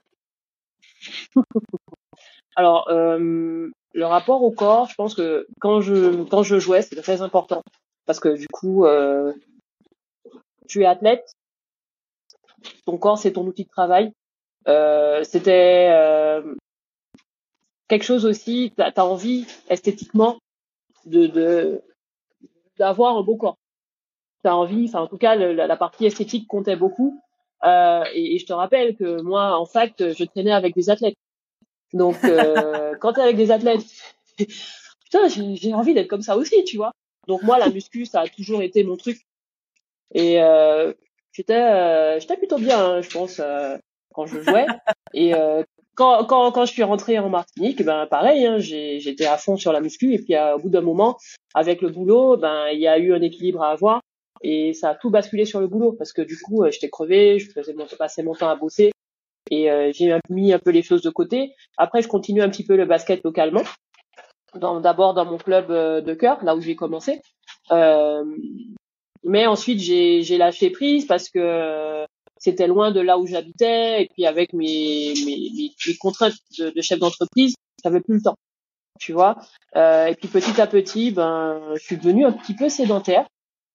Alors, le rapport au corps, je pense que quand je jouais, c'était très important parce que du coup, tu es athlète, ton corps c'est ton outil de travail. C'était quelque chose aussi. T'as envie esthétiquement d'avoir un beau corps. T'as envie, enfin en tout cas la partie esthétique comptait beaucoup. Et je te rappelle que moi en fac je traînais avec des athlètes. Donc quand t'es avec des athlètes, putain j'ai envie d'être comme ça aussi, tu vois. Donc moi la muscu ça a toujours été mon truc. Et j'étais plutôt bien, hein, je pense, quand je jouais. Et quand je suis rentrée en Martinique, ben pareil, hein, j'étais à fond sur la muscu. Et puis au bout d'un moment, avec le boulot, ben il y a eu un équilibre à avoir. Et ça a tout basculé sur le boulot parce que du coup, j'étais crevée, passais mon temps à bosser. Et j'ai mis un peu les choses de côté. Après, je continue un petit peu le basket localement. D'abord dans mon club de cœur, là où j'ai commencé. Mais ensuite, j'ai lâché prise parce que c'était loin de là où j'habitais. Et puis avec mes contraintes de chef d'entreprise, j'avais plus le temps, tu vois. Et puis petit à petit, je suis devenue un petit peu sédentaire.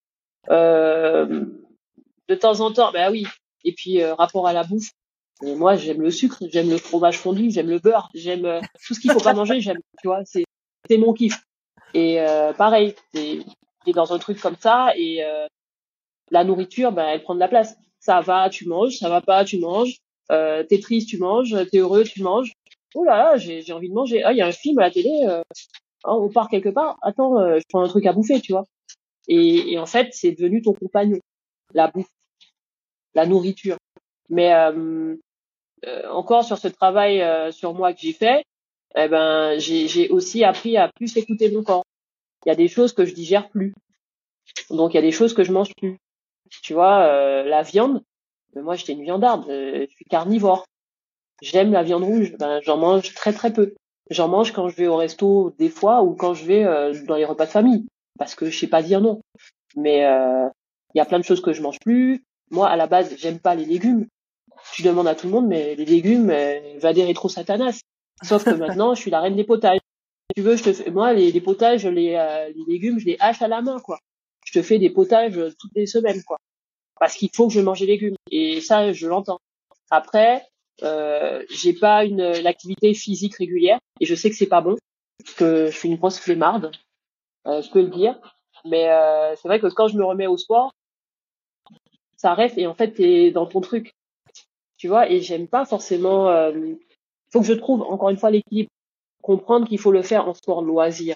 De temps en temps, oui. Et puis rapport à la bouffe. Et moi, j'aime le sucre, j'aime le fromage fondu, j'aime le beurre, j'aime tout ce qu'il faut pas manger, j'aime, tu vois, c'est mon kiff. Et pareil, t'es dans un truc comme ça et la nourriture, elle prend de la place. Ça va, tu manges, ça va pas, tu manges. T'es triste, tu manges, t'es heureux, tu manges. Oh là là, j'ai envie de manger. Ah, il y a un film à la télé, on part quelque part. Attends, je prends un truc à bouffer, tu vois. Et en fait, c'est devenu ton compagnon, la bouffe, la nourriture. Mais encore sur ce travail sur moi que j'ai fait, j'ai aussi appris à plus écouter mon corps. Il y a des choses que je digère plus. Donc, il y a des choses que je mange plus. Tu vois, la viande, moi, j'étais une viandarde. Je suis carnivore. J'aime la viande rouge. J'en mange très, très peu. J'en mange quand je vais au resto des fois ou quand je vais dans les repas de famille. Parce que je sais pas dire non. Mais il y a plein de choses que je mange plus. Moi, à la base, j'aime pas les légumes. Je demande à tout le monde, mais les légumes, va des rétro satanas. Sauf que maintenant, je suis la reine des potages. Si tu veux, moi, les potages, les légumes, je les hache à la main, quoi. Je te fais des potages toutes les semaines, quoi. Parce qu'il faut que je mange des légumes. Et ça, je l'entends. Après, j'ai pas une activité physique régulière et je sais que c'est pas bon, que je suis une grosse flemmarde, je peux le dire. Mais c'est vrai que quand je me remets au sport, ça reste et en fait t'es dans ton truc, tu vois. Et j'aime pas forcément. Faut que je trouve encore une fois l'équilibre, comprendre qu'il faut le faire en sport loisir,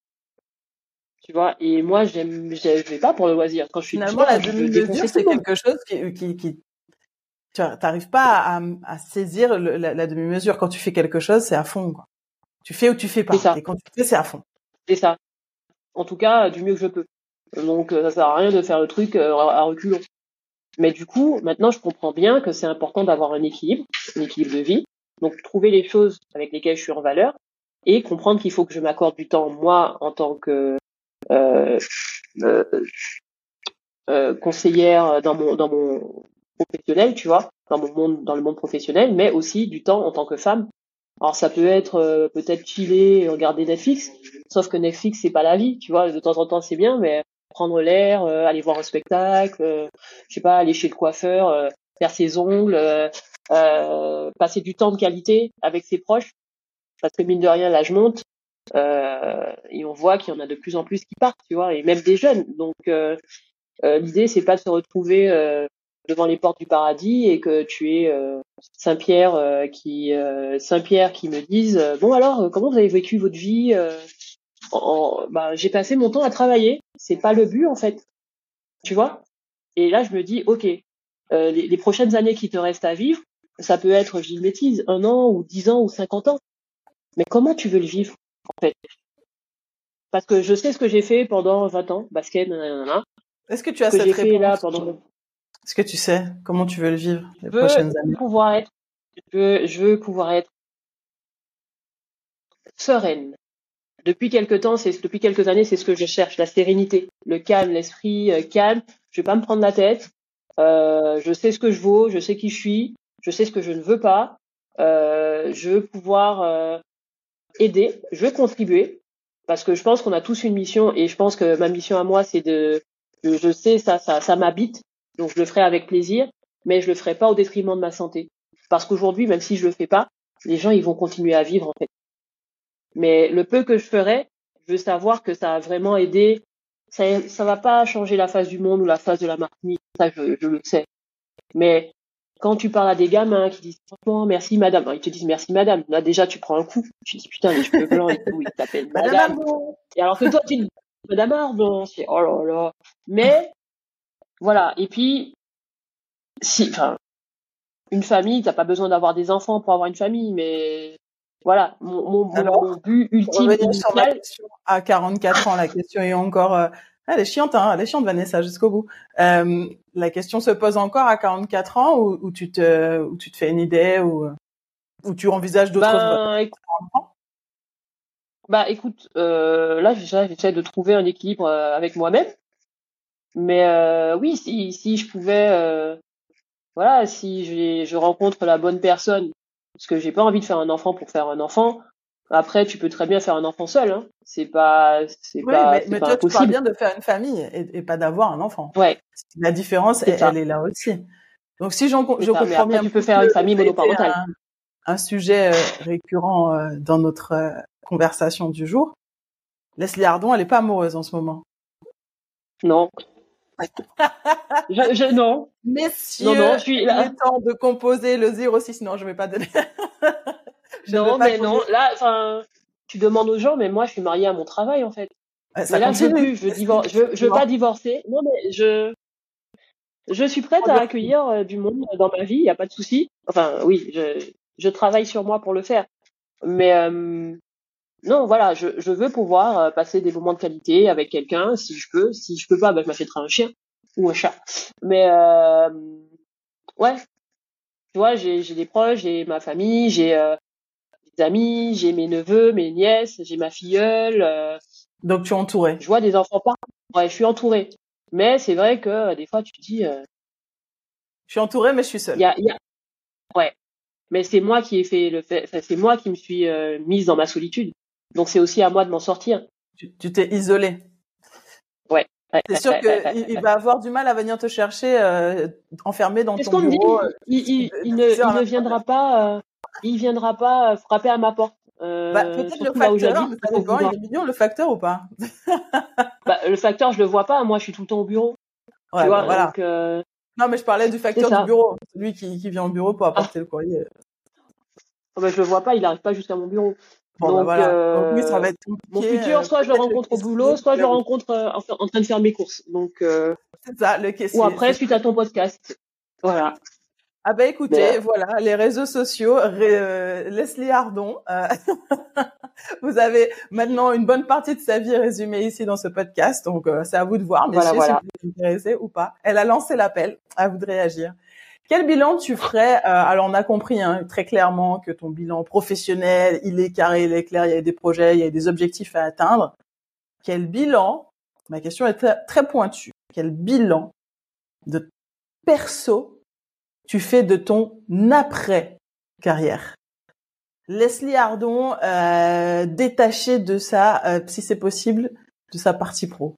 tu vois. Et moi je vais pas pour le loisir. Quand je suis Finalement, sport, la je veux demi-mesure, défoncer tout c'est le monde. quelque chose qui tu n'arrives pas à saisir la demi-mesure. Quand tu fais quelque chose, c'est à fond, quoi. Tu fais ou tu fais C'est pas. ça, Et quand tu fais, c'est à fond. c'est ça. En tout cas, du mieux que je peux. Donc ça sert à rien de faire le truc à reculons. Mais du coup, maintenant, je comprends bien que c'est important d'avoir un équilibre de vie. Donc, trouver les choses avec lesquelles je suis en valeur et comprendre qu'il faut que je m'accorde du temps, moi, en tant que euh, euh, conseillère dans mon professionnel, tu vois, dans le monde professionnel, mais aussi du temps en tant que femme. Alors, ça peut être peut-être chiller et regarder Netflix, sauf que Netflix, c'est pas la vie, tu vois. De temps en temps, c'est bien, mais prendre l'air, aller voir un spectacle, je sais pas, aller chez le coiffeur, faire ses ongles, passer du temps de qualité avec ses proches, parce que mine de rien, l'âge monte, et on voit qu'il y en a de plus en plus qui partent, tu vois, et même des jeunes. Donc, l'idée, c'est pas de se retrouver devant les portes du paradis et que tu es Saint-Pierre Saint-Pierre qui me dise bon alors comment vous avez vécu votre vie j'ai passé mon temps à travailler, c'est pas le but en fait, tu vois. Et là je me dis ok, les prochaines années qui te restent à vivre, ça peut être, je dis une bêtise, 1 an ou 10 ans ou 50 ans, mais comment tu veux le vivre en fait? Parce que je sais ce que j'ai fait pendant 20 ans, basket, nanana, Est-ce que tu ce as que cette j'ai fait là réponse? pendant Est-ce que tu sais comment tu veux le vivre les je veux prochaines années? pouvoir être je veux pouvoir être sereine. Depuis quelques années, c'est ce que je cherche, la sérénité, le calme, l'esprit calme. Je vais pas me prendre la tête. Je sais ce que je vaux, je sais qui je suis, je sais ce que je ne veux pas. Je veux pouvoir aider, je veux contribuer, parce que je pense qu'on a tous une mission et je pense que ma mission à moi, c'est je sais ça m'habite, donc je le ferai avec plaisir, mais je le ferai pas au détriment de ma santé, parce qu'aujourd'hui, même si je le fais pas, les gens ils vont continuer à vivre en fait. Mais le peu que je ferai, je veux savoir que ça a vraiment aidé. Ça va pas changer la face du monde ou la face de la Martinique, ça je le sais. Mais quand tu parles à des gamins qui disent franchement merci madame, alors, ils te disent merci madame. Là déjà tu prends un coup. Tu dis putain les cheveux blancs et tout, ils t'appellent Madame madame. Arnaud. Et alors que toi tu dis madame Ardon, c'est oh là là. Mais voilà. Et puis si, enfin, une famille, t'as pas besoin d'avoir des enfants pour avoir une famille, mais voilà, mon Alors, but pour ultime revenir sur ma initial. question, à 44 ans, la question est encore, elle est chiante, hein, elle est chiante, Vanessa, jusqu'au bout. La question se pose encore à 44 ans où tu te fais une idée ou tu envisages d'autres Ben, enfants? écoute, là j'essaie de trouver un équilibre avec moi-même, mais oui, si je pouvais, voilà, si je rencontre la bonne personne, parce que j'ai pas envie de faire un enfant pour faire un enfant. Après, tu peux très bien faire un enfant seul, hein. Oui, C'est mais pas toi, tu parles impossible. bien de faire une famille et pas d'avoir un enfant. Ouais, La différence, c'est ça, elle est là aussi. Donc, si c'est je ça. Mais comprends après, bien, tu peux puisque faire une famille ça a été monoparentale. un sujet récurrent dans notre conversation du jour, Leslie Ardon, elle est pas amoureuse en ce moment. Non, non, non, Messieurs, je suis il là. est temps de composer le 06. Non, je vais pas donner. Je ne veux Non, pas mais qu'on non, ait... là, enfin, tu demandes aux gens, mais moi, je suis mariée à mon travail, en fait. Ça Mais là, je veux continue. plus, Leslie, je veux pas effectivement. divorcer. Non, mais je suis prête à accueillir du monde dans ma vie, il y a pas de souci. Enfin, oui, je travaille sur moi pour le faire. Mais non, voilà, je veux pouvoir passer des moments de qualité avec quelqu'un si je peux. Si je peux pas, je m'achèterai un chien ou un chat. Mais ouais, tu vois, j'ai des proches, j'ai ma famille, j'ai des amis, j'ai mes neveux, mes nièces, j'ai ma filleule. Donc tu es entourée. Je vois des enfants partout. Ouais, je suis entourée. Mais c'est vrai que des fois tu te dis, Je suis entourée, mais je suis seule. Ouais. Mais c'est moi qui ai fait c'est moi qui me suis mise dans ma solitude. Donc c'est aussi à moi de m'en sortir. Tu t'es isolée. Ouais. C'est sûr qu'il va avoir du mal à venir te chercher enfermé dans C'est ce ton qu'on me dit. bureau. Il ne viendra pas. Il viendra pas frapper à ma porte. Peut-être le Surtout là où facteur, j'habite. mais ça dépend. Il est mignon le facteur ou pas? Le facteur, je le vois pas. Moi, je suis tout le temps au bureau. Ouais, Tu vois, voilà. donc Non, mais je parlais du c'est facteur du ça. bureau, celui qui vient au bureau pour apporter le courrier. Je le vois pas. Il arrive pas jusqu'à mon bureau. Bon, Donc voilà. Donc oui, ça va être mon compliqué. futur, soit je le Peut-être le rencontre au caissier. boulot, soit je le rencontre en train de faire mes courses. Donc C'est ça, le ou caissier. après suite à ton podcast. Voilà. Ah ben écoutez, voilà, les réseaux sociaux, Leslie Ardon, vous avez maintenant une bonne partie de sa vie résumée ici dans ce podcast, donc c'est à vous de voir, messieurs, si vous vous intéressez ou pas. Elle a lancé l'appel, à vous de réagir. Quel bilan tu ferais alors on a compris très clairement que ton bilan professionnel, il est carré, il est clair, il y a des projets, il y a des objectifs à atteindre. Quel bilan, ma question est très, très pointue, quel bilan de perso tu fais de ton après-carrière? Leslie Ardon, détachée de sa, si c'est possible, de sa partie pro.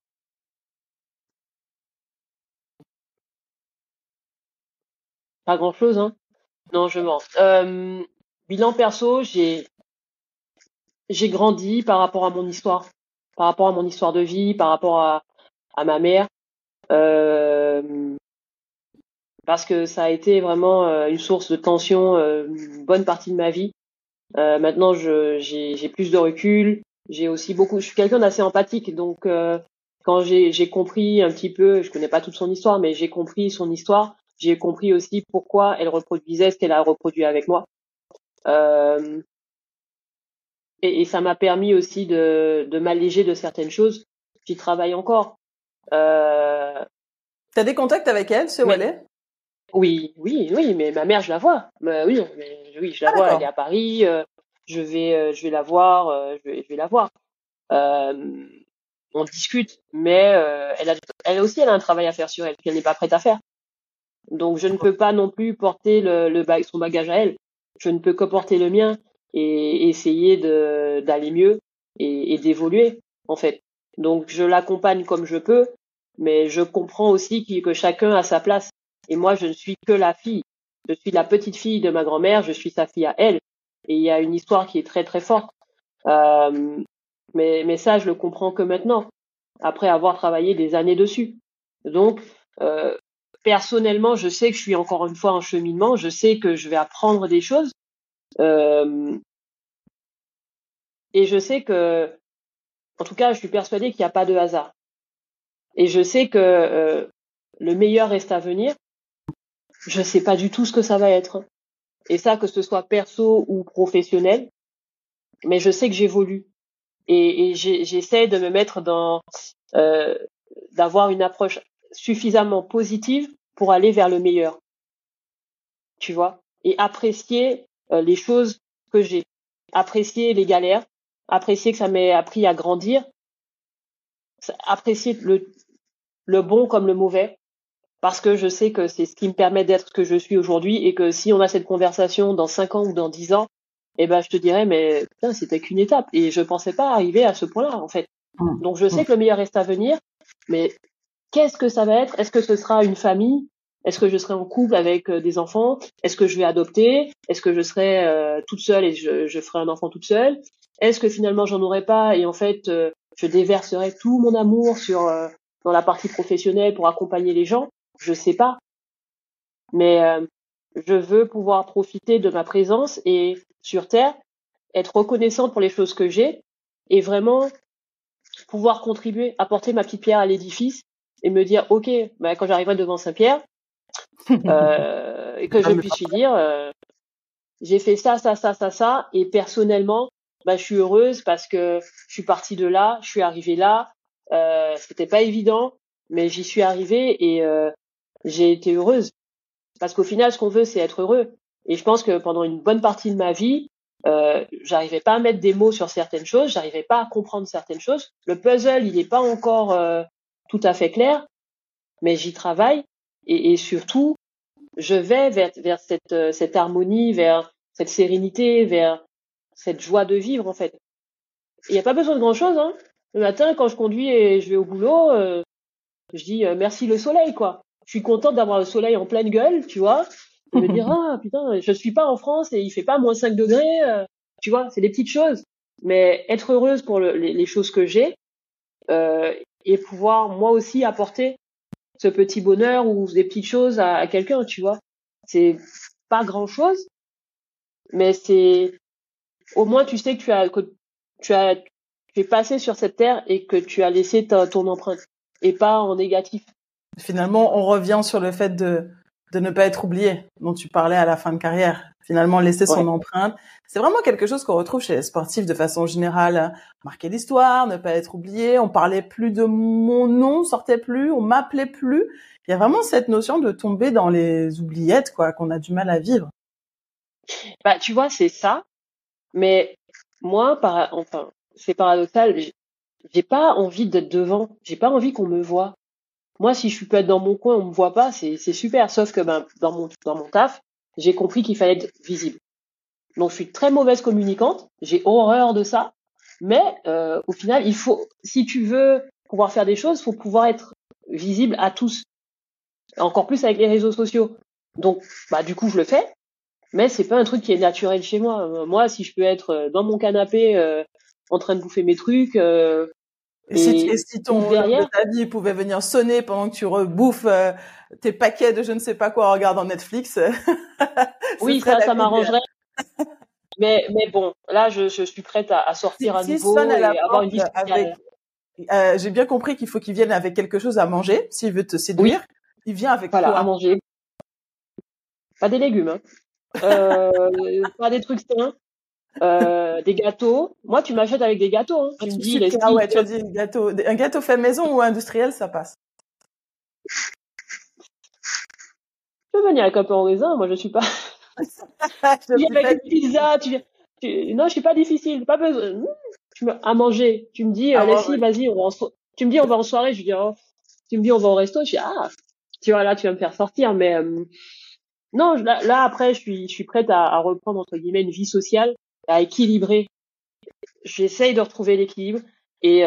Pas grand-chose, hein. Non, je mens. Bilan perso, j'ai grandi par rapport à mon histoire, par rapport à mon histoire de vie, par rapport à ma mère, parce que ça a été vraiment une source de tension une bonne partie de ma vie. Maintenant, j'ai plus de recul. J'ai aussi je suis quelqu'un d'assez empathique, donc quand j'ai compris un petit peu, je connais pas toute son histoire, mais j'ai compris son histoire. J'ai compris aussi pourquoi elle reproduisait ce qu'elle a reproduit avec moi. Et ça m'a permis aussi de m'alléger de certaines choses. J'y travaille encore. T'as des contacts avec elle, ce où elle est? Oui, mais ma mère, je la vois. Oui, je la vois. Elle est à Paris. Je vais la voir. Je vais la voir. On discute, mais elle aussi, elle a un travail à faire sur elle qu'elle n'est pas prête à faire. Donc, je ne peux pas non plus porter son bagage à elle. Je ne peux que porter le mien et essayer d'aller mieux et d'évoluer, en fait. Donc, je l'accompagne comme je peux, mais je comprends aussi que chacun a sa place. Et moi, je ne suis que la fille. Je suis la petite fille de ma grand-mère, je suis sa fille à elle. Et il y a une histoire qui est très, très forte. Mais ça, je le comprends que maintenant, après avoir travaillé des années dessus. Donc, personnellement, je sais que je suis encore une fois en cheminement, je sais que je vais apprendre des choses, et je sais que, en tout cas, je suis persuadée qu'il n'y a pas de hasard. Et je sais que le meilleur reste à venir. Je sais pas du tout ce que ça va être. Et ça, que ce soit perso ou professionnel, mais je sais que j'évolue. Et j'essaie de me mettre d'avoir une approche suffisamment positive pour aller vers le meilleur. Tu vois, et apprécier les choses que j'ai, apprécier les galères, apprécier que ça m'ait appris à grandir, apprécier le bon comme le mauvais, parce que je sais que c'est ce qui me permet d'être ce que je suis aujourd'hui, et que si on a cette conversation dans 5 ans ou dans 10 ans, je te dirais, mais putain, c'était qu'une étape, et je pensais pas arriver à ce point-là, en fait. Donc je sais que le meilleur reste à venir, mais qu'est-ce que ça va être? Est-ce que ce sera une famille? Est-ce que je serai en couple avec des enfants? Est-ce que je vais adopter? Est-ce que je serai toute seule et je ferai un enfant toute seule? Est-ce que finalement j'en aurai pas et en fait je déverserai tout mon amour dans la partie professionnelle pour accompagner les gens? Je sais pas, mais je veux pouvoir profiter de ma présence et sur Terre, être reconnaissante pour les choses que j'ai et vraiment pouvoir contribuer, apporter ma petite pierre à l'édifice et me dire, ok, quand j'arriverai devant Saint-Pierre, et que je puisse lui dire, j'ai fait ça, et personnellement, je suis heureuse parce que je suis partie de là, je suis arrivée là. C'était pas évident, mais j'y suis arrivée et j'ai été heureuse. Parce qu'au final, ce qu'on veut, c'est être heureux. Et je pense que pendant une bonne partie de ma vie, j'arrivais pas à mettre des mots sur certaines choses, j'arrivais pas à comprendre certaines choses. Le puzzle, il n'est pas encore tout à fait clair, mais j'y travaille. Et surtout, je vais vers cette harmonie, vers cette sérénité, vers cette joie de vivre, en fait. Il n'y a pas besoin de grand-chose, hein. Le matin, quand je conduis et je vais au boulot, je dis merci le soleil, quoi. Je suis contente d'avoir le soleil en pleine gueule, tu vois. Je me dire, ah putain, je suis pas en France et il fait pas moins 5 degrés. Tu vois, c'est des petites choses. Mais être heureuse pour les choses que j'ai et pouvoir moi aussi apporter ce petit bonheur ou des petites choses à quelqu'un, tu vois. C'est pas grand-chose, mais c'est au moins tu sais que tu es passé sur cette terre et que tu as laissé ton empreinte et pas en négatif. Finalement, on revient sur le fait de ne pas être oublié, dont tu parlais à la fin de carrière. Finalement, laisser son empreinte. C'est vraiment quelque chose qu'on retrouve chez les sportifs de façon générale. Marquer l'histoire, ne pas être oublié. On parlait plus de mon nom, sortait plus, on m'appelait plus. Il y a vraiment cette notion de tomber dans les oubliettes, quoi, qu'on a du mal à vivre. Tu vois, c'est ça. Mais moi, c'est paradoxal. J'ai pas envie d'être devant. J'ai pas envie qu'on me voie. Moi, si je peux être dans mon coin, on me voit pas, c'est super. Sauf que dans mon taf, j'ai compris qu'il fallait être visible. Donc, je suis très mauvaise communicante. J'ai horreur de ça. Mais au final, si tu veux pouvoir faire des choses, faut pouvoir être visible à tous. Encore plus avec les réseaux sociaux. Donc, du coup, je le fais. Mais c'est pas un truc qui est naturel chez moi. Moi, si je peux être dans mon canapé en train de bouffer mes trucs et si ton homme de ta vie pouvait venir sonner pendant que tu rebouffes tes paquets de je ne sais pas quoi en regardant Netflix, oui, ça m'arrangerait. mais bon, là, je suis prête à sortir à nouveau et avoir une vie sociale. J'ai bien compris qu'il faut qu'il vienne avec quelque chose à manger. S'il veut te séduire, il vient avec quoi? À manger. Pas des légumes, hein. Pas des trucs sains. Des gâteaux. Moi, tu m'achètes avec des gâteaux. Hein. Tu me dis les ah ouais, tu as dit gâteau. Un gâteau fait maison ou industriel, ça passe. Tu peux venir avec un peu en raisin. Moi, je suis pas. Tu viens avec une pizza. Non, je suis pas difficile. Pas besoin. À manger. Tu me dis les filles, vas-y, tu me dis on va en soirée. Je dis tu me dis on va au resto. Je dis tu vois là, tu vas me faire sortir. Mais non, là après, je suis prête à reprendre entre guillemets une vie sociale, à équilibrer. J'essaye de retrouver l'équilibre et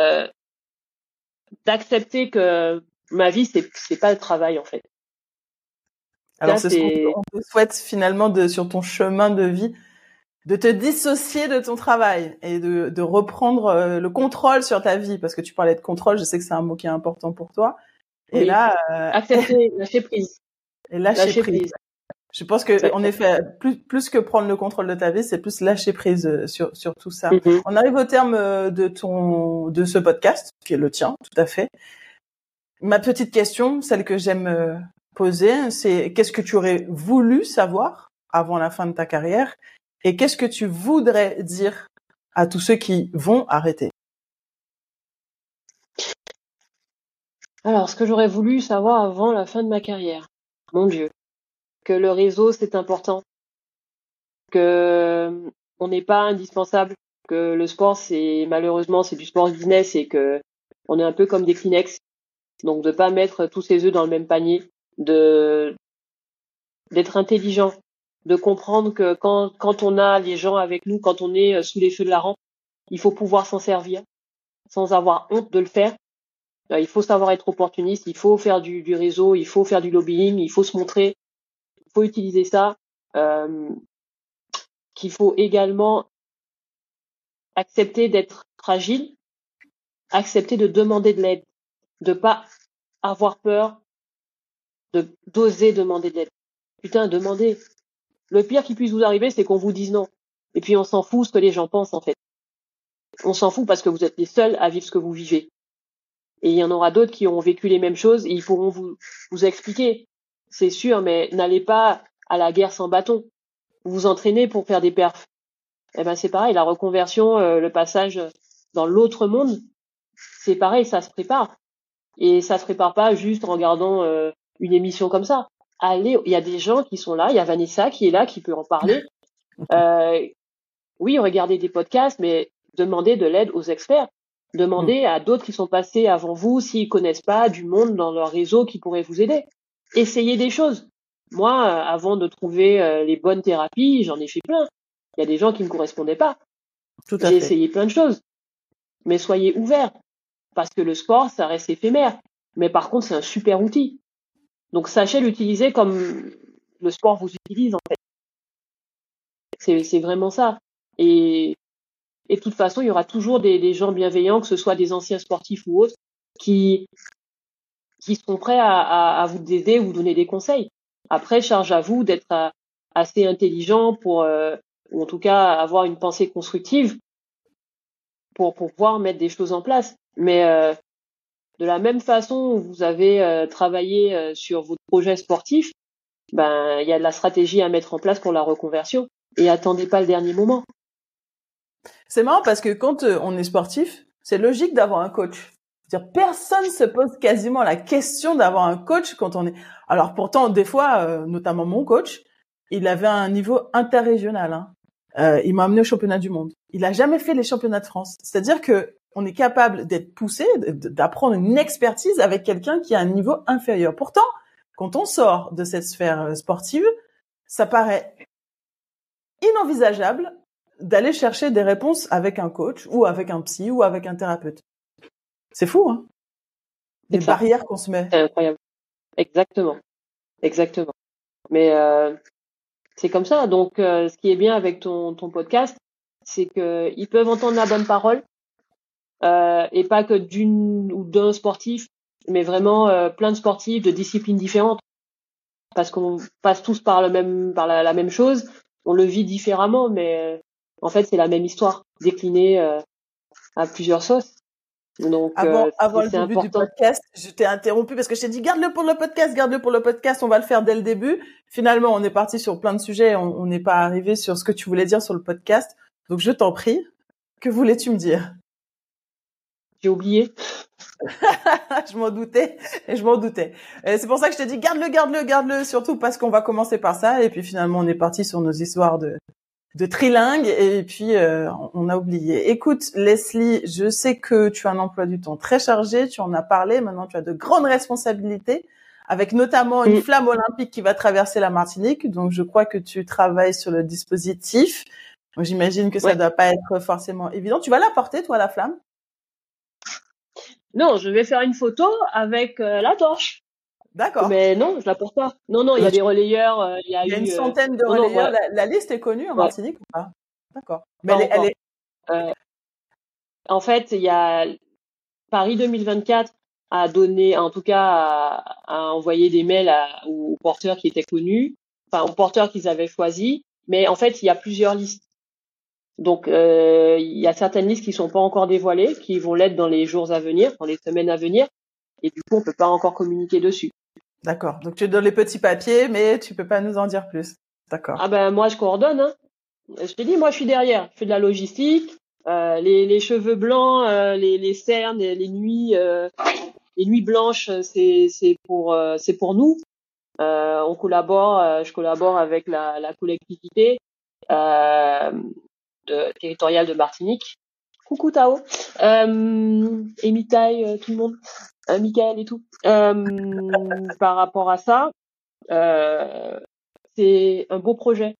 d'accepter que ma vie c'est pas le travail en fait. Alors c'est ce qu'on te souhaite finalement sur ton chemin de vie, de te dissocier de ton travail et de reprendre le contrôle sur ta vie, parce que tu parlais de contrôle, je sais que c'est un mot qui est important pour toi. Et oui. là, accepter, lâcher prise. Et lâcher prise. Je pense que en effet, plus que prendre le contrôle de ta vie, c'est plus lâcher prise sur tout ça. Mm-hmm. On arrive au terme de ce podcast, qui est le tien, tout à fait. Ma petite question, celle que j'aime poser, c'est qu'est-ce que tu aurais voulu savoir avant la fin de ta carrière et qu'est-ce que tu voudrais dire à tous ceux qui vont arrêter? Alors, ce que j'aurais voulu savoir avant la fin de ma carrière, mon Dieu, que le réseau c'est important, que on n'est pas indispensable, que le sport malheureusement c'est du sport business et que on est un peu comme des Kleenex, donc de pas mettre tous ses œufs dans le même panier, d'être intelligent, de comprendre que quand on a les gens avec nous, quand on est sous les feux de la rampe, il faut pouvoir s'en servir sans avoir honte de le faire. Il faut savoir être opportuniste, il faut faire du réseau, il faut faire du lobbying, il faut se montrer, il faut utiliser ça, qu'il faut également accepter d'être fragile, accepter de demander de l'aide, de pas avoir peur, d'oser demander de l'aide. Putain, demandez. Le pire qui puisse vous arriver, c'est qu'on vous dise non. Et puis on s'en fout ce que les gens pensent en fait. On s'en fout parce que vous êtes les seuls à vivre ce que vous vivez. Et il y en aura d'autres qui ont vécu les mêmes choses et ils pourront vous expliquer. C'est sûr, mais n'allez pas à la guerre sans bâton. vous vous entraînez pour faire des perfs. Eh ben c'est pareil, la reconversion, le passage dans l'autre monde, c'est pareil, ça se prépare. Et ça se prépare pas juste en regardant une émission comme ça. Allez, il y a des gens qui sont là, il y a Vanessa qui est là, qui peut en parler. Oui, regardez des podcasts, mais demandez de l'aide aux experts. Demandez à d'autres qui sont passés avant vous, s'ils connaissent pas du monde dans leur réseau qui pourrait vous aider. Essayez des choses. Moi, avant de trouver les bonnes thérapies, j'en ai fait plein. Il y a des gens qui me correspondaient pas. Tout à J'ai fait. essayé plein de choses. Mais soyez ouverts. Parce que le sport, ça reste éphémère. Mais par contre, c'est un super outil. Donc, sachez l'utiliser comme le sport vous utilise, en fait. C'est vraiment ça. Et de toute façon, il y aura toujours des gens bienveillants, que ce soit des anciens sportifs ou autres, qui seront prêts à vous aider, vous donner des conseils. Après, charge à vous d'être assez intelligent pour, ou en tout cas avoir une pensée constructive pour pouvoir mettre des choses en place. Mais de la même façon où vous avez travaillé sur votre projet sportif, ben il y a de la stratégie à mettre en place pour la reconversion. Et attendez pas le dernier moment. C'est marrant parce que quand on est sportif, c'est logique d'avoir un coach. C'est-à-dire, personne se pose quasiment la question d'avoir un coach quand on est. Alors pourtant, des fois, notamment mon coach, il avait un niveau interrégional. Hein. Il m'a amené au championnat du monde. Il a jamais fait les championnats de France. C'est-à-dire que on est capable d'être poussé, d'apprendre une expertise avec quelqu'un qui a un niveau inférieur. Pourtant, quand on sort de cette sphère sportive, ça paraît inenvisageable d'aller chercher des réponses avec un coach ou avec un psy ou avec un thérapeute. C'est fou, hein? Les barrières qu'on se met. C'est incroyable. Exactement. Exactement. Mais c'est comme ça. Donc, ce qui est bien avec ton podcast, c'est que ils peuvent entendre la bonne parole et pas que d'une ou d'un sportif, mais vraiment plein de sportifs de disciplines différentes, parce qu'on passe tous par la même chose. On le vit différemment, mais en fait, c'est la même histoire déclinée à plusieurs sauces. Donc, Avant le c'est début du important. podcast, je t'ai interrompu parce que je t'ai dit garde-le pour le podcast, on va le faire dès le début. Finalement, on est parti sur plein de sujets, on n'est pas arrivé sur ce que tu voulais dire sur le podcast. Donc, je t'en prie, que voulais-tu me dire? J'ai oublié. Je m'en doutais. C'est pour ça que je t'ai dit garde-le, surtout parce qu'on va commencer par ça. Et puis finalement, on est parti sur nos histoires de trilingue et puis on a oublié. Écoute Leslie, je sais que tu as un emploi du temps très chargé, tu en as parlé, maintenant tu as de grandes responsabilités avec notamment une flamme olympique qui va traverser la Martinique, donc je crois que tu travailles sur le dispositif. Donc, j'imagine que ça doit pas être forcément évident. Tu vas la porter toi la flamme? Non, je vais faire une photo avec la torche. D'accord. Mais non, je la porte pas. Non, il y a des relayeurs. Il y a une centaine de relayeurs. La liste est connue en Martinique ou pas? D'accord. Mais elle est. En fait, il y a Paris 2024 a donné, en tout cas, a envoyé des mails aux porteurs qui étaient connus, enfin aux porteurs qu'ils avaient choisis. Mais en fait, il y a plusieurs listes. Donc, il y a certaines listes qui sont pas encore dévoilées, qui vont l'être dans les jours à venir, dans les semaines à venir. Et du coup, on peut pas encore communiquer dessus. D'accord. Donc, tu donnes les petits papiers, mais tu peux pas nous en dire plus. D'accord. Ah ben, moi, je coordonne, hein. Je te dis, moi, je suis derrière. Je fais de la logistique, les cheveux blancs, les cernes, les nuits blanches, c'est pour nous. On collabore, je collabore avec la collectivité territoriale de Martinique. Coucou Tao, et Mitaï, tout le monde, Michael et tout. Par rapport à ça, c'est un beau projet.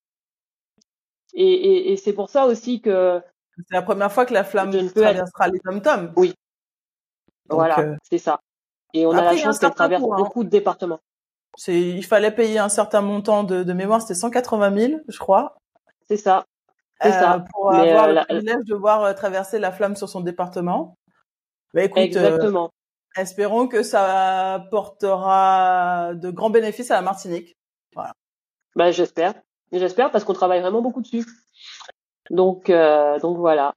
Et c'est pour ça aussi que c'est la première fois que la flamme traversera les tom-toms. Oui. Donc, voilà, c'est ça. Et on a la chance qu'elle traverse beaucoup de départements. Il fallait payer un certain montant de mémoire, c'était 180 000, je crois. C'est ça. C'est ça. Pour avoir le privilège de voir traverser la flamme sur son département. Bah, écoute, exactement. Espérons que ça portera de grands bénéfices à la Martinique. Voilà. Bah, j'espère parce qu'on travaille vraiment beaucoup dessus. Donc voilà.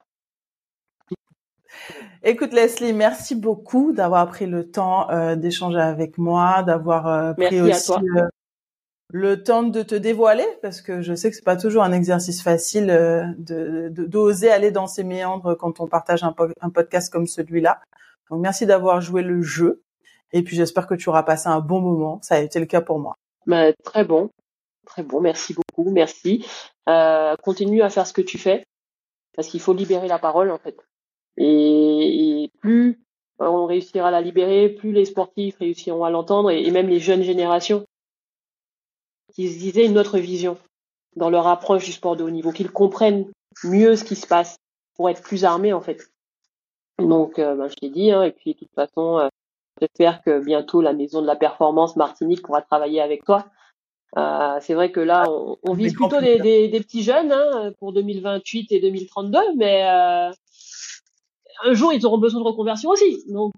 Écoute Leslie, merci beaucoup d'avoir pris le temps d'échanger avec moi, d'avoir pris aussi le temps de te dévoiler, parce que je sais que c'est pas toujours un exercice facile d'oser aller dans ces méandres quand on partage un podcast comme celui-là. Donc merci d'avoir joué le jeu. Et puis j'espère que tu auras passé un bon moment. Ça a été le cas pour moi. Très bon, merci beaucoup, merci. Continue à faire ce que tu fais, parce qu'il faut libérer la parole en fait. Et plus on réussira à la libérer, plus les sportifs réussiront à l'entendre, et même les jeunes générations qui se disaient une autre vision dans leur approche du sport de haut niveau, qu'ils comprennent mieux ce qui se passe pour être plus armés en fait. Donc je t'ai dit, et puis de toute façon, j'espère que bientôt la maison de la performance Martinique pourra travailler avec toi. C'est vrai que là, on vise plutôt des petits jeunes pour 2028 et 2032, mais un jour, ils auront besoin de reconversion aussi. Donc,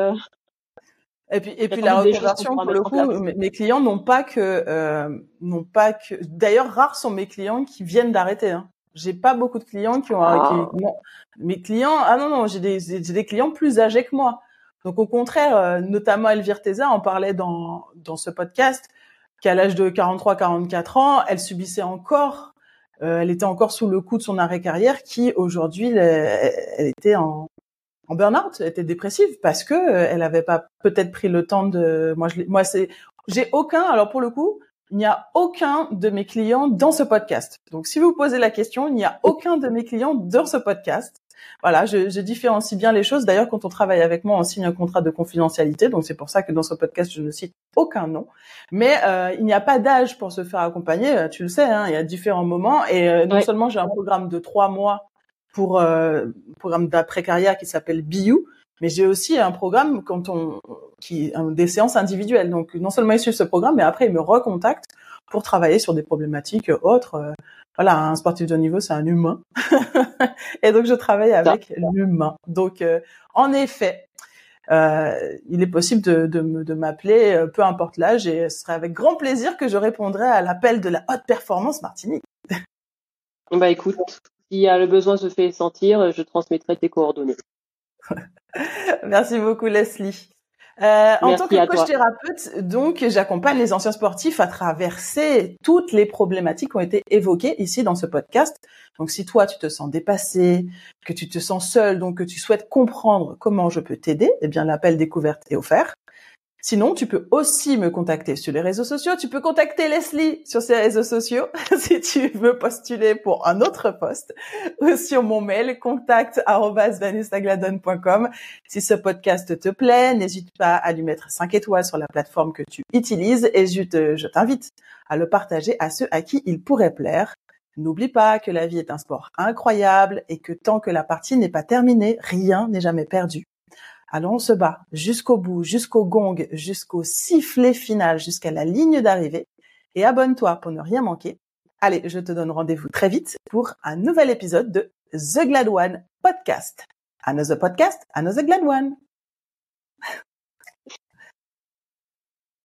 et puis la reconversion, pour le coup, mes clients n'ont pas que. D'ailleurs, rares sont mes clients qui viennent d'arrêter. Hein. J'ai pas beaucoup de clients qui ont. Mes clients, non, j'ai des clients plus âgés que moi. Donc au contraire, notamment Elvire Teza en parlait dans ce podcast, qu'à l'âge de 43-44 ans, elle subissait encore. Elle était encore sous le coup de son arrêt carrière, qui aujourd'hui, elle était en burn-out, elle était dépressive parce que elle avait pas peut-être pris le temps de. J'ai aucun. Alors pour le coup, il n'y a aucun de mes clients dans ce podcast. Donc si vous posez la question, il n'y a aucun de mes clients dans ce podcast. Voilà, je différencie bien les choses. D'ailleurs, quand on travaille avec moi, on signe un contrat de confidentialité. Donc c'est pour ça que dans ce podcast, je ne cite aucun nom. Mais il n'y a pas d'âge pour se faire accompagner. Tu le sais, il y a différents moments. Et non seulement j'ai un programme de 3 mois pour programme d'après-carrière qui s'appelle BU, mais j'ai aussi un programme des séances individuelles. Donc non seulement ils suivent ce programme, mais après ils me recontactent pour travailler sur des problématiques autres. Voilà, un sportif de haut niveau, c'est un humain. Et donc je travaille avec l'humain. Donc en effet, il est possible de m'appeler, peu importe l'âge, et ce serait avec grand plaisir que je répondrai à l'appel de la haute performance Martinique. Écoute, s'il y a le besoin se fait sentir, je transmettrai tes coordonnées. Merci beaucoup, Leslie. En tant que coach thérapeute, donc, j'accompagne les anciens sportifs à traverser toutes les problématiques qui ont été évoquées ici dans ce podcast. Donc, si toi, tu te sens dépassé, que tu te sens seul, donc que tu souhaites comprendre comment je peux t'aider, eh bien, l'appel découverte est offert. Sinon, tu peux aussi me contacter sur les réseaux sociaux. Tu peux contacter Leslie sur ses réseaux sociaux si tu veux postuler pour un autre poste, ou sur mon mail contact@vanessagladon.com. Si ce podcast te plaît, n'hésite pas à lui mettre 5 étoiles sur la plateforme que tu utilises, et je t'invite à le partager à ceux à qui il pourrait plaire. N'oublie pas que la vie est un sport incroyable et que tant que la partie n'est pas terminée, rien n'est jamais perdu. Alors on se bat jusqu'au bout, jusqu'au gong, jusqu'au sifflet final, jusqu'à la ligne d'arrivée. Et abonne-toi pour ne rien manquer. Allez, je te donne rendez-vous très vite pour un nouvel épisode de The Glad One Podcast. Another podcast, another Glad One.